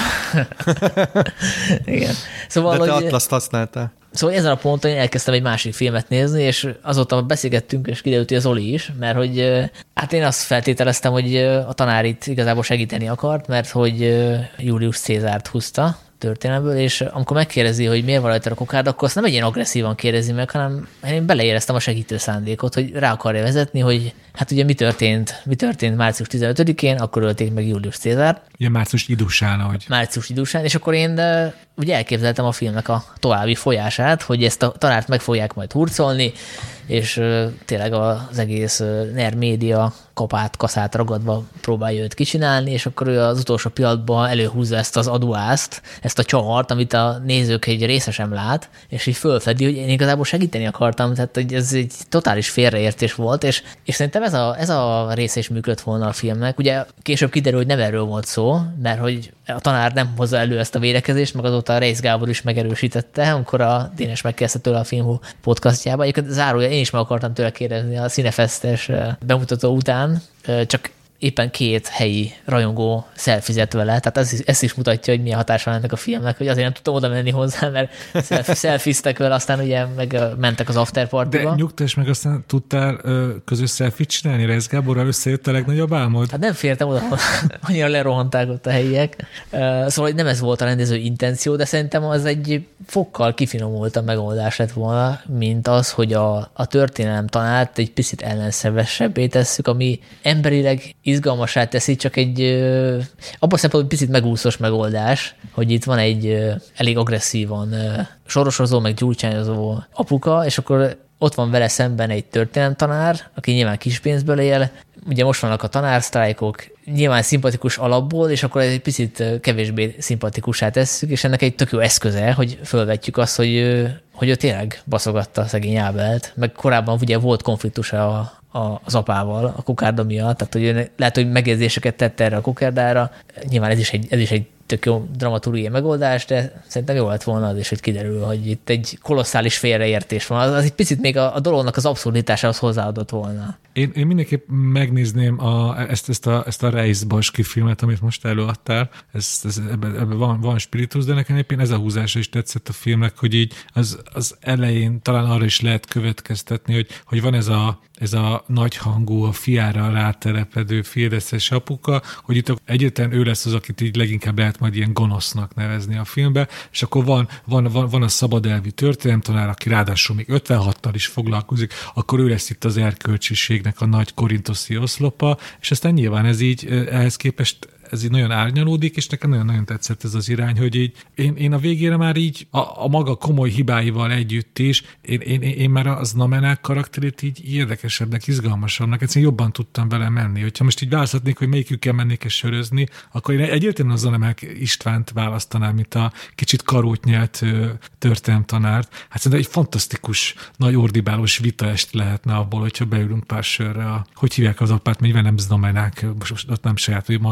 Igen. Szóval de te Atlaszt használtál. Szóval ezen a ponton én elkezdtem egy másik filmet nézni, és azóta beszélgettünk, és kiderült, hogy az Oli is, mert hogy hát én azt feltételeztem, hogy a tanár itt igazából segíteni akart, mert hogy Julius Cézárt húzta történelmből, és amikor megkérdezi, hogy miért van rajta a kokárda, akkor azt nem egy ilyen agresszívan kérdezi meg, hanem én beleéreztem a segítő szándékot, hogy rá akarja vezetni, hogy hát ugye mi történt, mi történt március tizenötödikén, akkor ölték meg Julius Cézárt. Ugye március idusán, ahogy. Március idusán, és akkor én de, ugye elképzeltem a filmnek a további folyását, hogy ezt a tanárt meg fogják majd hurcolni, és uh, tényleg az egész uh, NER média kapát, kaszát ragadva próbálja őt kicsinálni, és akkor ő az utolsó pillanatban előhúzza ezt az aduászt, ezt a csavart, amit a nézők egy része sem lát, és így fölfedi, hogy én igazából segíteni akartam, tehát hogy ez egy totális félreértés volt, és, és szerintem ez a, ez a része is működött volna a filmnek. Ugye később kiderül, hogy nem erről volt szó, mert hogy a tanár nem hozza elő ezt a védekezést, meg azóta a Reisz Gábor is megerősítette, amikor a Dénes megkezdte tőle a Filmhú podcastjába. Egyébként zárója, én is meg akartam tőle kérdezni a Cinefestes bemutató után, csak éppen két helyi rajongó szelfizett vele, tehát ez, ez is mutatja, hogy milyen hatása van ennek a filmnek, hogy azért nem tudtam oda menni hozzá, mert szelfiztek vele, aztán ugye meg mentek az afterpartyba. De nyugtass meg, aztán tudtál ö, közös szelfit csinálni? Reisz Gáborral összejött a legnagyobb álmod? Hát nem fértem oda, annyira lerohanták ott a helyiek. Szóval nem ez volt a rendező intenció, de szerintem az egy fokkal kifinomultabb megoldás lett volna, mint az, hogy a, a történelem tanárt egy picit ellenszenvesebbé tesszük, ami emberileg izgalmasá teszi, csak egy ö, abban a szempontból picit megúszós megoldás, hogy itt van egy ö, elég agresszívan ö, sorosozó, meg gyurcsányozó apuka, és akkor ott van vele szemben egy történelemtanár, aki nyilván kis pénzből él, ugye most vannak a tanársztrájkok, nyilván szimpatikus alapból, és akkor egy picit kevésbé szimpatikussá tesszük, és ennek egy tök jó eszköze, hogy fölvetjük azt, hogy, hogy ő tényleg baszogatta a szegény Ábelt, meg korábban ugye volt konfliktusa a A, az apával a kokárda miatt, tehát hogy lehet, hogy megjegyzéseket tette erre a kokárdára. Nyilván ez is egy, ez is egy tök jó dramaturgiai megoldás, de szerintem jó lett volna az is, hogy kiderül, hogy itt egy kolosszális félreértés van. Az, az egy picit még a, a dolognak az abszurditásához hozzáadott volna. Én, én mindenképp megnézném a, ezt, ezt a, ezt a Reisz Baski filmet, amit most előadtál. Ez, ez, ebben ebbe van, van spiritus, de nekem éppen ez a húzása is tetszett a filmnek, hogy így az, az elején talán arra is lehet következtetni, hogy, hogy van ez a, ez a nagyhangú, a fiára rátelepedő félreszes apuka, hogy itt egyetlen ő lesz az, akit így leginkább lehet majd ilyen gonosznak nevezni a filmbe, és akkor van, van, van, van a szabadelvű történelemtanár, aki ráadásul még ötvenhattal is foglalkozik, akkor ő lesz itt az erkölcsiségnek a nagy korintoszi oszlopa, és aztán nyilván ez így ehhez képest ez így nagyon árnyalódik, és nekem nagyon-nagyon tetszett ez az irány, hogy így én, én a végére már így a, a maga komoly hibáival együtt is, én, én, én már az Namenák karakterét így érdekesebbnek, izgalmasabbnak, egyszerűen jobban tudtam vele menni. Hogyha most így választhatnék, hogy melyikükkel mennék és sörözni, akkor én egyértelműen az Namenák Istvánt választanám, mint a kicsit karót nyelt történelemtanárt. Hát szerintem egy fantasztikus, nagy ordibálós vitaest lehetne abból, hogyha beülünk pár sörre. A, hogy hívják az apát, mivel nem Znamenák, most ott nem saját, hogy magát, György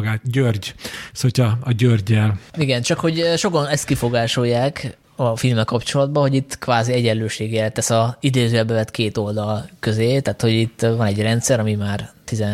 György. Szóval a, a Györgyel. Igen, csak hogy sokan ezt kifogásolják a filmmel kapcsolatban, hogy itt kvázi egyenlőséggel tesz a idézőjelbe vett két oldal közé, tehát hogy itt van egy rendszer, ami már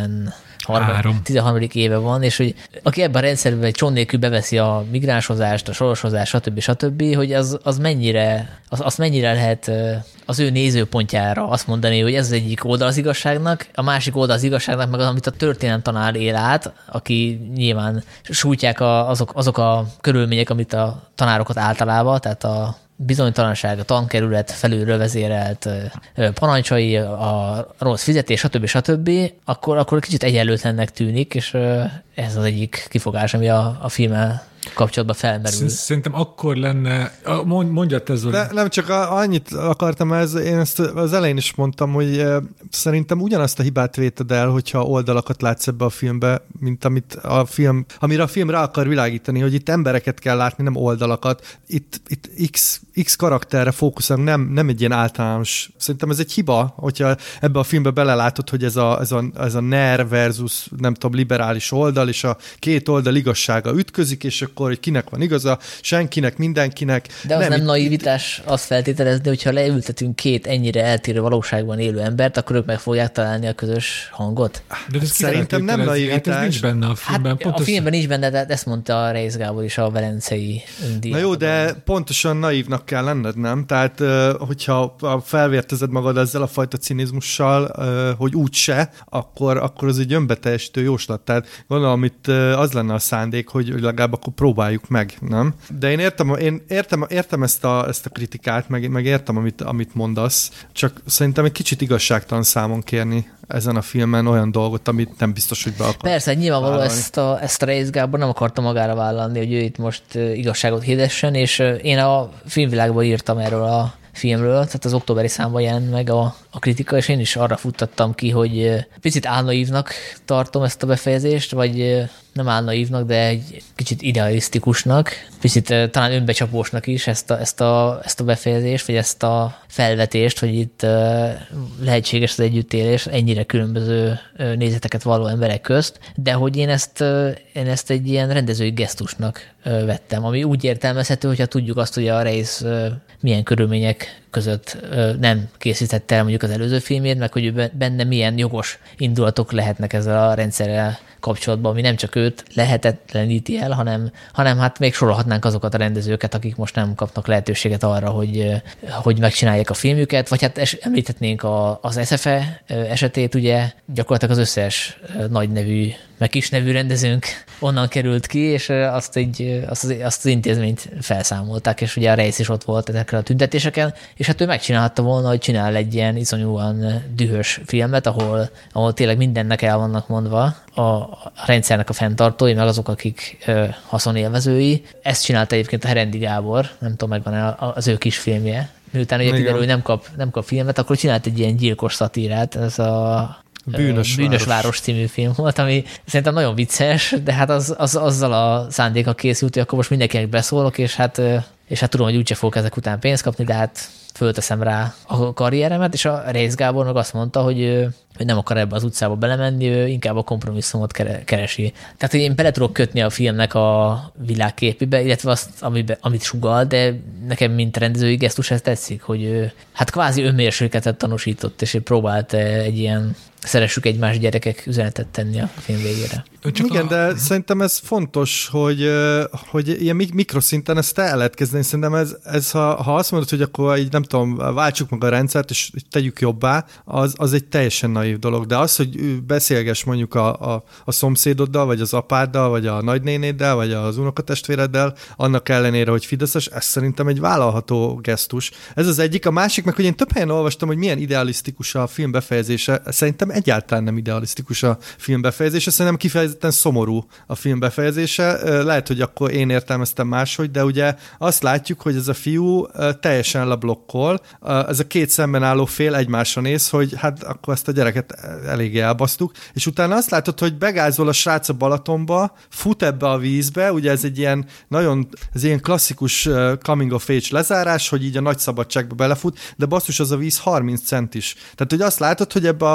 tizenharmadik éve van, és hogy aki ebben a rendszerben egy csont nélkül beveszi a migránshozást, a soroshozást, stb. stb., hogy az, az mennyire, az, az mennyire lehet az ő nézőpontjára azt mondani, hogy ez az egyik oldal az igazságnak, a másik oldal az igazságnak, meg az, amit a történelem tanár él át, aki nyilván sújtják a, azok, azok a körülmények, amit a tanárokat általában, tehát a bizonytalanság, a tankerület felülről vezérelt parancsai, a rossz fizetés, stb. stb., akkor, akkor kicsit egyenlőtlennek tűnik, és ez az egyik kifogás, ami a, a filmmel kapcsolatban felmerül. Szerintem akkor lenne, mondjad te, Zoli. De nem csak annyit akartam, ez, én ezt az elején is mondtam, hogy szerintem ugyanazt a hibát véted el, hogyha oldalakat látsz ebbe a filmbe, mint amit a film, amire a film rá akar világítani, hogy itt embereket kell látni, nem oldalakat. Itt, itt X, X karakterre fókuszálunk, nem, nem egy ilyen általános. Szerintem ez egy hiba, hogyha ebbe a filmbe belelátod, hogy ez a, ez a, ez a N E R versus, nem tudom, liberális oldal, és a két oldal igazsága ütközik, és akkor, hogy kinek van igaza, senkinek, mindenkinek. De az nem, nem itt, naivitás azt feltételezni, hogyha leültetünk két ennyire eltérő valóságban élő embert, akkor ők meg fogják találni a közös hangot. De ez szerintem nem naivitás. Hát ez nincs benne a filmben. Hát a filmben nincs benne, de ezt mondta a Reisz Gábor is a velencei díjat. Na jó, de pontosan naívnak kell lenned, nem? Tehát, hogyha felvértezed magad ezzel a fajta cinizmussal, hogy úgyse, akkor, akkor az egy önbeteljesítő jóslat. Tehát gondolom, itt az lenne a szándék, hogy legalább akkor próbáljuk meg, nem? De én értem, én értem, értem ezt, a, ezt a kritikát, meg, meg értem, amit, amit mondasz, csak szerintem egy kicsit igazságtalan számon kérni ezen a filmen olyan dolgot, amit nem biztos, hogy be akar. Persze, nyilvánvaló ezt a, ezt a Reisz Gábor nem akarta magára vállalni, hogy ő itt most igazságot hirdessen, és én a filmvilágban írtam erről a filmről, tehát az októberi számban jelent meg a, a kritika, és én is arra futtattam ki, hogy picit álnaívnak tartom ezt a befejezést, vagy nem álnaívnak, de egy kicsit idealisztikusnak, picit talán önbecsapósnak is ezt a, ezt, a, ezt a befejezést, vagy ezt a felvetést, hogy itt lehetséges az együttélés ennyire különböző nézeteket valló emberek közt, de hogy én ezt, én ezt egy ilyen rendezői gesztusnak vettem, ami úgy értelmezhető, hogyha tudjuk azt, hogy a Reisz milyen körülmények között nem készítette el mondjuk az előző filmjét, meg hogy benne milyen jogos indulatok lehetnek ezzel a rendszerrel kapcsolatban, ami nem csak őt lehetetleníti el, hanem, hanem hát még sorolhatnánk azokat a rendezőket, akik most nem kapnak lehetőséget arra, hogy, hogy megcsinálják a filmjüket, vagy hát es, említhetnénk a, az es ef e esetét, ugye gyakorlatilag az összes nagy nevű, meg kis nevű rendezőnk onnan került ki, és azt, egy, azt, az, azt az intézményt felszámolták, és ugye a Reisz is ott volt ezekkel a tüntetéseken, és hát ő megcsinálhatta volna, hogy csinál egy ilyen iszonyúan dühös filmet, ahol, ahol tényleg mindennek el vannak mondva a rendszernek a fenntartói, meg azok, akik ö, haszonélvezői. Ezt csinálta egyébként a Herendi Gábor, nem tudom, megvan az ő kis filmje. Miután ugye kiderül, hogy nem kap, nem kap filmet, akkor csinált egy ilyen gyilkos szatírát, ez a Bűnös, Bűnös város. város című film volt, ami szerintem nagyon vicces, de hát az, az, azzal a szándéka készült, hogy akkor most mindenkinek beszólok, és hát, és hát tudom, hogy úgyse fogok ezek után pénzt kapni, de hát fölteszem rá a karrieremet, és a Reisz Gábor meg azt mondta, hogy, hogy nem akar ebbe az utcába belemenni, ő inkább a kompromisszumot keresi. Tehát, hogy én bele tudok kötni a filmnek a világképébe, illetve azt, amibe, amit sugall, de nekem, mint rendezői gesztus, ez tetszik, hogy hát kvázi önmérsékletet tanúsított, és próbált egy ilyen szeressük egymás gyerekek üzenetet tenni a film végére. Csak igen, a... de szerintem ez fontos, hogy, hogy ilyen mikroszinten ezt el lehet kezdeni. Szerintem ez, ez ha, ha azt mondod, hogy akkor így nem tudom, váltsuk meg a rendszert, és tegyük jobbá, az, az egy teljesen naív dolog. De az, hogy beszélgess mondjuk a, a, a szomszédoddal, vagy az apáddal, vagy a nagynénéddel, vagy az unokatestvéreddel, annak ellenére, hogy fideszes, ez szerintem egy vállalható gesztus. Ez az egyik. A másik, meg hogy én több helyen olvastam, hogy milyen idealisztikus a film befejezése. Szerintem egyáltalán nem idealisztikus a film befejezése. Szerintem kifejezetten szomorú a film befejezése. Lehet, hogy akkor én értelmeztem máshogy, de ugye azt látjuk, hogy ez a fiú teljesen leblokkol. Ez a két szemben álló fél egymásra néz, hogy hát akkor ezt a gyereket eléggé elbasztuk, és utána azt látod, hogy begázol a srác a Balatonba, fut ebbe a vízbe, ugye ez egy ilyen nagyon, ez ilyen klasszikus coming of age lezárás, hogy így a nagy szabadságba belefut, de basszus, az a víz harminc centis. Tehát, hogy azt látod, hogy ebbe a, a, a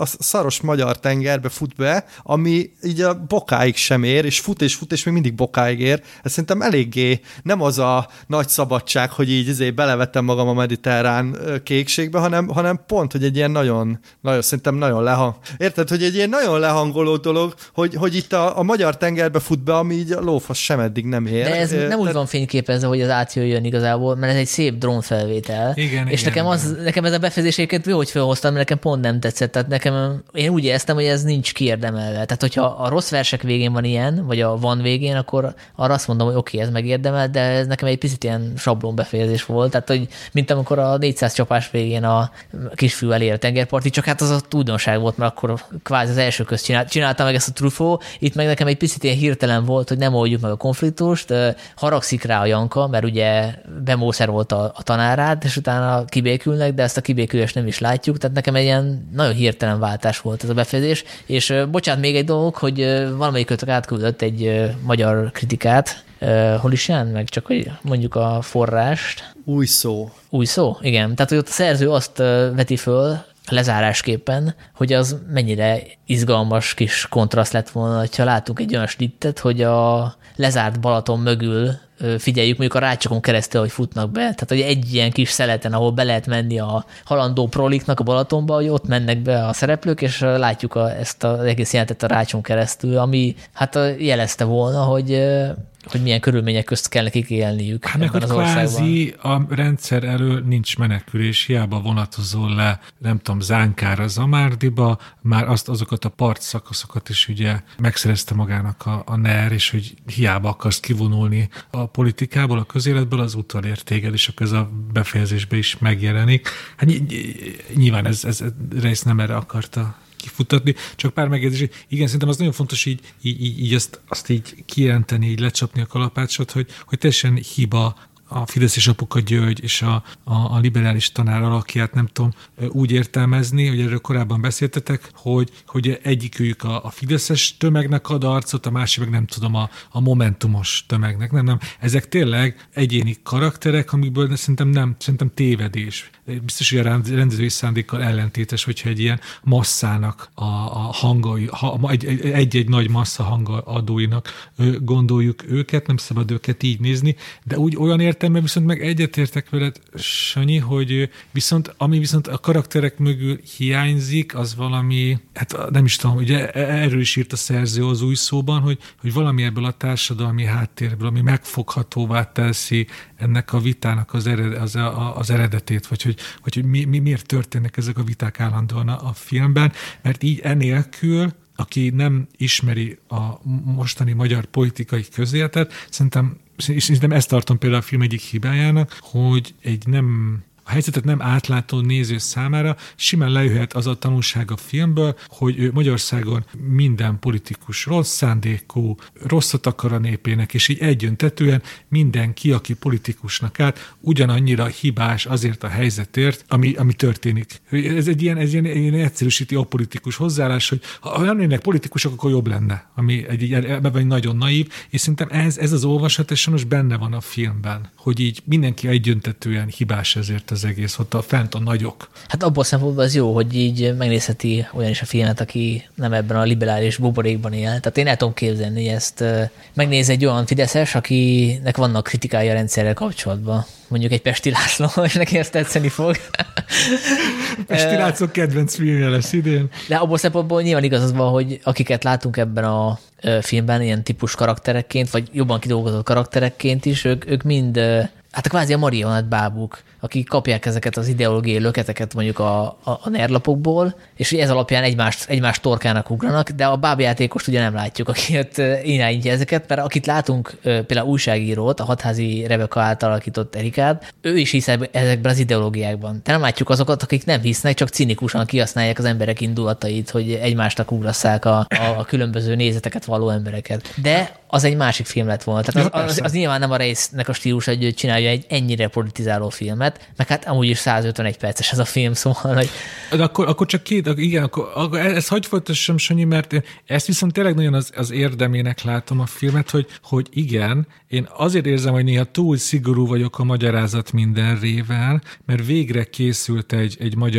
a szaros magyar tengerbe fut be, ami így a bokáig sem ér, és fut és fut, és még mindig bokáig ér. Ez szerintem eléggé nem az a nagy szabadság, hogy így izé belevettem magam a mediterrán kékségbe, hanem, hanem pont, hogy egy ilyen nagyon, nagyon szerintem nagyon lehang. Érted, hogy egy ilyen nagyon lehangoló dolog, hogy, hogy itt a, a magyar tengerbe fut be, ami így a lófasz sem eddig nem ér. De ez é, nem te... úgy van fényképezve, hogy az átjöjjön igazából, mert ez egy szép drónfelvétel. Igen, és igen, nekem, az, igen. nekem ez a befejezéséket jó, hogy felhoztam, mert nekem pont nem tetszett. Tehát nekem, én úgy éreztem, hogy ez nincs kiérdemelve. Tehát, hogyha a rossz versek végén van ilyen, vagy a van végén, akkor arra azt mondom, hogy oké, okay, ez megérdemel, de ez nekem egy picit ilyen sablon befejezés volt. Tehát, hogy mint amikor a négyszáz csapás végén a kisfiú elér a tengerparti, csak hát az a újdonság volt, mert akkor kvázi az első közt csinált, csinálta meg ezt a Truffaut. Itt meg nekem egy picit ilyen hirtelen volt, hogy nem oldjuk meg a konfliktust, haragszik rá a Janka, mert ugye bemószerolt a, a tanárát, és utána kibékülnek, de ezt a kibékülést nem is látjuk, tehát nekem egy ilyen nagyon hirtelen váltás volt ez a befejezés, és bocsánat, még egy dolog, hogy valamelyikötök átküldött egy magyar kritikát, hol is jelent meg, csak hogy mondjuk a forrást. Új szó. Új szó? Igen. Tehát, hogy ott a szerző azt veti föl, lezárásképpen, hogy az mennyire izgalmas kis kontraszt lett volna, ha látunk egy olyan snittet, hogy a lezárt Balaton mögül figyeljük mondjuk a rácsokon keresztül, hogy futnak be. Tehát, hogy egy ilyen kis szeleten, ahol be lehet menni a halandó proliknak a Balatonba, hogy ott mennek be a szereplők, és látjuk a, ezt az egész jelentet a rácson keresztül, ami hát jelezte volna, hogy hogy milyen körülmények közt kell nekik élniük. Hát meg, hogy kvázi a rendszer elől nincs menekülés, hiába vonatozol le, nem tudom, Zánkára, Zamárdiba, már azt, azokat a partszakaszokat is ugye megszerezte magának a, a NER, és hogy hiába akarsz kivonulni a politikából, a közéletből, az utolért téged, és akkor ez a befejezésben is megjelenik. Hát nyilván ez, ez, ez rész nem erre akarta kifutatni, csak pár megjegyzés. Igen, szerintem az nagyon fontos így, így, így, így azt, azt így kijelenteni, így lecsapni a kalapácsot, hogy, hogy teljesen hiba a Fidesz és Apuka György és a, a, a liberális tanár alakját nem tudom úgy értelmezni, hogy erről korábban beszéltetek, hogy, hogy egyikőjük a, a fideszes tömegnek ad arcot, a másik meg nem tudom, a, a momentumos tömegnek. Nem, nem. Ezek tényleg egyéni karakterek, amikből szerintem nem, szerintem tévedés. Biztos, hogy a rendezői szándékkal ellentétes, hogyha egy ilyen masszának a, a hangai, ha, egy, egy-egy nagy massza hangadóinak gondoljuk őket, nem szabad őket így nézni, de úgy olyan értelemben viszont meg egyetértek veled, Sanyi, hogy viszont, ami viszont a karakterek mögül hiányzik, az valami, hát nem is tudom, ugye erről is írt a szerző az új szóban, hogy, hogy valami ebből a társadalmi háttérből, ami megfoghatóvá teszi ennek a vitának az, ered, az, az eredetét, vagy hogy, vagy, hogy mi, mi, miért történnek ezek a viták állandóan a, a filmben, mert így enélkül, aki nem ismeri a mostani magyar politikai közéletet, szerintem, és szerintem ezt tartom például a film egyik hibájának, hogy egy nem... a helyzetet nem átlátó néző számára simán lejöhet az a tanulság a filmből, hogy Magyarországon minden politikus rossz szándékú, rosszat akar a népének, és így egyöntetően mindenki, aki politikusnak állt, ugyanannyira hibás azért a helyzetért, ami, ami történik. Ez egy ilyen, ez ilyen, ilyen egyszerűsíti apolitikus hozzáállás, hogy ha nem lennének politikusok, akkor jobb lenne, ami egy, egy nagyon naív, és szerintem ez, ez az olvasat, és most benne van a filmben, hogy így mindenki egyöntetően hibás ezért az egész, ott a fent a nagyok. Hát abból szempontból az jó, hogy így megnézheti olyan is a filmet, aki nem ebben a liberális buborékban él. Tehát én el tudom képzelni, hogy ezt megnéz egy olyan fideszes, akinek vannak kritikája a rendszerrel kapcsolatban. Mondjuk egy Pesti László, és neki ezt tetszeni fog. Pesti László kedvenc filmje lesz idén. De abból szempontból nyilván igaz az van, hogy akiket látunk ebben a filmben, ilyen típus karakterekként, vagy jobban kidolgozott karakterekként is, ők, ők mind, hát kvázi a marionett bábuk, akik kapják ezeket az ideológiai löketeket mondjuk a, a, a nerlapokból, és ez alapján egymást, egymás torkának ugranak, de a bábjátékost ugye nem látjuk, aki ott irányítja ezeket, mert akit látunk, például újságírót, a Hatházi Rebeka által alakított Erikát, ő is hisz ezekben az ideológiákban. De nem látjuk azokat, akik nem hisznek, csak cinikusan kihasználják az emberek indulatait, hogy egymásnak ugrasszák a, a különböző nézeteket való embereket. De az egy másik film lett volna. Tehát az, az, az nyilván nem a résznek a stílus, hogy csinálja egy ennyire politizáló filmet, meg hát amúgy is százötvenegy perces ez a film, szóval, hogy... De akkor, akkor csak két, igen, akkor, akkor ezt hagyj folytassam, Sanyi, mert ezt viszont tényleg nagyon az, az érdemének látom a filmet, hogy, hogy igen, én azért érzem, hogy néha túl szigorú vagyok a magyarázat mindenrével, mert végre készült egy, egy magyar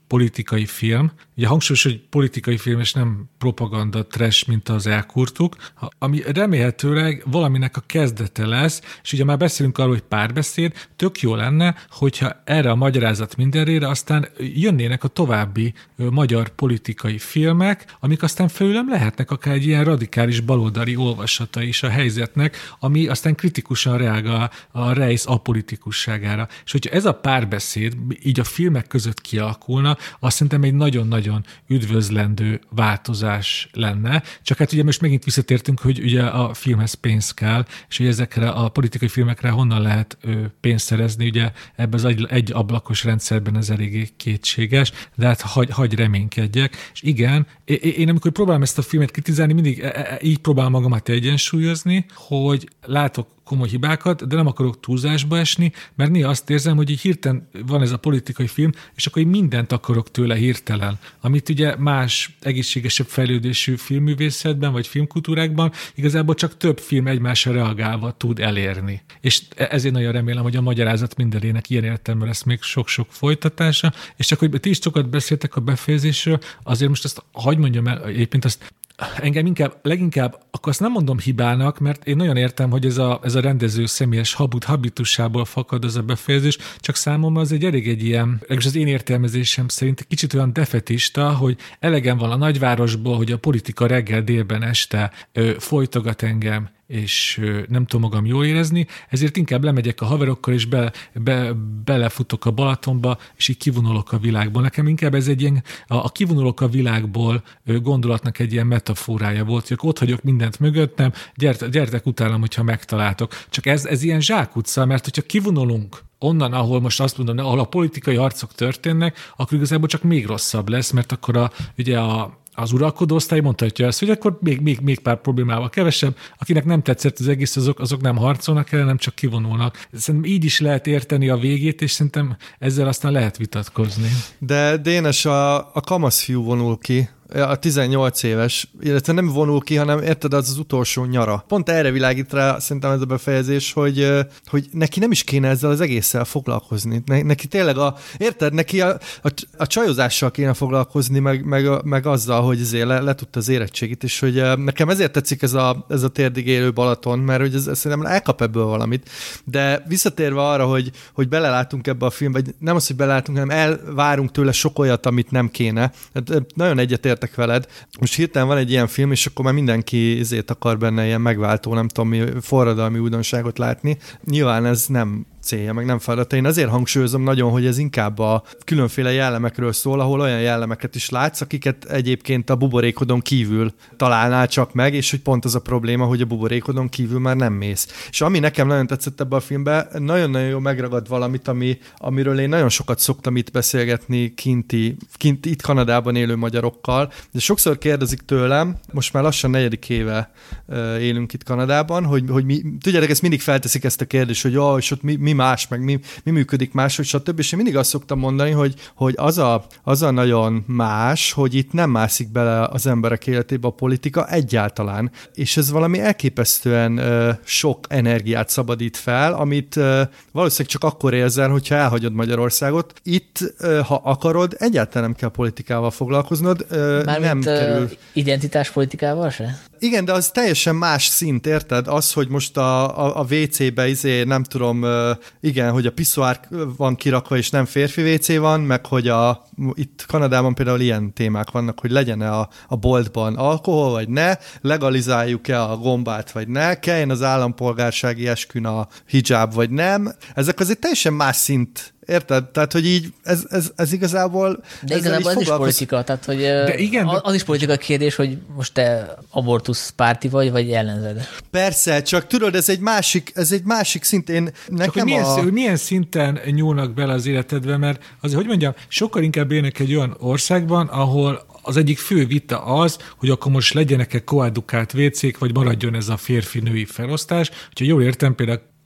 politikai film. Ugye hangsúlyos, hogy politikai film, és nem propaganda trash, mint az elkurtuk, ami remélhetőleg valaminek a kezdete lesz, és ugye már beszélünk arról, hogy párbeszéd, tök jó lenne, hogyha erre a magyarázat mindenre aztán jönnének a további magyar politikai filmek, amik aztán felülem lehetnek akár egy ilyen radikális baloldali olvasata is a helyzetnek, ami aztán kritikusan reagál a Reisz apolitikusságára. És hogyha ez a párbeszéd így a filmek között kialakulna, azt szerintem egy nagyon-nagyon üdvözlendő változás lenne. Csak hát ugye most megint visszatértünk, hogy ugye a filmhez pénz kell, és hogy ezekre a politikai filmekre honnan lehet pénzt szerezni, ugye ebben az egy, egy ablakos rendszerben ez eléggé kétséges, de hát hagy, hagy reménykedjek. És igen, én amikor próbálom ezt a filmet kritizálni, mindig így próbálom magamat egyensúlyozni, hogy látok komoly hibákat, de nem akarok túlzásba esni, mert néha azt érzem, hogy így hirtelen van ez a politikai film, és akkor így mindent akarok tőle hirtelen. Amit ugye más egészségesebb fejlődésű filmművészetben, vagy filmkultúrákban igazából csak több film egymásra reagálva tud elérni. És ezért nagyon remélem, hogy a magyarázat mindenének ilyen értelemben lesz még sok-sok folytatása, és csak hogy ti is sokat beszéltek a befejezésről, azért most azt hadd mondjam el, egyébként azt engem inkább, leginkább, akkor azt nem mondom hibának, mert én nagyon értem, hogy ez a, ez a rendező személyes habut, habitusából fakad az a befejezés, csak számomra az egy elég egy ilyen, legalábbis az én értelmezésem szerint egy kicsit olyan defetista, hogy elegem van a nagyvárosból, hogy a politika reggel, délben, este ö, folytogat engem, és nem tudom magam jól érezni, ezért inkább lemegyek a haverokkal, és be, be, belefutok a Balatonba, és így kivonulok a világból. Nekem inkább ez egy ilyen, a, a kivonulok a világból gondolatnak egy ilyen metaforája volt, hogy ott hagyok mindent mögöttem, gyert, gyertek utánam, hogyha megtaláltok. Csak ez, ez ilyen zsákutca, mert hogyha kivonulunk onnan, ahol most azt mondom, ahol a politikai harcok történnek, akkor igazából csak még rosszabb lesz, mert akkor a, ugye a az uralkodó osztály mondhatja ezt, hogy akkor még, még, még pár problémával kevesebb, akinek nem tetszett az egész, azok, azok nem harcolnak el, nem csak kivonulnak. Szerintem így is lehet érteni a végét, és szerintem ezzel aztán lehet vitatkozni. De Dénes, a, a kamaszfiú vonul ki, a tizennyolc éves, illetve nem vonul ki, hanem érted, az az utolsó nyara. Pont erre világít rá szerintem ez a befejezés, hogy, hogy neki nem is kéne ezzel az egésszel foglalkozni. Ne, neki tényleg a, érted, neki a, a, a csajozással kéne foglalkozni, meg, meg, meg azzal, hogy azért le, letudta az érettségit, és hogy nekem ezért tetszik ez a, ez a térdig élő Balaton, mert hogy ez, ez szerintem elkap ebből valamit. De visszatérve arra, hogy, hogy belelátunk ebbe a filmbe, vagy nem az, hogy belelátunk, hanem elvárunk tőle sok olyat, amit nem kéne. Hát, nagyon egyetért veled. Most hirtelen van egy ilyen film, és akkor már mindenki ezért akar benne ilyen megváltó, nem tudom mi, forradalmi újdonságot látni. Nyilván ez nem célja, meg nem feladata. Én azért hangsúlyozom nagyon, hogy ez inkább a különféle jellemekről szól, ahol olyan jellemeket is látsz, akiket egyébként a buborékodon kívül találnál csak meg, és hogy pont az a probléma, hogy a buborékodon kívül már nem mész. És ami nekem nagyon tetszett ebbe a filmbe, nagyon-nagyon jó megragad valamit, ami, amiről én nagyon sokat szoktam itt beszélgetni kinti, kint, itt Kanadában élő magyarokkal, de sokszor kérdezik tőlem, most már lassan negyedik éve uh, élünk itt Kanadában, hogy, hogy mi, tudjátok, ezt mindig felteszik ezt a kérdést, hogy oh, és ott mi, mi más, meg mi, mi működik máshogy, stb. És én mindig azt szoktam mondani, hogy, hogy az, a, az a nagyon más, hogy itt nem mászik bele az emberek életébe a politika egyáltalán. És ez valami elképesztően uh, sok energiát szabadít fel, amit uh, valószínűleg csak akkor érzel, hogyha elhagyod Magyarországot. Itt, uh, ha akarod, egyáltalán nem kell politikával foglalkoznod. Uh, nem kerül. Uh, identitáspolitikával se? Igen, de az teljesen más szint, érted? Az, hogy most a, a, a vé cébe izé, nem tudom, uh, igen, hogy a piszoár van kirakva, és nem férfi vé cé van, meg hogy a, itt Kanadában például ilyen témák vannak, hogy legyen-e a, a boltban alkohol, vagy ne, legalizáljuk-e a gombát, vagy ne, kelljen az állampolgársági eskün a hijab, vagy nem. Ezek azért teljesen más szint. Érted? Tehát, hogy így ez, ez, ez igazából... De igazából ez is politika, tehát, hogy de igen, az, az is politika kérdés, hogy most te abortusz párti vagy, vagy ellenzed. Persze, csak tudod, ez egy másik, ez egy másik szint. Én, nekem csak, hogy milyen, a... hogy milyen szinten nyúlnak bele az életedbe, mert azért, hogy mondjam, sokkal inkább élnek egy olyan országban, ahol az egyik fő vita az, hogy akkor most legyenek-e koedukált vé cék, vagy maradjon ez a férfi-női felosztás. Hogyha jól értem, például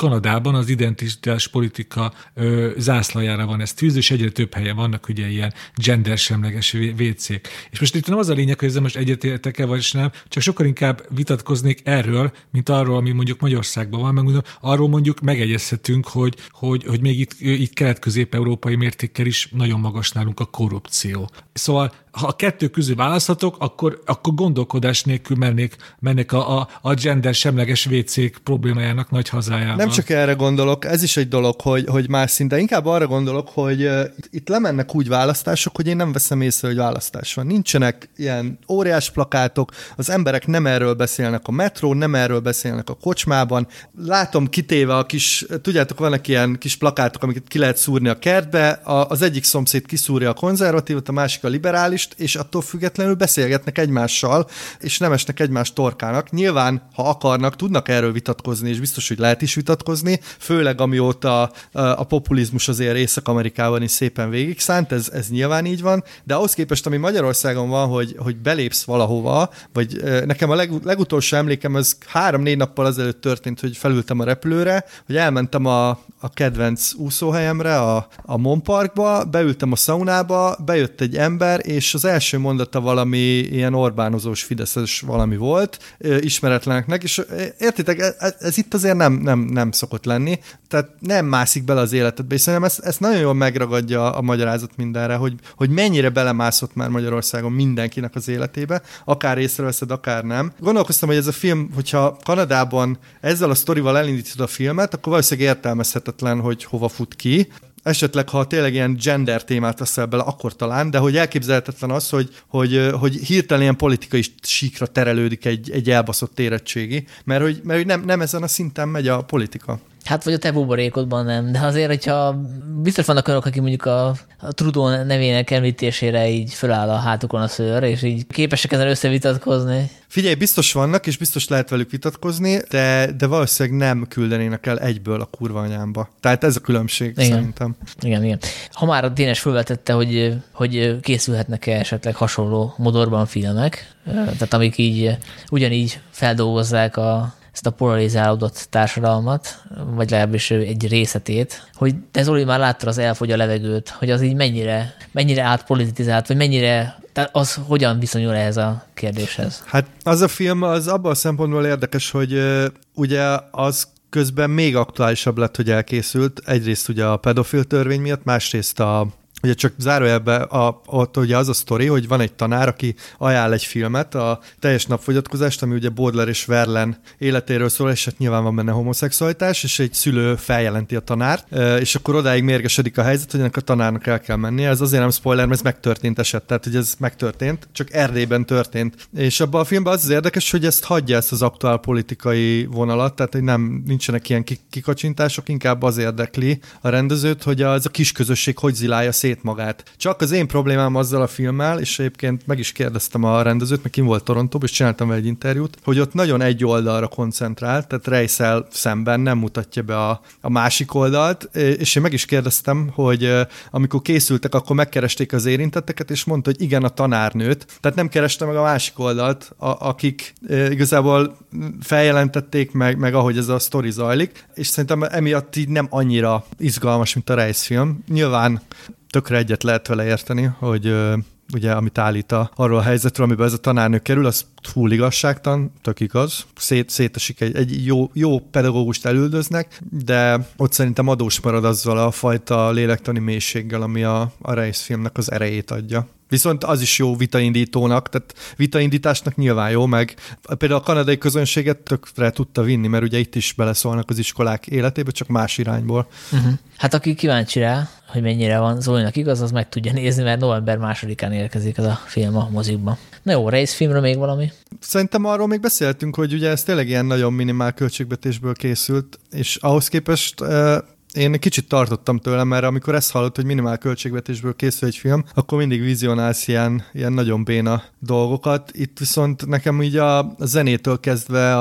Kanadában az identitás politika ö, zászlajára van ez tűző, és egyre több helyen vannak ugye ilyen gendersemleges vécék. És most itt nem az a lényeg, hogy ezzel most egyetértek-e, vagy nem, csak sokkal inkább vitatkoznék erről, mint arról, ami mondjuk Magyarországban van, meg mondom, arról mondjuk megegyezhetünk, hogy, hogy, hogy még itt, itt kelet-közép-európai mértékkel is nagyon magas nálunk a korrupció. Szóval ha a kettő közül választhatok, akkor, akkor gondolkodás nélkül mennék, mennék a, a, a gender semleges vécék problémájának nagy hazájában. Nem csak erre gondolok, ez is egy dolog, hogy, hogy más szinten. Inkább arra gondolok, hogy uh, itt, itt lemennek úgy választások, hogy én nem veszem észre, hogy választás van. Nincsenek ilyen óriás plakátok, az emberek nem erről beszélnek a metrón, nem erről beszélnek a kocsmában. Látom kitéve a kis, tudjátok, vannak ilyen kis plakátok, amiket ki lehet szúrni a kertbe, a, az egyik szomszéd kiszúrja a konzervatívot, a másik a liberális, és attól függetlenül beszélgetnek egymással, és nem esnek egymás torkának. Nyilván, ha akarnak, tudnak erről vitatkozni, és biztos, hogy lehet is vitatkozni, főleg amióta a, a populizmus azért Észak-Amerikában is szépen végigszánt, ez, ez nyilván így van, de ahhoz képest, ami Magyarországon van, hogy, hogy belépsz valahova, vagy nekem a leg, legutolsó emlékem, ez három-négy nappal azelőtt történt, hogy felültem a repülőre, hogy elmentem a, a kedvenc úszóhelyemre, a, a Mon Parkba, beültem a szaunába, bejött egy ember, és az első mondata valami ilyen Orbánozós fideszes valami volt, ismeretleneknek, és értitek, ez, ez itt azért nem, nem, nem szokott lenni, tehát nem mászik bele az életedbe, és szerintem ezt, ezt nagyon jól megragadja a magyarázat mindenre, hogy, hogy mennyire belemászott már Magyarországon mindenkinek az életébe, akár észreveszed, akár nem. Gondolkoztam, hogy ez a film, hogyha Kanadában ezzel a sztorival elindítod a filmet, akkor valószínűleg értelmezhetetlen, hogy hova fut ki. Esetleg, ha tényleg ilyen gender témát veszel bele, akkor talán, de hogy elképzelhetetlen az, hogy, hogy, hogy hirtelen ilyen politikai síkra terelődik egy, egy elbaszott érettségi, mert hogy, mert hogy nem, nem ezen a szinten megy a politika. Hát vagy a te buborékodban nem, de azért, hogyha biztos vannak olyanok, akik mondjuk a, a Trudeau nevének említésére így föláll a hátukon a szőr, és így képesek ezen összevitatkozni. Figyelj, biztos vannak, és biztos lehet velük vitatkozni, de, de valószínűleg nem küldenének el egyből a kurva anyámba. Tehát ez a különbség, igen. Szerintem. Igen, igen. Ha már a Dénes felvetette, hogy, hogy készülhetnek-e esetleg hasonló modorban filmek, tehát amik így ugyanígy feldolgozzák a ezt a polarizálódott társadalmat, vagy legalábbis egy részletét, hogy te Zoli már láttad az Elfogy a levegőt, hogy az így mennyire, mennyire átpolitizált, vagy mennyire, tehát az hogyan viszonyul ehhez a kérdéshez? Hát az a film az abban a szempontból érdekes, hogy uh, ugye az közben még aktuálisabb lett, hogy elkészült. Egyrészt ugye a pedofil törvény miatt, másrészt a ugye csak zárójelben a, ott ugye az a sztori, hogy van egy tanár, aki ajánl egy filmet, a Teljes napfogyatkozást, ami ugye Baudelaire és Verlaine életéről szól, és hát nyilván van benne homoszexualitás, és egy szülő feljelenti a tanárt, és akkor odáig mérgesedik a helyzet, hogy ennek a tanárnak el kell mennie. Ez azért nem spoiler, mert ez megtörtént eset, tehát hogy ez megtörtént, csak Erdélyben történt. És abban a filmben az az érdekes, hogy ezt hagyja ezt az aktuál politikai vonalat, tehát hogy nem nincsenek ilyen kikacsintások, inkább az érdekli a rendezőt, hogy az a kis közösség hogy zilálja szét magát. Csak az én problémám azzal a filmmel, és egyébként meg is kérdeztem a rendezőt, mert kim volt Torontóban, és csináltam vele egy interjút, hogy ott nagyon egy oldalra koncentrál, tehát Reisszel szemben nem mutatja be a, a másik oldalt, és én meg is kérdeztem, hogy amikor készültek, akkor megkeresték az érintetteket, és mondta, hogy igen, a tanárnőt, tehát nem kereste meg a másik oldalt, a, akik igazából feljelentették meg, meg ahogy ez a sztori zajlik, és szerintem emiatt így nem annyira izgalmas, mint a Reisz film. Nyilván tökre egyet lehet vele érteni, hogy ö, ugye, amit állít a, arról a helyzetről, amiben ez a tanárnő kerül, az full igazságtan, tök igaz. Szét, szétesik egy, egy jó, jó pedagógust elüldöznek, de ott szerintem adós marad azzal a fajta lélektani mélységgel, ami a, a Reisz filmnek az erejét adja. Viszont az is jó vitaindítónak, tehát vitaindításnak nyilván jó, meg például a kanadai közönséget tökre tudta vinni, mert ugye itt is beleszólnak az iskolák életébe, csak más irányból. Uh-huh. Hát aki kíváncsi rá, hogy mennyire van Zolinak igaz, az meg tudja nézni, mert november másodikán érkezik ez a film a mozikba. Na jó, Reisz filmről még valami? Szerintem arról még beszéltünk, hogy ugye ez tényleg ilyen nagyon minimál költségvetésből készült, és ahhoz képest én kicsit tartottam tőlem, mert amikor ezt hallott, hogy minimál költségvetésből készül egy film, akkor mindig vizionálsz ilyen, ilyen nagyon béna dolgokat. Itt viszont nekem így a, a zenétől kezdve a,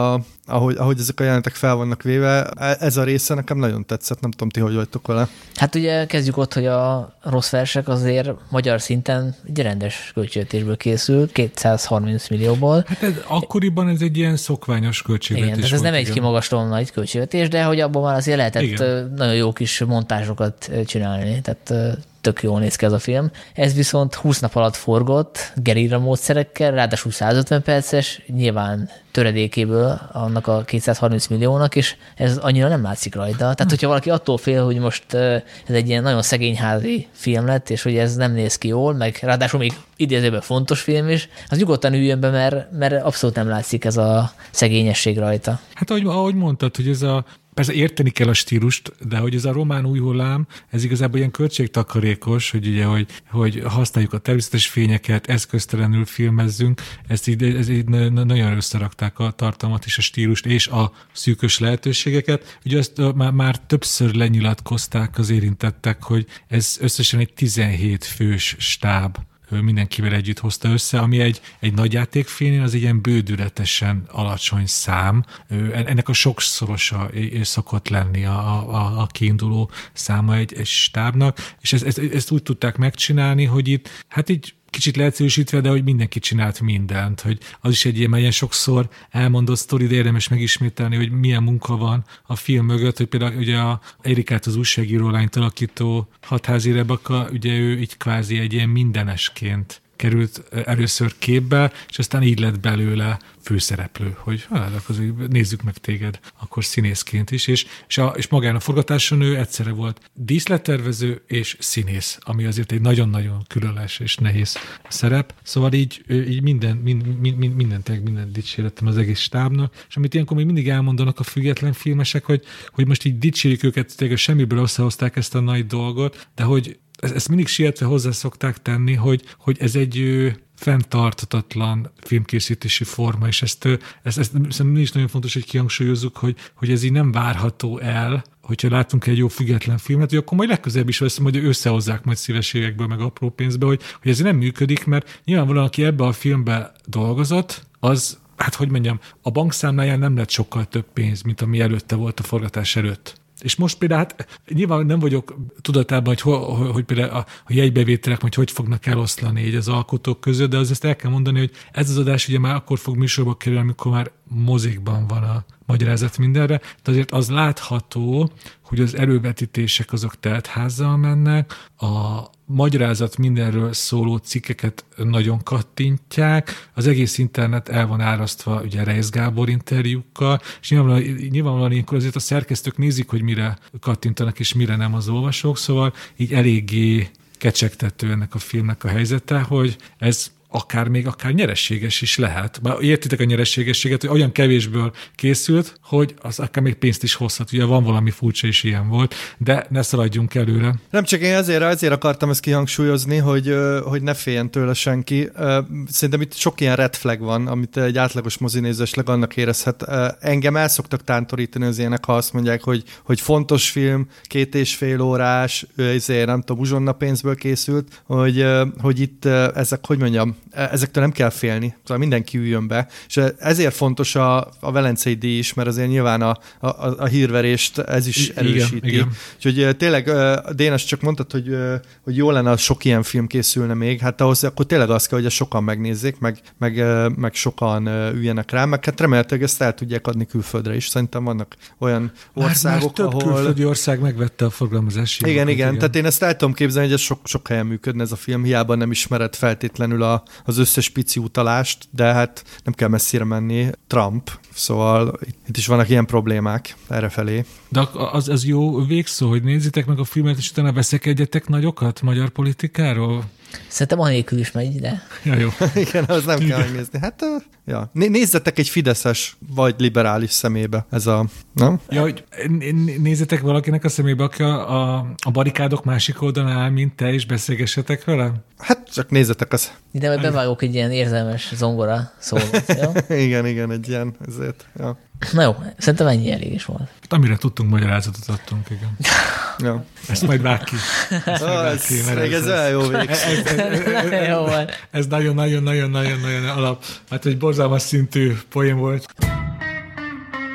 ahogy, ahogy ezek a jelenetek fel vannak véve, ez a része nekem nagyon tetszett, nem tudom, ti hogy vagytok vele. Hát ugye kezdjük ott, hogy a rossz versek azért magyar szinten egy rendes költségvetésből készült, kétszázharminc millióból. Hát ez, akkoriban ez egy ilyen szokványos költségvetés. Igen, tehát ez nem egy kimagaslóan nagy költségvetés, de hogy abban már azért lehetett igen. nagyon jó kis montázsokat csinálni, tehát tök jól néz ki ez a film. Ez viszont húsz nap alatt forgott, gerilla módszerekkel, ráadásul százötven perces, nyilván töredékéből annak a kétszázharminc milliónak, és ez annyira nem látszik rajta. Tehát, hogyha valaki attól fél, hogy most ez egy ilyen nagyon szegényházi film lett, és hogy ez nem néz ki jól, meg ráadásul még idézőben fontos film is, az nyugodtan üljön be, mert, mert abszolút nem látszik ez a szegényesség rajta. Hát ahogy, ahogy mondtad, hogy ez a persze érteni kell a stílust, de hogy ez a román új hullám, ez igazából ilyen költségtakarékos, hogy ugye, hogy, hogy használjuk a természetes fényeket, eszköztelenül filmezzünk, ezt így, ez így nagyon összerakták a tartalmat és a stílust és a szűkös lehetőségeket. Ugye ezt már, már többször lenyilatkozták az érintettek, hogy ez összesen egy tizenhét fős stáb mindenkivel együtt hozta össze, ami egy, egy nagy játékfilmnél az egy ilyen bődületesen alacsony szám. Ennek a sokszorosa szokott lenni a, a, a kiinduló száma egy, egy stábnak, és ezt, ezt, ezt úgy tudták megcsinálni, hogy itt hát így kicsit leegyszerűsítve, de hogy mindenki csinált mindent, hogy az is egy ilyen, ilyen sokszor elmondott sztori, de érdemes megismételni, hogy milyen munka van a film mögött, hogy például ugye a Erikát, az újságíró lányt alakító Hatházi Rebeka, ugye ő így kvázi egy ilyen mindenesként került először képbe, és aztán így lett belőle főszereplő, hogy hát akkor nézzük meg téged, akkor színészként is, és, és, a, és magán a forgatáson ő egyszerre volt díszlettervező és színész, ami azért egy nagyon-nagyon különleges és nehéz szerep. Szóval így, így minden, mind, mind, mind, mindent, mindent dicsérettem az egész stábnak, és amit ilyenkor még mindig elmondanak a független filmesek, hogy, hogy most így dicsérjük őket, tényleg semmiből összehozták ezt a nagy dolgot, de hogy ezt mindig sietve hozzá szokták tenni, hogy, hogy ez egy fenntarthatatlan filmkészítési forma, és ezt, ezt, ezt szerintem mi is nagyon fontos, hogy kihangsúlyozzuk, hogy, hogy ez így nem várható el, hogyha látunk egy jó független filmet, hogy akkor majd legközelebb is veszem, hogy összehozzák majd szívességekből, meg apró pénzbe, hogy, hogy ez nem működik, mert nyilvánvalóan, aki ebbe a filmbe dolgozott, az, hát hogy mondjam, a bankszámláján nem lett sokkal több pénz, mint ami előtte volt a forgatás előtt. És most például hát nyilván nem vagyok tudatában, hogy, hogy, hogy például a, a jegybevételek majd hogy fognak eloszlani így az alkotók között, de azért el kell mondani, hogy ez az adás ugye már akkor fog műsorba kerülni, amikor már mozikban van a magyarázat mindenre, de azért az látható, hogy az elővetítések azok teltházzal mennek, a magyarázat mindenről szóló cikkeket nagyon kattintják, az egész internet el van árasztva ugye Reisz Gábor interjúkkal, és nyilvánvalóan, nyilvánvalóan ilyenkor azért a szerkesztők nézik, hogy mire kattintanak és mire nem az olvasók, szóval így eléggé kecsegtető ennek a filmnek a helyzete, hogy ez akár még akár nyereséges is lehet. Bár értitek a nyereségességet, hogy olyan kevésből készült, hogy az akár még pénzt is hozhat. Ugye van valami furcsa is ilyen volt, de ne szaladjunk előre. Nem csak én azért, azért akartam ezt kihangsúlyozni, hogy, hogy ne féljen tőle senki. Szerintem itt sok ilyen red flag van, amit egy átlagos mozinéző esetleg annak érezhet. Engem el szoktak tántorítani az ilyenek, ha azt mondják, hogy, hogy fontos film, két és fél órás, ezért nem tudom, uzsonna pénzből készült, hogy, hogy itt ezek, hogy mondjam, ezektől nem kell félni, szóval mindenki üljön be, és ezért fontos a, a Velencei díj is, mert azért nyilván a, a, a hírverést ez is erősíti. Igen, igen. Úgyhogy tényleg, Dénes, csak mondtad, hogy, hogy jó lenne, sok ilyen film készülne még, hát ahhoz akkor tényleg az kell, hogy sokan megnézzék, meg, meg, meg sokan üljenek rá, meg hát remélhetőleg ezt el tudják adni külföldre is. Szerintem vannak olyan országok, már, már több ahol... külföldi ország megvette a forgalmazási. Igen, igen, igen, tehát én ezt el tudom képzelni, hogy ez sok, sok helyen működne ez a film, hiába nem ismered feltétlenül a az összes pici utalást, de hát nem kell messzire menni. Trump, szóval itt is vannak ilyen problémák errefelé. De az, az jó végszó, hogy nézzétek meg a filmet, és utána veszekedjetek nagyokat magyar politikáról? Szerintem anélkül is megy, de... Ja, jó. Igen, az nem Igen. kell megnézni. Hát, ja. Nézzetek egy fideszes vagy liberális szemébe. Ez a... Nem? Ja, hogy nézzetek valakinek a szemébe, aki a, a, a barikádok másik oldalán áll, mint te, és beszélgessetek vele? Hát, csak nézzetek az. Ide majd bevágok egy ilyen érzelmes zongora szóval. igen, igen, egy ilyen, ezért. Ja. Na jó, szerintem ennyi elég is volt. Amire tudtunk, magyarázatot adtunk, igen. Ja. Ezt majd vág ki. Ezt oh, ez, ki, ez, ez olyan jó végsz. Ez, ez, ez, ez, ez nagyon-nagyon-nagyon-nagyon-nagyon alap. Hát egy borzalmas szintű poén volt.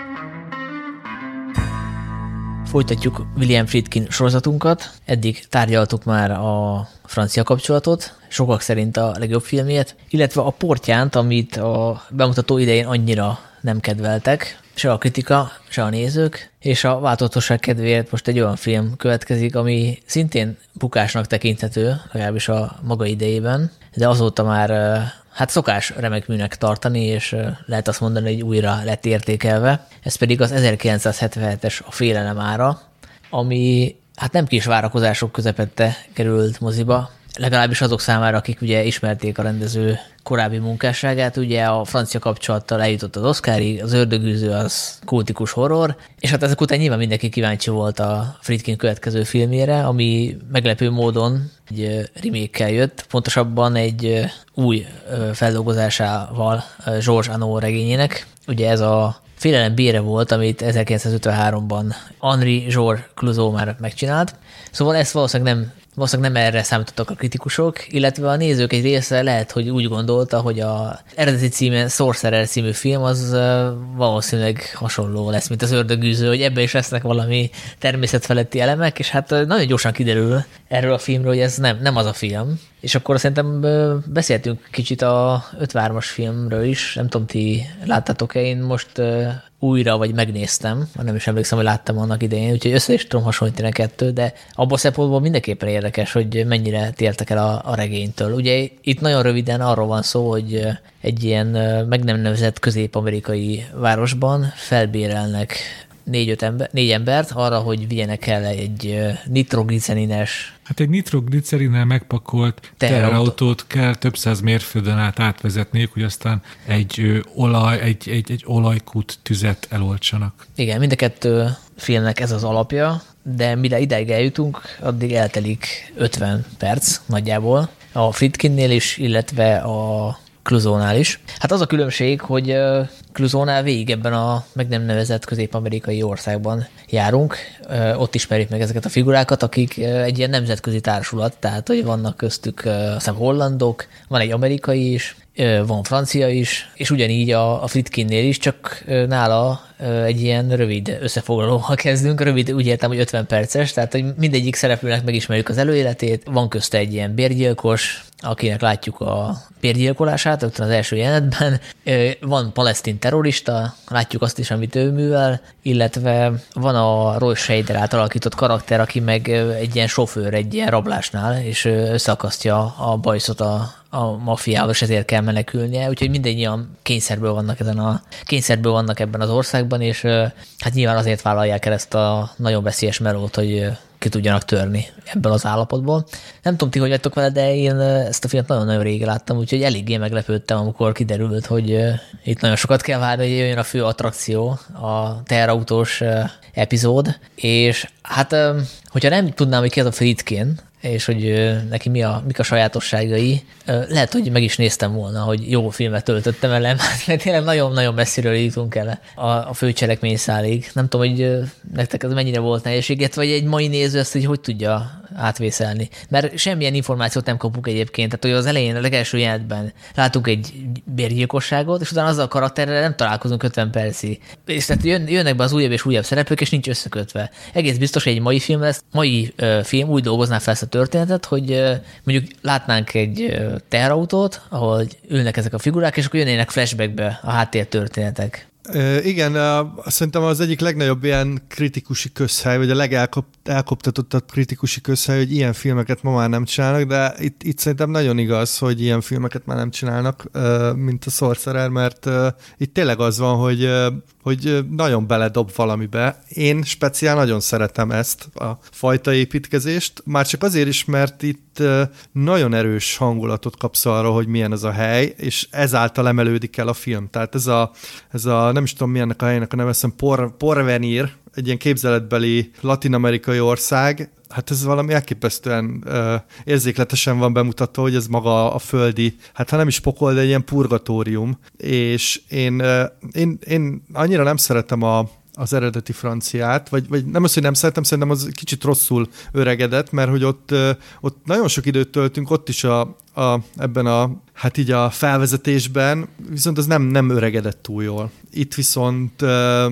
Folytatjuk William Friedkin sorozatunkat. Eddig tárgyaltuk már a francia kapcsolatot, sokak szerint a legjobb filmjét, illetve a Portyánt, amit a bemutató idején annyira nem kedveltek, se a kritika, se a nézők, és a változatosság kedvéért most egy olyan film következik, ami szintén bukásnak tekinthető, legalábbis a maga idejében, de azóta már hát szokás remek műnek tartani, és lehet azt mondani, hogy újra lett értékelve. Ez pedig az ezerkilencszázhetvenhetes A félelem ára, ami hát nem kis várakozások közepette került moziba, legalábbis azok számára, akik ugye ismerték a rendező korábbi munkásságát, ugye a francia kapcsolattal eljutott az Oscarig, az Ördögűző az kultikus horror, és hát ezek után nyilván mindenki kíváncsi volt a Friedkin következő filmjére, ami meglepő módon egy remake-kel jött, pontosabban egy új feldolgozásával Georges Annaud regényének. Ugye ez a Félelem bére volt, amit ezerkilencszázötvenháromban Henri Georges Clouzot már megcsinált. Szóval ezt valószínűleg nem Valószínűleg nem erre számítottak a kritikusok, illetve a nézők egy része lehet, hogy úgy gondolta, hogy az eredeti címen Sorcerer című film az valószínűleg hasonló lesz, mint az Ördögűző, hogy ebben is lesznek valami természetfeletti elemek, és hát nagyon gyorsan kiderül erről a filmről, hogy ez nem, nem az a film. És akkor szerintem beszéltünk kicsit a ötvenhármas filmről is, nem tudom, ti láttátok-e, én most újra, vagy megnéztem, nem is emlékszem, hogy láttam annak idején, úgyhogy össze is tudom hasonlítani a kettő, de abban szempontból mindenképpen érdekes, hogy mennyire tértek el a, a regénytől. Ugye itt nagyon röviden arról van szó, hogy egy ilyen meg nem nevezett közép-amerikai városban felbérelnek négy-öt ember, négy embert arra, hogy vigyenek el egy nitroglicerines. Hát egy nitroglicerinnel megpakolt teherautót kell több száz mérföldön át átvezetniük, hogy aztán egy ö, olaj, egy, egy, egy olajkút tüzet eloltsanak. Igen, mind a kettő filmnek ez az alapja, de mire ideig eljutunk, addig eltelik ötven perc nagyjából. A Friedkinnél is, illetve a Clouzotnál is. Hát az a különbség, hogy Clouzotnál végig ebben a meg nem nevezett közép-amerikai országban járunk. Ott ismerjük meg ezeket a figurákat, akik egy ilyen nemzetközi társulat, tehát hogy vannak köztük azt hiszem hollandok, van egy amerikai is, van francia is, és ugyanígy a, a Friedkinnél is, csak nála egy ilyen rövid összefoglalóval kezdünk, rövid úgy értem, hogy ötven perces, tehát hogy mindegyik szereplőnek megismerjük az előéletét, van közte egy ilyen bérgyilkos, akinek látjuk a bérgyilkolását, rögtön az első jelenetben, van palesztin terrorista, látjuk azt is, amit ő művel, illetve van a Roy Scheider által alakított karakter, aki meg egy ilyen sofőr, egy ilyen rablásnál, és összeakasztja a bajszot a, a maffiával, és ezért kell menekülnie, úgyhogy mindannyian kényszerből vannak ezen a kényszerből vannak ebben az országban, és hát nyilván azért vállalják el ezt a nagyon veszélyes melót, hogy ki tudjanak törni ebből az állapotból. Nem tudom ti, hogy vagytok vele, de én ezt a filmet nagyon-nagyon régen láttam, úgyhogy eléggé meglepődtem, amikor kiderült, hogy itt nagyon sokat kell várni, hogy jöjjön a fő attrakció, a teherautós epizód, és hát hogyha nem tudnám, hogy ki az a Friedkin, és hogy neki mi a, mik a sajátosságai, lehet, hogy meg is néztem volna, hogy jó filmet töltöttem el, mert tényleg nagyon-nagyon messziről jutunk el a, a főcselekményszálig. Nem tudom, hogy nektek ez mennyire volt nehézséget, vagy egy mai néző ezt hogy, hogy tudja átvészelni. Mert semmilyen információt nem kapunk egyébként. Tehát, hogy az elején, a legelső jelenetben látunk egy bérgyilkosságot, és utána azzal a karakterrel nem találkozunk ötven percig. És tehát jön, jönnek be az újabb és újabb szereplők, és nincs összekötve. Egész biztos, hogy egy mai film lesz. Mai uh, film úgy dolgozná fel ezt a történetet, hogy uh, mondjuk látnánk egy uh, teherautót, ahol ülnek ezek a figurák, és akkor jönnének flashbackbe a háttértörténetek. Uh, igen, uh, szerintem az egyik legnagyobb ilyen kritikusi közhely, vagy a legelkoptatottabb kritikusi közhely, hogy ilyen filmeket ma már nem csinálnak, de itt, itt szerintem nagyon igaz, hogy ilyen filmeket már nem csinálnak, uh, mint a Sorcerer, mert uh, itt tényleg az van, hogy, uh, hogy nagyon beledob valamibe. Én speciál nagyon szeretem ezt a fajta építkezést, már csak azért is, mert itt uh, nagyon erős hangulatot kapsz arra, hogy milyen az a hely, és ezáltal emelődik el a film. Tehát ez a, ez a nem is tudom, mi ennek a helynek a neve, Por, Porvenir, egy ilyen képzeletbeli latin-amerikai ország, hát ez valami elképesztően uh, érzékletesen van bemutatva, hogy ez maga a földi, hát ha nem is pokol, de egy ilyen purgatórium, és én, uh, én, én annyira nem szeretem a az eredeti franciát, vagy, vagy nem az, hogy nem szeretem, szerintem az kicsit rosszul öregedett, mert hogy ott, ott nagyon sok időt töltünk, ott is a, a, ebben a, hát így a felvezetésben, viszont az nem, nem öregedett túl jól. Itt viszont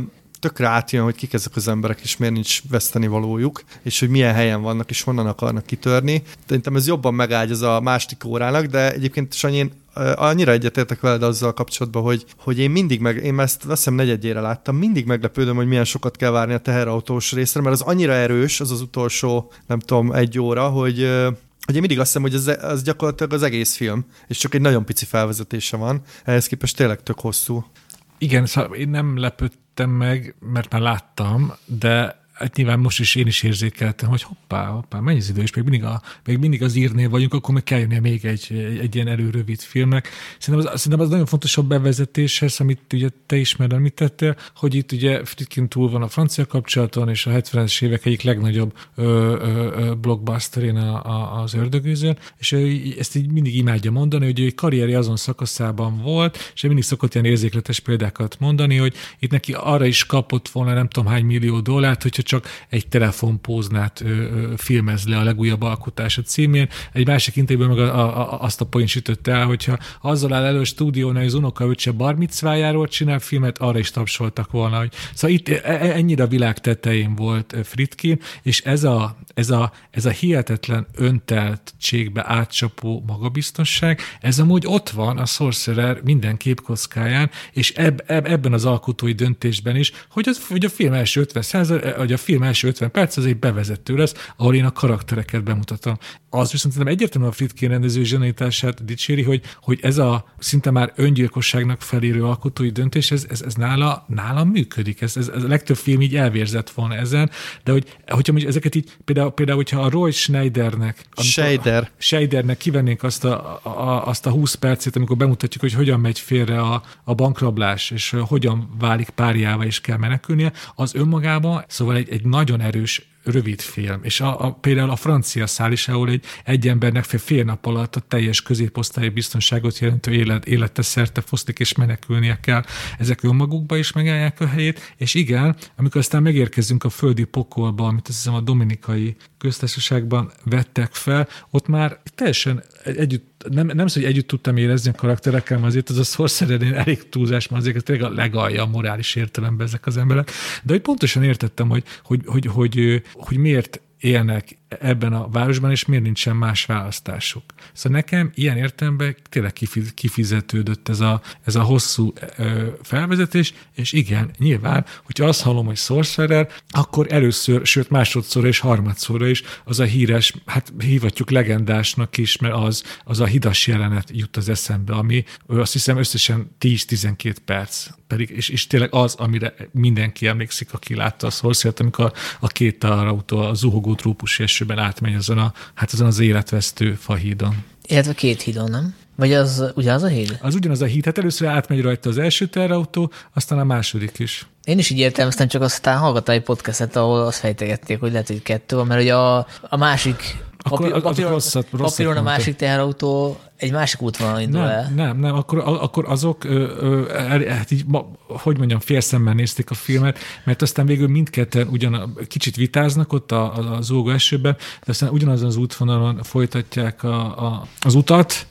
tökre átjön, hogy kik ezek az emberek, és miért nincs veszteni valójuk, és hogy milyen helyen vannak, és honnan akarnak kitörni. Szerintem ez jobban megágy az a második órának, de egyébként Sanyi, én annyira egyetértek veled azzal kapcsolatban, hogy, hogy én mindig meg, én ezt azt hiszem negyedjére láttam, mindig meglepődöm, hogy milyen sokat kell várni a teherautós részre, mert az annyira erős, az az utolsó, nem tudom, egy óra, hogy hogy én mindig azt hiszem, hogy ez, ez gyakorlatilag az egész film, és csak egy nagyon pici felvezetése van, ehhez képest tényleg tök hosszú. Igen, szóval én nem lepődtem meg, mert már láttam, de hát nyilván most is én is érzékeltem, hogy hoppá, hoppá, mennyi az idő, és még mindig, a, még mindig az írnél vagyunk, akkor meg kell jönnie még egy, egy, egy ilyen előrövid filmnek. Szerintem az, szerintem az nagyon fontos a bevezetéshez, amit ugye te is már említettél, hogy itt ugye Friedkin túl van a francia kapcsolaton, és a hetvenes évek egyik legnagyobb ö, ö, ö, blockbusterén a, a, az ördögűzön, és ő ezt így mindig imádja mondani, hogy ő egy karrierje azon szakaszában volt, és ő mindig szokott ilyen érzékletes példákat mondani, hogy itt neki arra is kapott volna nem tudom hány millió dollárt, hogyha csak egy telefonpóznát ö, ö, filmez le a legújabb alkotása címén. Egy másik interjúban meg a, a, a, azt a point sütötte el, hogyha azzal áll elő a stúdiónál, hogy az unokaöccse barmicvájáról csinál filmet, arra is tapsoltak volna. Hogy... Szóval itt ennyire a világ tetején volt Friedkin, és ez a, ez a, ez a hihetetlen önteltségbe átcsapó magabiztosság, ez amúgy ott van a Sorcerer minden képkockáján, és eb, eb, ebben az alkotói döntésben is, hogy, az, hogy a film első ötven százalék, hogy a film első ötven perc az egy bevezető lesz, ahol én a karaktereket bemutatom. Az viszont nem egyértelműen a Friedkin rendező zsenialitását dicséri, hogy, hogy ez a szinte már öngyilkosságnak felérő alkotói döntés, ez, ez, ez nála, nála működik. Ez, ez, ez a legtöbb film így elvérzett volna ezen, de hogy, hogyha ezeket így, például, például hogyha a Roy Schneidernek Scheider. Scheidernek kivennénk azt a, a, azt a húsz percet, amikor bemutatjuk, hogy hogyan megy félre a, a bankrablás, és hogyan válik párjává, és kell menekülnie, az önmagában, szóval egy, egy nagyon erős rövid film. És a, a, például a francia szál is, ahol egy, egy embernek fél, fél nap alatt a teljes középosztályi biztonságot jelentő élet, élete szerte foszlik, és menekülnie kell. Ezek önmagukba is megállják a helyét, és igen, amikor aztán megérkezünk a földi pokolba, amit azt hiszem a Dominikai Köztársaságban vettek fel, ott már teljesen együtt, nem, nem szó, hogy együtt tudtam érezni a karakterekkel, mert azért az a Sorcerernél elég túlzás, mert azért ez tényleg a legalja a morális értelemben ezek az emberek. De hogy pontosan értettem, hogy, hogy, hogy, hogy, hogy miért élnek ebben a városban, és miért nincsen más választásuk. Szóval nekem ilyen értelemben tényleg kifizetődött ez a, ez a hosszú ö, felvezetés, és igen, nyilván, hogyha azt hallom, hogy Sorcerer, akkor először, sőt másodszorra és harmadszorra is az a híres, hát hívhatjuk legendásnak is, mert az, az a hidas jelenet jut az eszembe, ami azt hiszem összesen tíz-tizenkét perc, pedig, és, és tényleg az, amire mindenki emlékszik, aki látta a Sorcerert, amikor a, a két teherautó a zuhogó trópusi esőben átmegy azon, a, hát azon az életvesztő fahídon. Illetve két hídon, nem? Vagy az ugyanaz a híd? Az ugyanaz a híd. Hát először átmegy rajta az első teherautó, aztán a második is. Én is így értelmeztem, csak aztán hallgattam egy podcastet, ahol azt fejtegették, hogy lehet, hogy kettő van, mert ugye a, a másik Akkor, papír, papíron, rosszat, rosszat papíron a másik teherautó egy másik útvonalon indul nem, el. Nem, nem, akkor, akkor azok, ö, ö, hát így, ma, hogy mondjam, félszemmel nézték a filmet, mert aztán végül mindketten ugyan kicsit vitáznak ott a, a, az ógó esőben, de aztán ugyanazon az útvonalon folytatják a, a, az utat.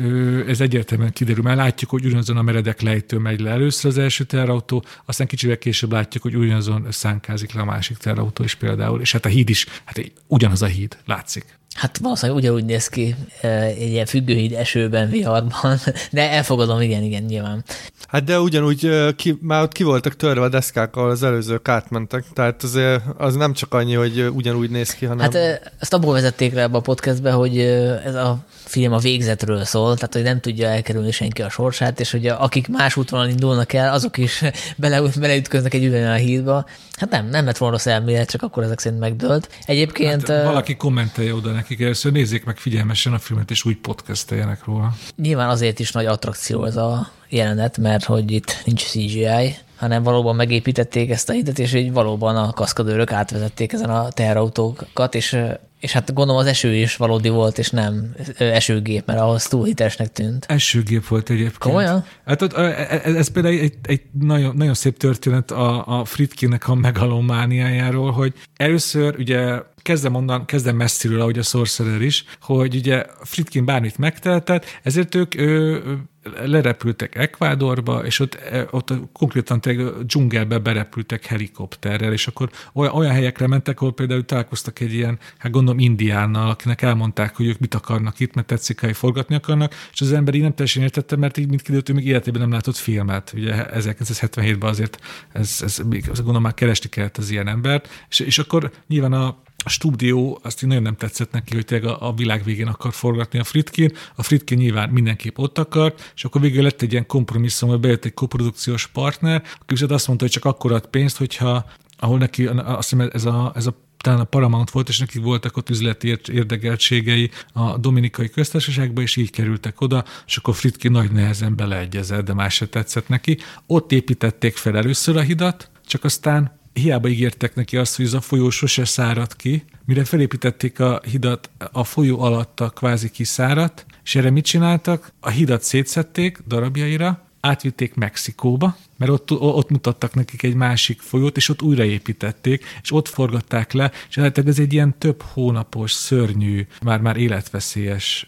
Ez egyértelműen kiderül, mert látjuk, hogy ugyanazon a meredek lejtő megy le először az első teherautó, aztán kicsivel később látjuk, hogy ugyanazon szánkázik le a másik teherautó is például, és hát a híd is, hát ugyanaz a híd, látszik. Hát valószínűleg ugyanúgy néz ki egy ilyen függőhíd esőben, viharban, de elfogadom, igen, igen, nyilván. Hát de ugyanúgy ki, már ott ki voltak törve a deszkák, ahol az előzők átmentek, tehát azért az nem csak annyi, hogy ugyanúgy néz ki, hanem... Hát ezt abból vezették rá ebbe a podcastbe, hogy ez a film a végzetről szól, tehát hogy nem tudja elkerülni senki a sorsát, és hogy akik más útvonalon indulnak el, azok is bele, beleütköznek egy ugyanolyan hídba. Hát nem, nem lett volna rossz elmélet, csak akkor ezek szerint megdőlt. Egyébként... Hát, valaki kommentelje oda nekik, először nézzék meg figyelmesen a filmet, és úgy podcasteljenek róla. Nyilván azért is nagy attrakció ez a jelenet, mert hogy itt nincs cé gé í, hanem valóban megépítették ezt a hidat, és hogy valóban a kaszkadőrök átvezették ezen a teherautókat, és És hát gondolom az eső is valódi volt, és nem esőgép, mert ahhoz túl hitelesnek tűnt. Esőgép volt egyébként. Komolyan? Hát ez például egy, egy nagyon, nagyon szép történet a, a Friedkinnek a megalomániájáról, hogy először ugye kezdem onnan, kezdem messziről, ahogy a Sorcerer is, hogy ugye Friedkin bármit megtehetett, ezért ők ő, lerepültek Ekvádorba, és ott, ott konkrétan dzsungelbe berepültek helikopterrel, és akkor olyan, olyan helyekre mentek, ahol például találkoztak egy ilyen, hát gondolom indiánnal, akinek elmondták, hogy ők mit akarnak itt, mert tetszik, hogy forgatni akarnak, és az ember így nem teljesen értette, mert így, mint kiderült, ő még életében nem látott filmet. Ugye ezerkilencszázhetvenhétben azért ez, ez, ez gondolom már keresni kellett az ilyen embert, és, és akkor nyilván a A stúdió azt így nagyon nem tetszett neki, hogy tényleg a, a világ végén akar forgatni a Friedkin. A Friedkin nyilván mindenképp ott akart, és akkor végül lett egy ilyen kompromisszum, hogy bejött egy koprodukciós partner, aki viszont azt mondta, hogy csak akkor ad pénzt, hogyha, ahol neki, azt hiszem ez a, ez a talán a Paramount volt, és neki voltak ott üzleti érdekeltségei a Dominikai Köztársaságban, és így kerültek oda, és akkor Friedkin nagy nehezen beleegyezett, de más se tetszett neki. Ott építették fel először a hidat, csak aztán hiába ígértek neki azt, hogy ez a folyó sose szárad ki, mire felépítették a hidat, a folyó alatta kvázi kiszáradt, és erre mit csináltak? A hidat szétszedték darabjaira, átvitték Mexikóba, mert ott, ott mutattak nekik egy másik folyót, és ott újraépítették, és ott forgatták le, és ez egy ilyen több hónapos, szörnyű, már-már életveszélyes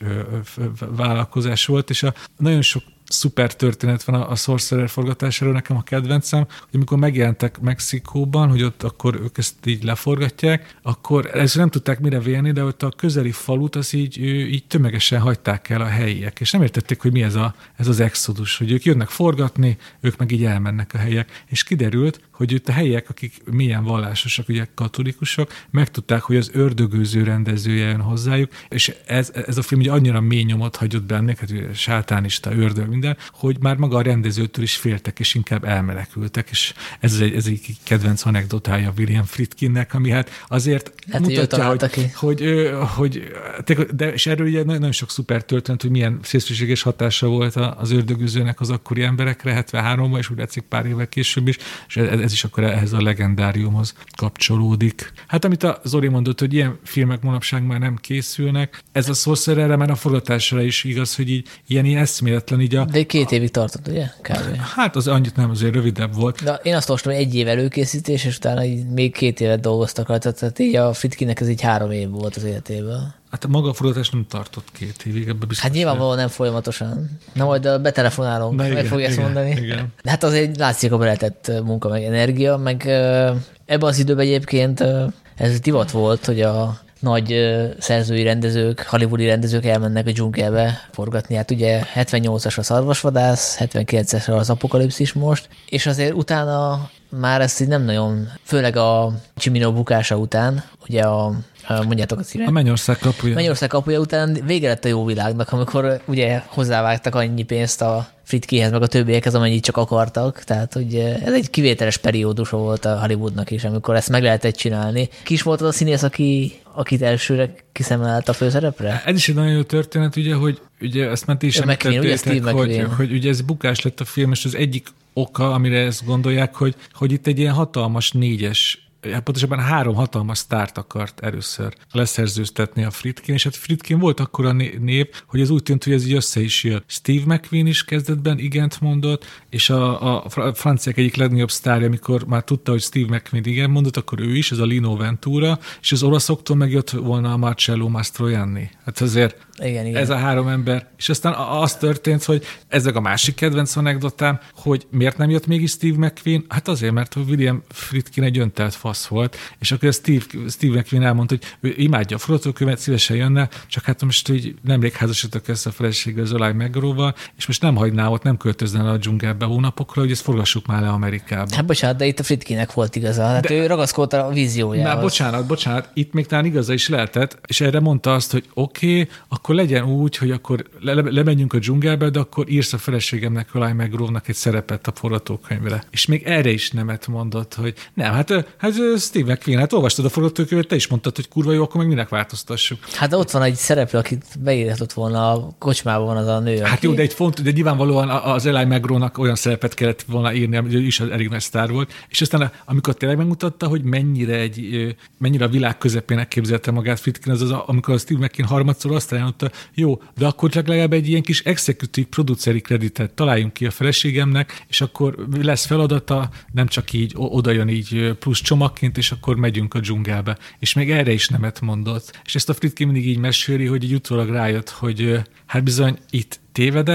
vállalkozás volt, és a nagyon sok szuper történet van a Sorcerer forgatásáról, nekem a kedvencem, hogy amikor megjelentek Mexikóban, hogy ott akkor ők ezt így leforgatják, akkor ezt nem tudták mire vélni, de ott a közeli falut az így, így tömegesen hagyták el a helyiek, és nem értették, hogy mi ez, a, ez az exodus, hogy ők jönnek forgatni, ők meg így elmennek a helyiek, és kiderült, hogy itt a helyiek, akik milyen vallásosak, ugye katolikusok, megtudták, hogy az Ördögűző rendezője jön hozzájuk, és ez, ez a film ugye annyira mély nyomot hagyott bennük, hát sátánista, ördög, minden, hogy már maga a rendezőtől is féltek, és inkább elmenekültek, és ez egy, ez egy kedvenc anekdotája William Friedkinnek, ami hát azért hát, mutatja, hogy, hogy, hogy, hogy de, és erről ugye nagyon sok szuper történet, hogy milyen szélsőséges hatása volt az Ördögűzőnek az akkori emberekre, hetvenháromban, és úgy látszik pár évvel később is, és ez, ez is akkor ehhez a legendáriumhoz kapcsolódik. Hát amit a Zoli mondott, hogy ilyen filmek manapság már nem készülnek, ez a Sorcererre már a forgatásra is igaz, hogy így ilyen, ilyen eszméletlen így a... De két évig tartott, ugye? Kb. Hát az annyit nem, azért rövidebb volt. De én azt olvastam, hogy egy év előkészítés, és utána így még két évet dolgoztak rajta, tehát így a Friedkinnek ez így három év volt az életéből. Hát a maga a forgatás nem tartott két évig, ebbe biztos. Hát nyilvánvalóan nem folyamatosan. Na majd betelefonálunk, meg igen, fogja ezt igen, mondani. Igen. De hát azért látszik a beletett munka, meg energia, meg ebben az időben egyébként ez divat volt, hogy a nagy szerzői rendezők, hollywoodi rendezők elmennek a dzsungelbe forgatni. Hát ugye hetvennyolcas a Szarvasvadász, hetvenkilences az Apokalipszis most, és azért utána már ezt így nem nagyon, főleg a Cimino bukása után, ugye a mondjátok a címet. A Mennyország kapuja. Mennyország kapuja után vége lett a jó világnak, amikor ugye hozzávágtak annyi pénzt a Friedkinhez, meg a többiekhez, amennyit csak akartak. Tehát, hogy ez egy kivételes periódus volt a Hollywoodnak is, amikor ezt meg lehetett csinálni. Ki is volt az a színész, aki, akit elsőre kiszemelt a főszerepre? Ez is egy nagyon jó történet, ugye, hogy ugye ezt már ti is említettétek, hogy, hogy ugye ez bukás lett a film, és az egyik oka, amire ezt gondolják, hogy, hogy itt egy ilyen hatalmas négyes, pontosabban három hatalmas sztárt akart először leszerzőztetni a Friedkin, és hát Friedkin volt akkora név, hogy ez úgy tűnt, hogy ez így össze is jött. Steve McQueen is kezdetben igent mondott, és a, a franciák egyik legnagyobb sztárja, amikor már tudta, hogy Steve McQueen igen mondott, akkor ő is, ez a Lino Ventura, és az olaszoktól megjött volna a Marcello Mastroianni. Hát azért igen, igen. Ez a három ember. És aztán az történt, hogy ezek a másik kedvenc anekdotám, hogy miért nem jött mégis Steve McQueen? Hát azért, mert William Friedkin egy öntelt fasz volt, és akkor Steve, Steve McQueen elmondta, hogy ő imádja a forgatókönyvet, szívesen jönne, csak hát most úgy nemrég házasodtak össze a feleséggel, Zolai Megróval, és most nem hagyná ott, nem költözne a dzsungelbe hónapokra, hogy ezt forgassuk már le Amerikába. Hát bocsánat, de itt a Friedkinnek volt igaza. Hát de, ő ragaszkodott a víziójához. Na, bocsánat, bocsánat, itt még talán igaza is lehetett, és erre mondta azt, hogy oké, okay, akkor legyen úgy, hogy akkor le, le, lemegyünk a dzsungelbe, de akkor írsz a feleségemnek, Zolai Megrónak egy szerepet a forgatókönyvre. És még erre is nemet mondott, hogy nem, hát, hát Steve McQueen, hát olvastad a forgatókönyvet, te is mondtad, hogy kurva jó, akkor meg minek változtassuk. Hát ott van egy szereplő, akit beírhatott volna, a kocsmában van az a nő. Hát aki... jó, de egy font, de nyilvánvalóan az Zolai Megrónak olyan szerepet kellett volna írni, hogy ő is elég nagy sztár volt. És aztán amikor tényleg megmutatta, hogy mennyire egy mennyire a világ közepének képzelte magát Friedkin, az, az amikor a Steve McQueen harmadszor azt ajánlotta, jó, de akkor csak legalább egy ilyen kis executive produceri kreditet találjunk ki a feleségemnek, és akkor lesz feladata, nem csak így oda jön így plusz csomagként, és akkor megyünk a dzsungelbe. És még erre is nemet mondott. És ezt a Friedkin mindig így meséli, hogy így utólag rájött, hogy hát bizony itt tévedett,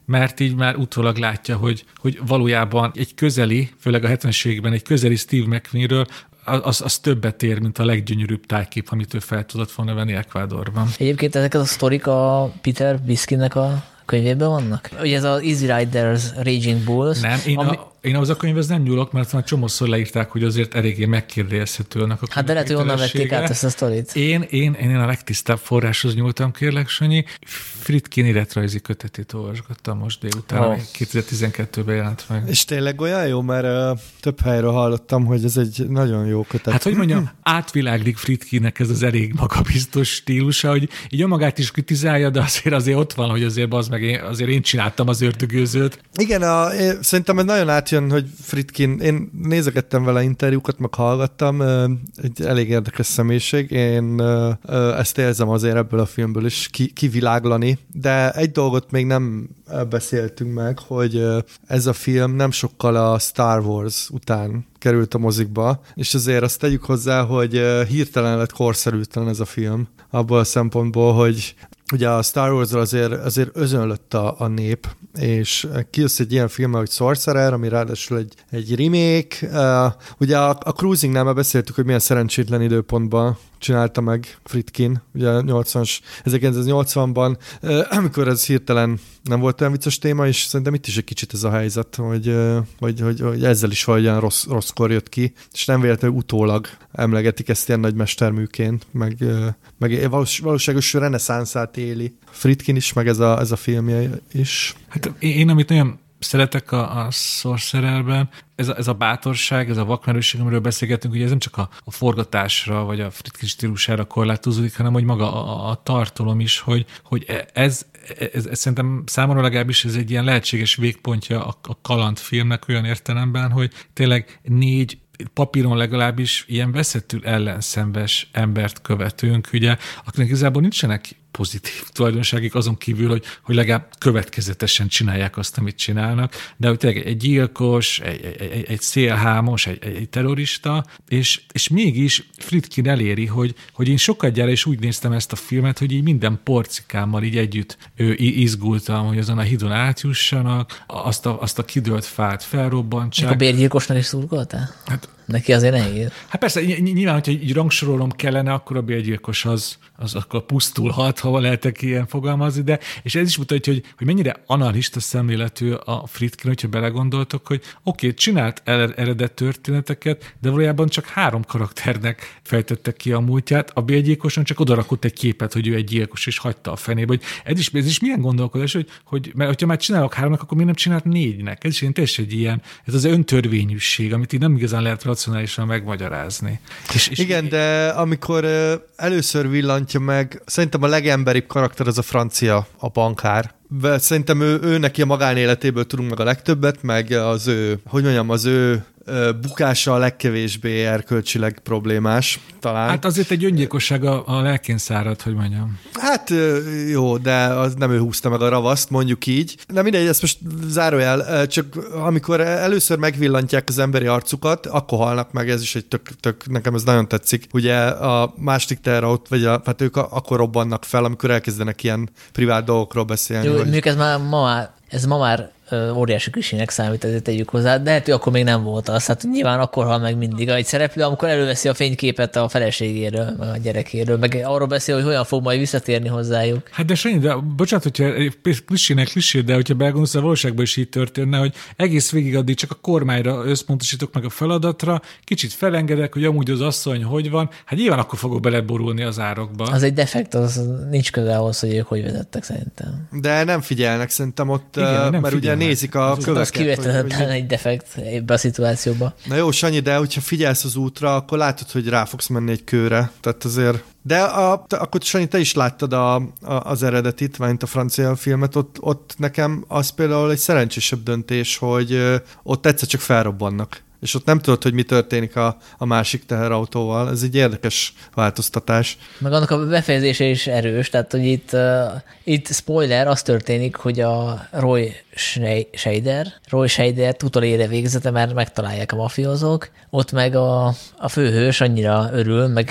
mert így már utólag látja, hogy, hogy valójában egy közeli, főleg a hetvenes években egy közeli Steve McQueenről az, az többet ér, mint a leggyönyörűbb tájkép, amit ő fel tudott volna venni Ecuadorban. Egyébként ezek a sztorik a Peter Biskinnek a könyvében vannak? Ugye ez az Easy Riders Raging Bulls. Nem, én, ami... a, én ahhoz a könyvhez nem nyúlok, mert már csomószor leírták, hogy azért eléggé megkérdezhető annak a Hát de lehet, hogy onnan vették át ezt a sztorit. Én, én, én a legtisztább forráshoz nyúltam, kérlek, Sanyi. Friedkin életrajzi kötetét olvasgattam most délután, oh. kétezer-tizenkettőben jelent meg. És tényleg olyan jó, mert uh, több helyről hallottam, hogy ez egy nagyon jó kötet. Hát, hogy mondjam, átviláglik Friedkinnek ez az elég magabiztos stílusa, hogy így önmagát is kritizálja, de azért azért ott van, hogy azért az meg én, azért én csináltam az ördögőzőt. Igen, a, én, szerintem ez nagyon átjön, hogy Friedkin, én nézegettem vele interjúkat, meg hallgattam, egy elég érdekes személyiség, én ezt érzem azért ebből a filmből is ki, kiviláglani, de egy dolgot még nem beszéltünk meg, hogy ez a film nem sokkal a Star Wars után került a mozikba, és azért azt tegyük hozzá, hogy hirtelen lett korszerűtlen ez a film, abból a szempontból, hogy ugye a Star Wars-ral azért, azért özönlött a, a nép, és kijössz egy ilyen film, hogy Sorcerer, ami ráadásul egy, egy remake. Uh, ugye a, a Cruisingnál már beszéltük, hogy milyen szerencsétlen időpontban csinálta meg Friedkin, ugye nyolcvanas, ezerkilencszáznyolcvanban, uh, amikor ez hirtelen nem volt olyan vicces téma, és szerintem itt is egy kicsit ez a helyzet, hogy, uh, hogy, hogy, hogy ezzel is valahogyan rossz, rosszkor jött ki, és nem véletlenül utólag emlegetik ezt ilyen nagy mesterműként, meg, uh, meg valós, valóságos reneszánszát éli Friedkin is, meg ez a, ez a filmje is. Hát én, amit nagyon szeretek a, a Sorcererben, ez a, ez a bátorság, ez a vakmerőség, amiről beszélgetünk, ugye ez nem csak a, a forgatásra, vagy a Friedkin stílusára korlátozódik, hanem hogy maga a, a tartalom is, hogy, hogy ez, ez, ez szerintem számomra legalábbis ez egy ilyen lehetséges végpontja a, a kalandfilmnek olyan értelemben, hogy tényleg négy papíron legalábbis ilyen veszettül ellenszenves embert követünk, ugye, akinek igazából nincsenek pozitív tulajdonságig azon kívül, hogy, hogy legalább következetesen csinálják azt, amit csinálnak, de hogy tényleg egy gyilkos, egy, egy, egy szélhámos, egy, egy terrorista, és, és mégis Friedkin eléri, hogy, hogy én sokkal is úgy néztem ezt a filmet, hogy így minden porcikámmal így együtt ő, izgultam, hogy azon a hídon átjussanak, azt a, azt a kidőlt fát felrobbantsák. A bérgyilkosnak is szurkoltál? Hát, neki azért nehéz. Hát persze, nyilván, hogyha így rangsorolom kellene, akkor a bérgyilkos az, az akkor pusztulhat, ha lehetek ilyen fogalmazni, de és ez is mutatja, hogy, hogy mennyire analista szemléletű a Friedkin, hogyha belegondoltok, hogy oké, okay, csinált eredet történeteket, de valójában csak három karakternek fejtettek ki a múltját, a bérgyilkoson csak odarakott egy képet, hogy ő egy gyilkos, és hagyta a fenébe, hogy ez is, ez is milyen gondolkodás, hogy, hogy mert hogyha már csinálok háromnak, akkor miért nem csinált négynek? Ez is ilyen teljesen egy ilyen, ez az öntörvényűség, amit így nem igazán lehet racionálisan megmagyarázni. És, és igen, és... de amikor uh, először villantja meg, szerintem a legemberibb karakter az a francia, a bankár. Szerintem ő, ő neki a magánéletéből tudunk meg a legtöbbet, meg az ő, hogy mondjam, az ő bukása a legkevésbé erkölcsileg problémás, talán. Hát azért egy öngyilkosság a, a lelkén szárad, hogy mondjam. Hát jó, de az nem ő húzta meg a ravaszt, mondjuk így. De mindegy, ezt most zárójel, csak amikor először megvillantják az emberi arcukat, akkor halnak meg, ez is egy tök, tök nekem ez nagyon tetszik. Ugye a második terraut, vagy a, hát ők akkor robbannak fel, amikor elkezdenek ilyen privát dolgokról beszélni. Jó, hogy... mondjuk ez már ma már, ez ma már óriási klisének számít, ezért tegyük hozzá, de hát ő akkor még nem volt az. Hát nyilván akkor hal meg mindig egy szereplő, amikor előveszi a fényképet a feleségéről, meg a gyerekéről, meg arról beszél, hogy hogyan fog majd visszatérni hozzájuk. Hát de Sanyi, de bocsánat, hogyha klisének klisé, de hogyha belgondolsz, a valóságban is így történne, hogy egész végig addig csak a kormányra összpontosítok meg a feladatra, kicsit felengedek, hogy amúgy az asszony hogy van, hát nyilván akkor fogok beleborulni az árokba. Az egy defekt, az nincs köze ahhoz, hogy ők hogy vezettek szerintem. De nem figyelnek szerintem ott, igen, nem mert figyelnek. Ugye nézik a az köveket. Az kivételhetlen egy defekt ebbe a szituációba. Na jó, Sanyi, de hogyha figyelsz az útra, akkor látod, hogy rá fogsz menni egy kőre. Tehát azért... De a, te, akkor Sanyi, te is láttad a, a, az eredetit, vagy a francia filmet, ott, ott nekem az például egy szerencsésebb döntés, hogy ott egyszer csak felrobbannak. És ott nem tudod, hogy mi történik a, a másik teherautóval. Ez egy érdekes változtatás. Meg annak a befejezése is erős, tehát hogy itt, uh, itt spoiler, az történik, hogy a Roy Scheider, Roy Scheider utolére végzete, mert megtalálják a mafiózók, ott meg a, a főhős annyira örül, meg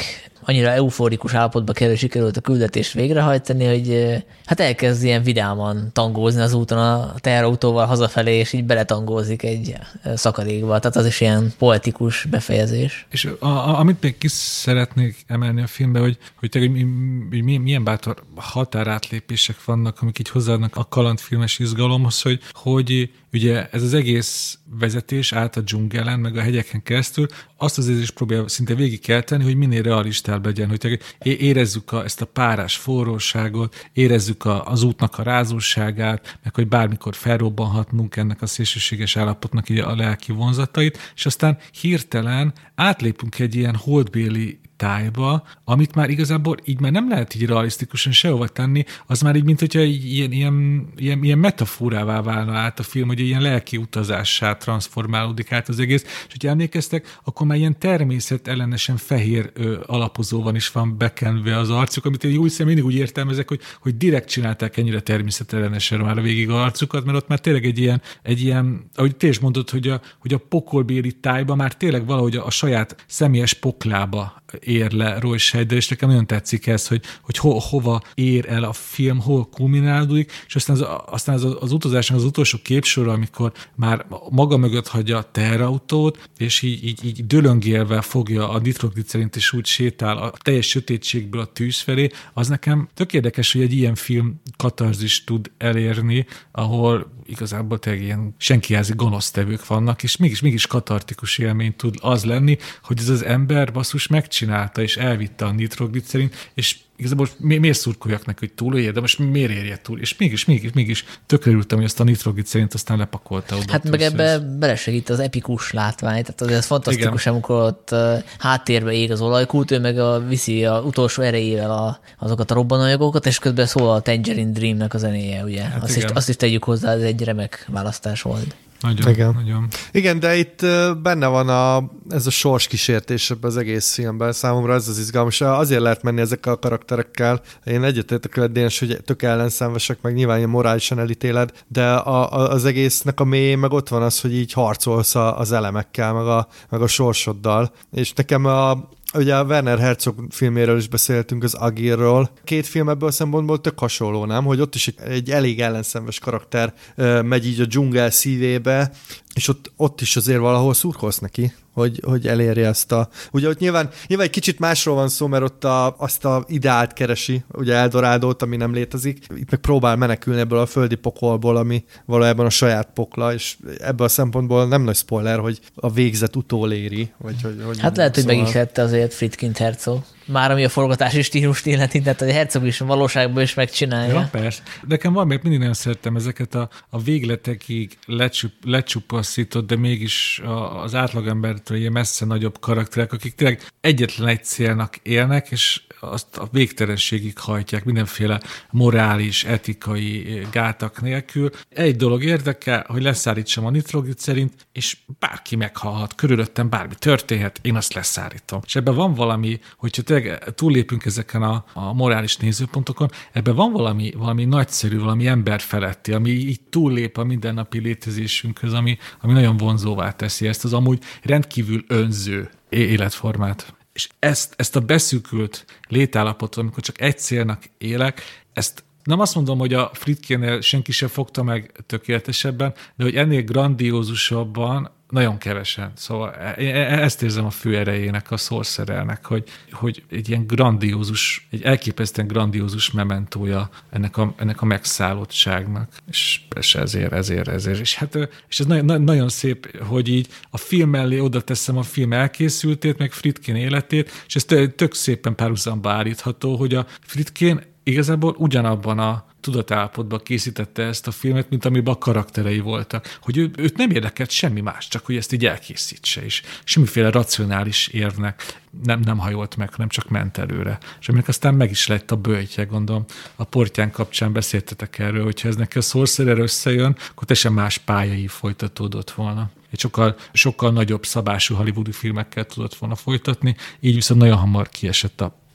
annyira euforikus állapotba kerül, sikerült a küldetést végrehajtani, hogy hát elkezd ilyen vidáman tangózni az úton a teherautóval hazafelé, és így beletangózik egy szakadékba. Tehát az is ilyen poetikus befejezés. És a, a, amit még ki szeretnék emelni a filmbe, hogy, hogy, hogy, hogy milyen, milyen bátor határátlépések vannak, amik így hozzáadnak a kalandfilmes izgalomhoz, hogy, hogy ugye ez az egész vezetés át a dzsungelen, meg a hegyeken keresztül azt az érzést próbálja szinte végig kelteni, hogy minél realistább legyen, hogy érezzük a, ezt a párás forróságot, érezzük a, az útnak a rázóságát, meg hogy bármikor felrobbanhatnunk ennek a szélsőséges állapotnak így a lelki vonzatait, és aztán hirtelen átlépünk egy ilyen holdbéli tájba, amit már igazából így már nem lehet így realisztikusan sehova tenni, az már így, mint hogyha ilyen, ilyen, ilyen, ilyen metaforává válna át a film, hogy ilyen lelki utazássá transformálódik át az egész, és hogyha emlékeztek, akkor már ilyen természet ellenesen fehér ö, alapozóban is van bekenve az arcuk, amit én úgy szem mindig úgy értelmezek, hogy, hogy direkt csinálták ennyire természet ellenesen már a végig a arcukat, mert ott már tényleg egy ilyen, egy ilyen ahogy te is mondod, hogy a, hogy a pokolbéli tájba már tényleg valahogy a, a saját személyes poklába ér le Roy Scheider, és nekem nagyon tetszik ez, hogy, hogy ho, hova ér el a film, hol kulminálódik, és aztán az, aztán az, az utazáson az utolsó képsor, amikor már maga mögött hagyja a teherautót, és így, így, így dölöngélve fogja a nitroglicerint, és úgy sétál a teljes sötétségből a tűz felé, az nekem tök érdekes, hogy egy ilyen film katarzist tud elérni, ahol igazából tényleg ilyen senkiházi gonosztevők vannak, és mégis, mégis katartikus élmény tud az lenni, hogy ez az ember basszus megcsinálta, és elvitte a nitroglicerint, és igazából mi, miért szurkoljak neki, hogy túlélje, de most miért érje túl? És mégis, mégis, mégis tökre örültem, hogy azt a nitroglicerint aztán lepakolta oda. Hát meg ebbe belesegít az epikus látvány, tehát azért ez fantasztikus, igen. Amikor ott uh, háttérbe ég az olajkút, ő meg a, viszi a utolsó erejével a, azokat a robbanóanyagokat, és közben szól a Tangerine Dreamnek a zenéje, ugye? Hát azt, is, azt is tegyük hozzá, ez egy remek választás volt. Nagyon, igen. nagyon. Igen, de itt benne van a, ez a sors kísértés ebben az egész filmben. Számomra ez az izgalmas. Azért lehet menni ezekkel a karakterekkel. Én egyetértek veled, Dénes, hogy tök ellenszenvesek, meg nyilván ilyen morálisan elítéled, de a, a, az egésznek a mélyén meg ott van az, hogy így harcolsz a, az elemekkel, meg a, meg a sorsoddal. És nekem a ugye a Werner Herzog filméről is beszéltünk, az Agirról. Két film ebből a szempontból tök hasonló, nem? Hogy ott is egy, egy elég ellenszenves karakter uh, megy így a dzsungel szívébe, és ott, ott is azért valahol szurkolsz neki, hogy, hogy elérje ezt a... Ugye ott nyilván, nyilván egy kicsit másról van szó, mert ott a, azt a ideált keresi, ugye Eldorádót, ami nem létezik. Itt meg próbál menekülni ebből a földi pokolból, ami valójában a saját pokla, és ebből a szempontból nem nagy spoiler, hogy a végzet utóléri. Vagy, hogy, hogy hát lehet, szóval... hogy meg is lette azért Friedkin Herzog. Már ami a forgatási stílust illeti, tehát a Herzog is a valóságban is megcsinálja. Ja, persze. Nekem van, mert mindig nagyon szerettem ezeket a, a végletekig lecsup, lecsupaszított, de mégis a, az átlagembertől ilyen messze nagyobb karakterek, akik tényleg egyetlen egy célnak élnek, és azt a végtelenségig hajtják mindenféle morális, etikai gátak nélkül. Egy dolog érdekel, hogy leszállítsam a nitroglicerint, és bárki meghalhat, körülöttem bármi történhet, én azt leszállítom. És ebben van valami, hogyha tényleg túllépünk ezeken a, a morális nézőpontokon, ebben van valami, valami nagyszerű, valami emberfeletti, ami így túllép a mindennapi létezésünkhöz, ami, ami nagyon vonzóvá teszi ezt az amúgy rendkívül önző életformát. És ezt, ezt a beszűkült létállapotot, amikor csak egy célnak élek, ezt nem azt mondom, hogy a Friedkinnél senki sem fogta meg tökéletesebben, de hogy ennél grandiózusabban nagyon kevesen. Szóval ezt érzem a fő erejének, a Sorcerernek, hogy, hogy egy ilyen grandiózus, egy elképesztően grandiózus mementója ennek a, ennek a megszállottságnak. És, és ezért, ezért, ezért. És, hát, és ez nagyon, nagyon szép, hogy így a film mellé oda teszem a film elkészültét, meg Friedkin életét, és ez tök szépen párhuzamba állítható, hogy a Friedkin igazából ugyanabban a tudatállapotban készítette ezt a filmet, mint amiben a karakterei voltak. Hogy ő, őt nem érdekelt semmi más, csak hogy ezt így elkészítse is. Semmiféle racionális érvnek nem, nem hajolt meg, hanem csak ment előre. És aminek aztán meg is lett a böltje, gondolom. A Portyán kapcsán beszéltetek erről, hogyha ez neki a Sorcerer összejön, akkor teljesen más pályai folytatódott volna. Egy sokkal, sokkal nagyobb szabású hollywoodi filmekkel tudott volna folytatni, így viszont nagyon hamar kiesett a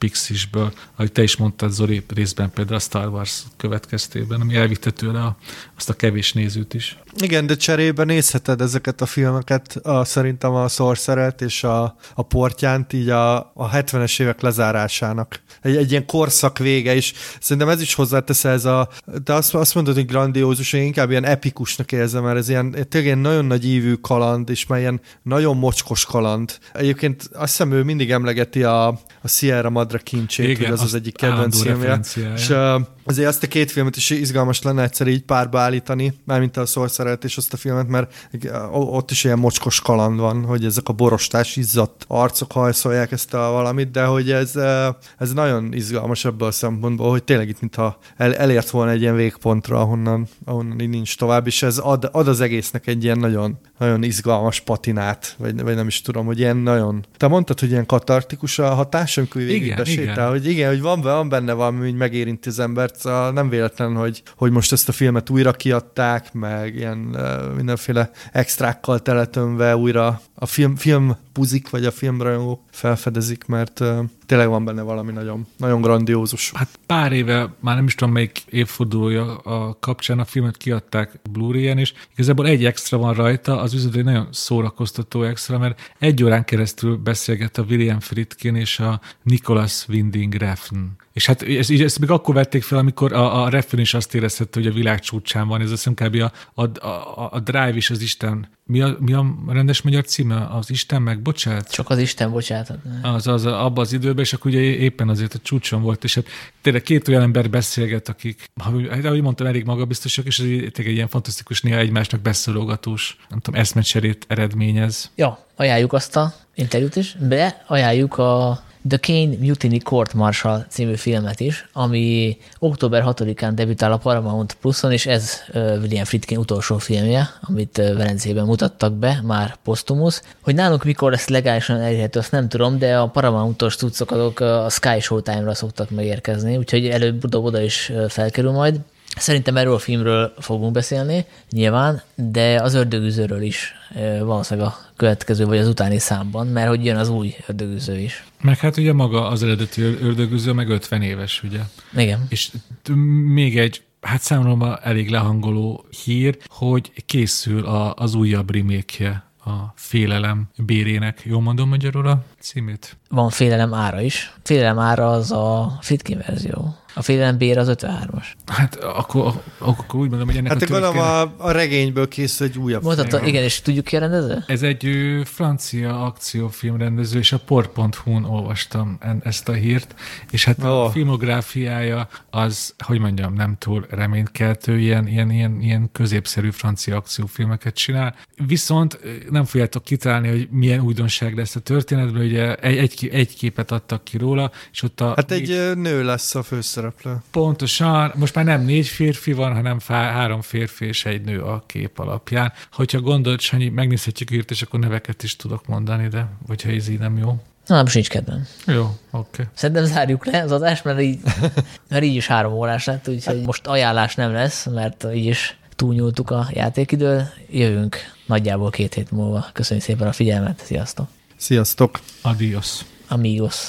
Pixisből, ahogy te is mondtad, Zoli, részben például a Star Wars következtében, ami elvitte tőle a, azt a kevés nézőt is. Igen, de cserébe nézheted ezeket a filmeket, a, szerintem a Sorcerert és a, a Portyánt így a, a hetvenes évek lezárásának. Egy, egy ilyen korszak vége, és szerintem ez is hozzátesz ez a, de azt, azt mondod, hogy grandiózus, én inkább ilyen epikusnak érzem, mert ez ilyen, tényleg ilyen nagyon nagy ívű kaland, és már ilyen nagyon mocskos kaland. Egyébként azt hiszem, ő mindig emlegeti a, a Sierra Madre kincsét, igen, hogy az az egyik kedvenc filmje. És uh, azért azt a két filmet is izgalmas lenne egyszer így párba állítani, mármint a Sorcerert és azt a filmet, mert ott is ilyen mocskos kaland van, hogy ezek a borostás, izzadt arcok hajszolják ezt a valamit, de hogy ez, ez nagyon izgalmas ebből a szempontból, hogy tényleg itt mintha el, elért volna egy ilyen végpontra, ahonnan, ahonnan így nincs tovább, és ez ad, ad az egésznek egy ilyen nagyon, nagyon izgalmas patinát, vagy, vagy nem is tudom, hogy ilyen nagyon... Te mondtad, hogy ilyen katartikus a hatás, amikor végig besétál, hogy igen, hogy van, van benne valami, hogy megérinti az embert, szóval nem véletlen, hogy, hogy most ezt a filmet újra kiadták, meg ilyen uh, mindenféle extrákkal teletömve újra a film, film puzik, vagy a filmrajongók felfedezik, mert uh, tényleg van benne valami nagyon, nagyon grandiózus. Hát pár éve, már nem is tudom melyik évfordulója a kapcsán a filmet kiadták Blu-ray-en, és igazából egy extra van rajta, az üzlet egy nagyon szórakoztató extra, mert egy órán keresztül beszélget a William Friedkin és a Nicholas Winding Refn. És hát ezt, ezt még akkor vették fel, amikor a, a Refn is azt érezhette, hogy a világ csúcsán van. Ez azt hiszem kb. A, a, a, a Drive is az Isten. Mi a, mi a rendes magyar címe? Az Isten megbocsát? Csak az Isten bocsát. Az, az abban az időben, és akkor ugye éppen azért a csúcson volt, és hát tényleg két olyan ember beszélget, akik, ahogy mondtam, elég magabiztosak, és ez tényleg egy ilyen fantasztikus, néha egymásnak beszólogatós, nem tudom, eszmecserét eredményez. Ja, ajánljuk azt a interjút is, de ajánljuk a The Kane Mutiny Court Martial című filmet is, ami október hatodikán debütál a Paramount Pluson, és ez William Friedkin utolsó filmje, amit Velencében mutattak be, már posztumusz. Hogy nálunk mikor lesz legálisan elérhető, azt nem tudom, de a Paramount-os cuccok azok a Sky Showtime-ra szoktak megérkezni, úgyhogy előbb oda is felkerül majd. Szerintem erről a filmről fogunk beszélni, nyilván, de az Ördögűzőről is valószínűleg a következő vagy az utáni számban, mert hogy jön az új Ördögűző is. Meg hát ugye maga az eredeti Ördögűző meg ötven éves, ugye? Igen. És még egy, hát számomra elég lehangoló hír, hogy készül a, az újabb remake-je a Félelem bérének. Jól mondom magyarul a címét? Van Félelem ára is. Félelem ára az a Friedkin verzió. A Félelem bér az ötvenhármas. Hát akkor, akkor úgy mondom, hogy ennek hát a történet... Hát a, a regényből készül egy újabb Mondhatta, film. Igen, és tudjuk ki a rendező? Ez egy ő, francia akciófilm rendező, és a port pont hu-n olvastam ezt a hírt, és hát oh. a filmográfiája az, hogy mondjam, nem túl reménykeltő, ilyen, ilyen, ilyen, ilyen középszerű francia akciófilmeket csinál. Viszont nem fogjátok kitalálni, hogy milyen újdonság lesz a történetben, ugye egy, egy, egy képet adtak ki róla, és ott a... Hát egy négy... nő lesz a főszereplő. Pontosan, most már nem négy férfi van, hanem fá, három férfi és egy nő a kép alapján. Hogyha gondolod, Sanyi, megnézhetjük írt, és akkor neveket is tudok mondani, de hogyha ez így nem jó. Na, most nincs kedvem. Jó, oké. Okay. Szerintem zárjuk le az adást, mert így, mert így is három órás lett, úgyhogy most ajánlás nem lesz, mert így is túlnyúltuk a játékidő. Jövünk nagyjából két hét múlva. Köszönjük szépen a figyelmet, sziasztok! Sziasztok! Adios! Amigos!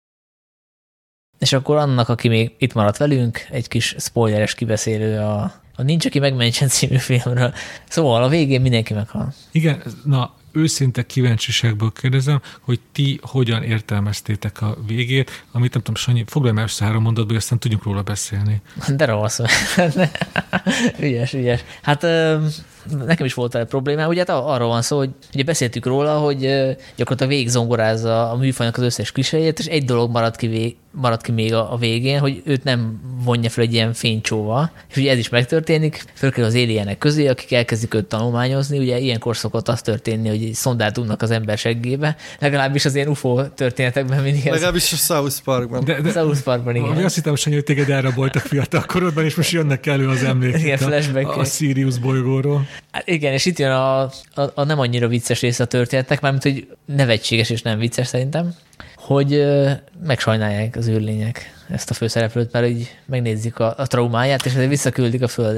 És akkor annak, aki még itt maradt velünk, egy kis spoileres kibeszélő a, a Nincs, aki megmentsen című filmről. Szóval a végén mindenki meghal. Igen, na, őszinte kíváncsiságból kérdezem, hogy ti hogyan értelmeztétek a végét, amit nem tudom, Sanyi, foglalj már össze három mondatból, hogy aztán tudjunk róla beszélni. De ravasz. ügyes, ügyes. Hát nekem is volt egy problémám, ugye hát arról van szó, hogy ugye beszéltük róla, hogy gyakorlatilag végig zongorázza a műfajnak az összes kliséjét, és egy dolog maradt ki, vég, maradt ki még a, a végén, hogy őt nem vonja fel egy ilyen fénycsóval, és ugye ez is megtörténik, fölkerül az alienek közé, akik elkezdik őt tanulmányozni, ugye ilyenkor szokott az történni, hogy szondát unnak az ember seggébe, legalábbis az ilyen ufó történetekben mindig ez. Legalábbis a South Parkban. De, de, South Parkban, igen. Azt hittem, hogy téged elraboltak fiatal korodban, és most jönnek elő az emlékek a, a Sirius bolygóról. Hát igen, és itt jön a, a, a nem annyira vicces része a történetnek, mármint, hogy nevetséges és nem vicces szerintem, hogy ö, megsajnálják az űrlények ezt a főszereplőt, mert így megnézik a, a traumáját, és azért visszaküldik a földre.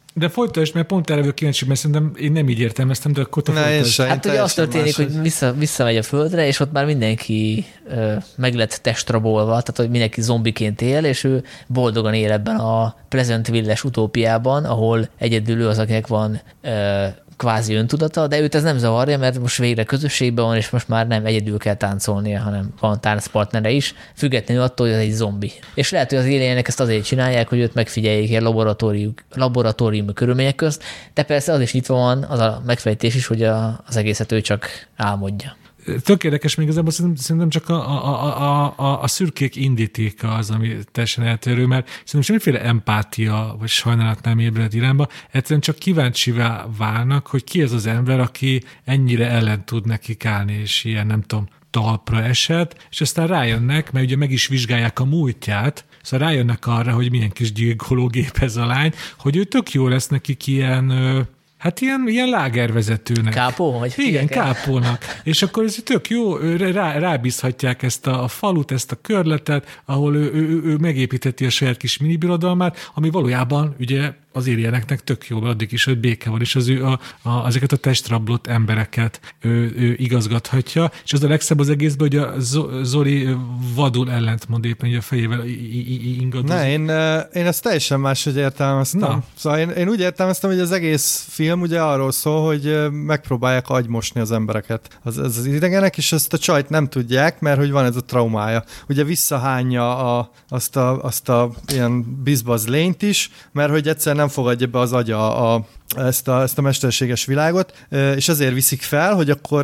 De folytasd, mert pont erre vagyok kíváncsi, mert szerintem én nem így értelmeztem, de akkor te folytasd. Hát ugye az történik, más, hogy vissza, visszamegy a földre, és ott már mindenki ö, meg lett testrabolva, tehát hogy mindenki zombiként él, és ő boldogan él ebben a Pleasantville-es utópiában, ahol egyedül ő az, akinek van ö, kvázi öntudata, de őt ez nem zavarja, mert most végre közösségben van, és most már nem egyedül kell táncolnia, hanem van táncpartnere is, függetlenül attól, hogy ez egy zombi. És lehet, hogy az éljenek ezt azért csinálják, hogy őt megfigyeljék ilyen laboratórium, laboratóriumi körülmények közt, de persze az is nyitva van, az a megfejtés is, hogy a, az egészet ő csak álmodja. Tök érdekes, még igazából szerintem csak a, a, a, a, a szürkék indítéka az, ami teljesen eltérő, mert szerintem semmiféle empátia vagy sajnálat nem ébred irányba, egyszerűen csak kíváncsivá válnak, hogy ki ez az ember, aki ennyire ellen tud nekik állni, és ilyen nem tudom, talpra esett, és aztán rájönnek, mert ugye meg is vizsgálják a múltját, szóval rájönnek arra, hogy milyen kis gyilkológép ez a lány, hogy ő tök jó lesz nekik ilyen... Hát ilyen, ilyen lágervezetőnek. Kápó? Vagy igen, kápónak. És akkor ez tök jó, rá, rábízhatják ezt a, a falut, ezt a körletet, ahol ő, ő, ő, ő megépíteti a saját kis minibirodalmát, ami valójában ugye az éljeneknek tök jó, addig is, hogy béke van, és az ő a, a, ezeket a testrablott embereket ő, ő igazgathatja, és az a legszebb az egészben, hogy a Zoli vadul ellentmond éppen, hogy a fejével ingadozik. Ne, én, én ezt teljesen máshogy értelmeztem. Na. Szóval én, én úgy értelmeztem, hogy az egész film ugye arról szól, hogy megpróbálják agymosni az embereket. Az, az, az idegenek, és ezt a csajt nem tudják, mert hogy van ez a traumája. Ugye visszahányja a, azt, a, azt a ilyen bizbaz lényt is, mert hogy egyszer nem fogadja be az agya a, ezt, a, ezt a mesterséges világot, és ezért viszik fel, hogy akkor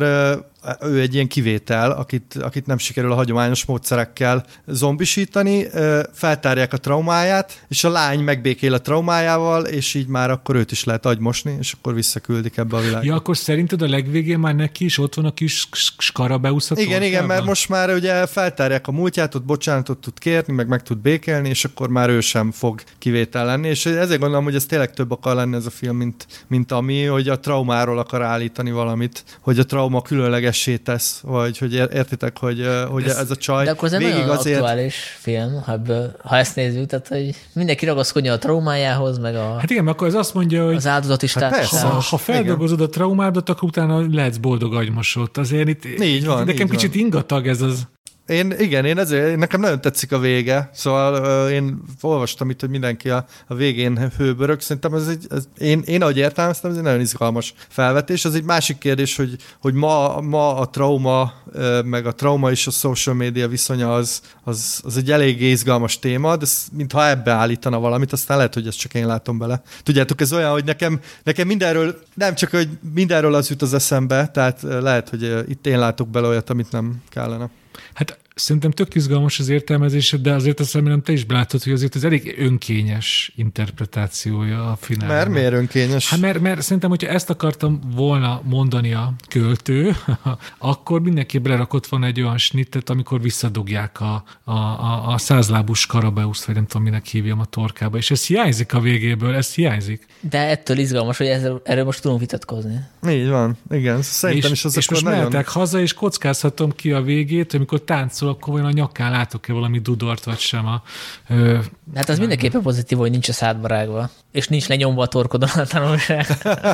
ő egy ilyen kivétel, akit, akit nem sikerül a hagyományos módszerekkel zombisítani, feltárják a traumáját, és a lány megbékél a traumájával, és így már akkor őt is lehet agymosni, és akkor visszaküldik ebbe a világba. Ja, akkor szerinted a legvégén már neki is ott van a kis Skarabeusz a Igen, torkában? Igen, mert most már ugye feltárják a múltját, ott bocsánatot tud kérni, meg meg tud békélni, és akkor már ő sem fog kivétel lenni, és ezért gondolom, hogy ez tényleg több akar lenni ez a film, mint, mint ami, hogy a traumáról akar állítani valamit, hogy a trauma különleges tesz, vagy hogy értitek, hogy, hogy ez, ez a csaj de akkor ez végig nagyon azért... aktuális film, ha, ebből, ha ezt nézzük, tehát hogy mindenki ragaszkodja a traumájához, meg a, hát igen, akkor ez azt mondja, hogy az áldozati státusához. Hát ha feldolgozod a traumádat, akkor utána lehetsz boldog agymosott. Azért itt, így van, nekem így kicsit van. Ingatag ez az. Én, igen, én ezért, nekem nagyon tetszik a vége, szóval uh, én olvastam itt, hogy mindenki a, a végén hőbörög, szerintem ez egy, ez, én, én ahogy értelmeztem, ez egy nagyon izgalmas felvetés. Az egy másik kérdés, hogy, hogy ma, ma a trauma, uh, meg a trauma és a social media viszonya az, az, az egy eléggé izgalmas téma, de mintha ebbe állítana valamit, aztán lehet, hogy ezt csak én látom bele. Tudjátok, ez olyan, hogy nekem, nekem mindenről, nem csak, hogy mindenről az jut az eszembe, tehát lehet, hogy uh, itt én látok bele olyat, amit nem kellene. Hát szerintem tök izgalmas az értelmezésed, de azért azt remélem te is belátod, hogy azért ez elég önkényes interpretációja a finálnak. Mert miért önkényes? Hát mert, mert szerintem, hogyha ezt akartam volna mondani a költő, akkor mindenki belerakott van egy olyan snittet, amikor visszadugják a, a, a, a százlábú Skarabeuszt, vagy nem tudom, minek hívjam a torkába, és ez hiányzik a végéből, ez hiányzik. De ettől izgalmas, hogy ezzel, erről most tudunk vitatkozni. Így van, igen. Szerintem és, is az és most nagyon... mehetek haza, és kockázhatom ki a végét, amikor táncol, akkor vajon a nyakán látok-e valami dudort, vagy sem a... Ö, hát az mindenképpen pozitív, hogy nincs a szádba rágva, és nincs lenyomva a torkodon a tanulság.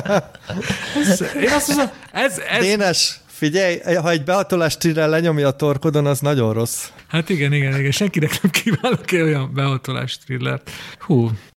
ez, én azt mondom, ez... ez... Dénes, figyelj, ha egy behatolás thriller lenyomja a torkodon, az nagyon rossz. Hát igen, igen, igen. Senkinek nem kívánok olyan behatolás thrillert. Hú,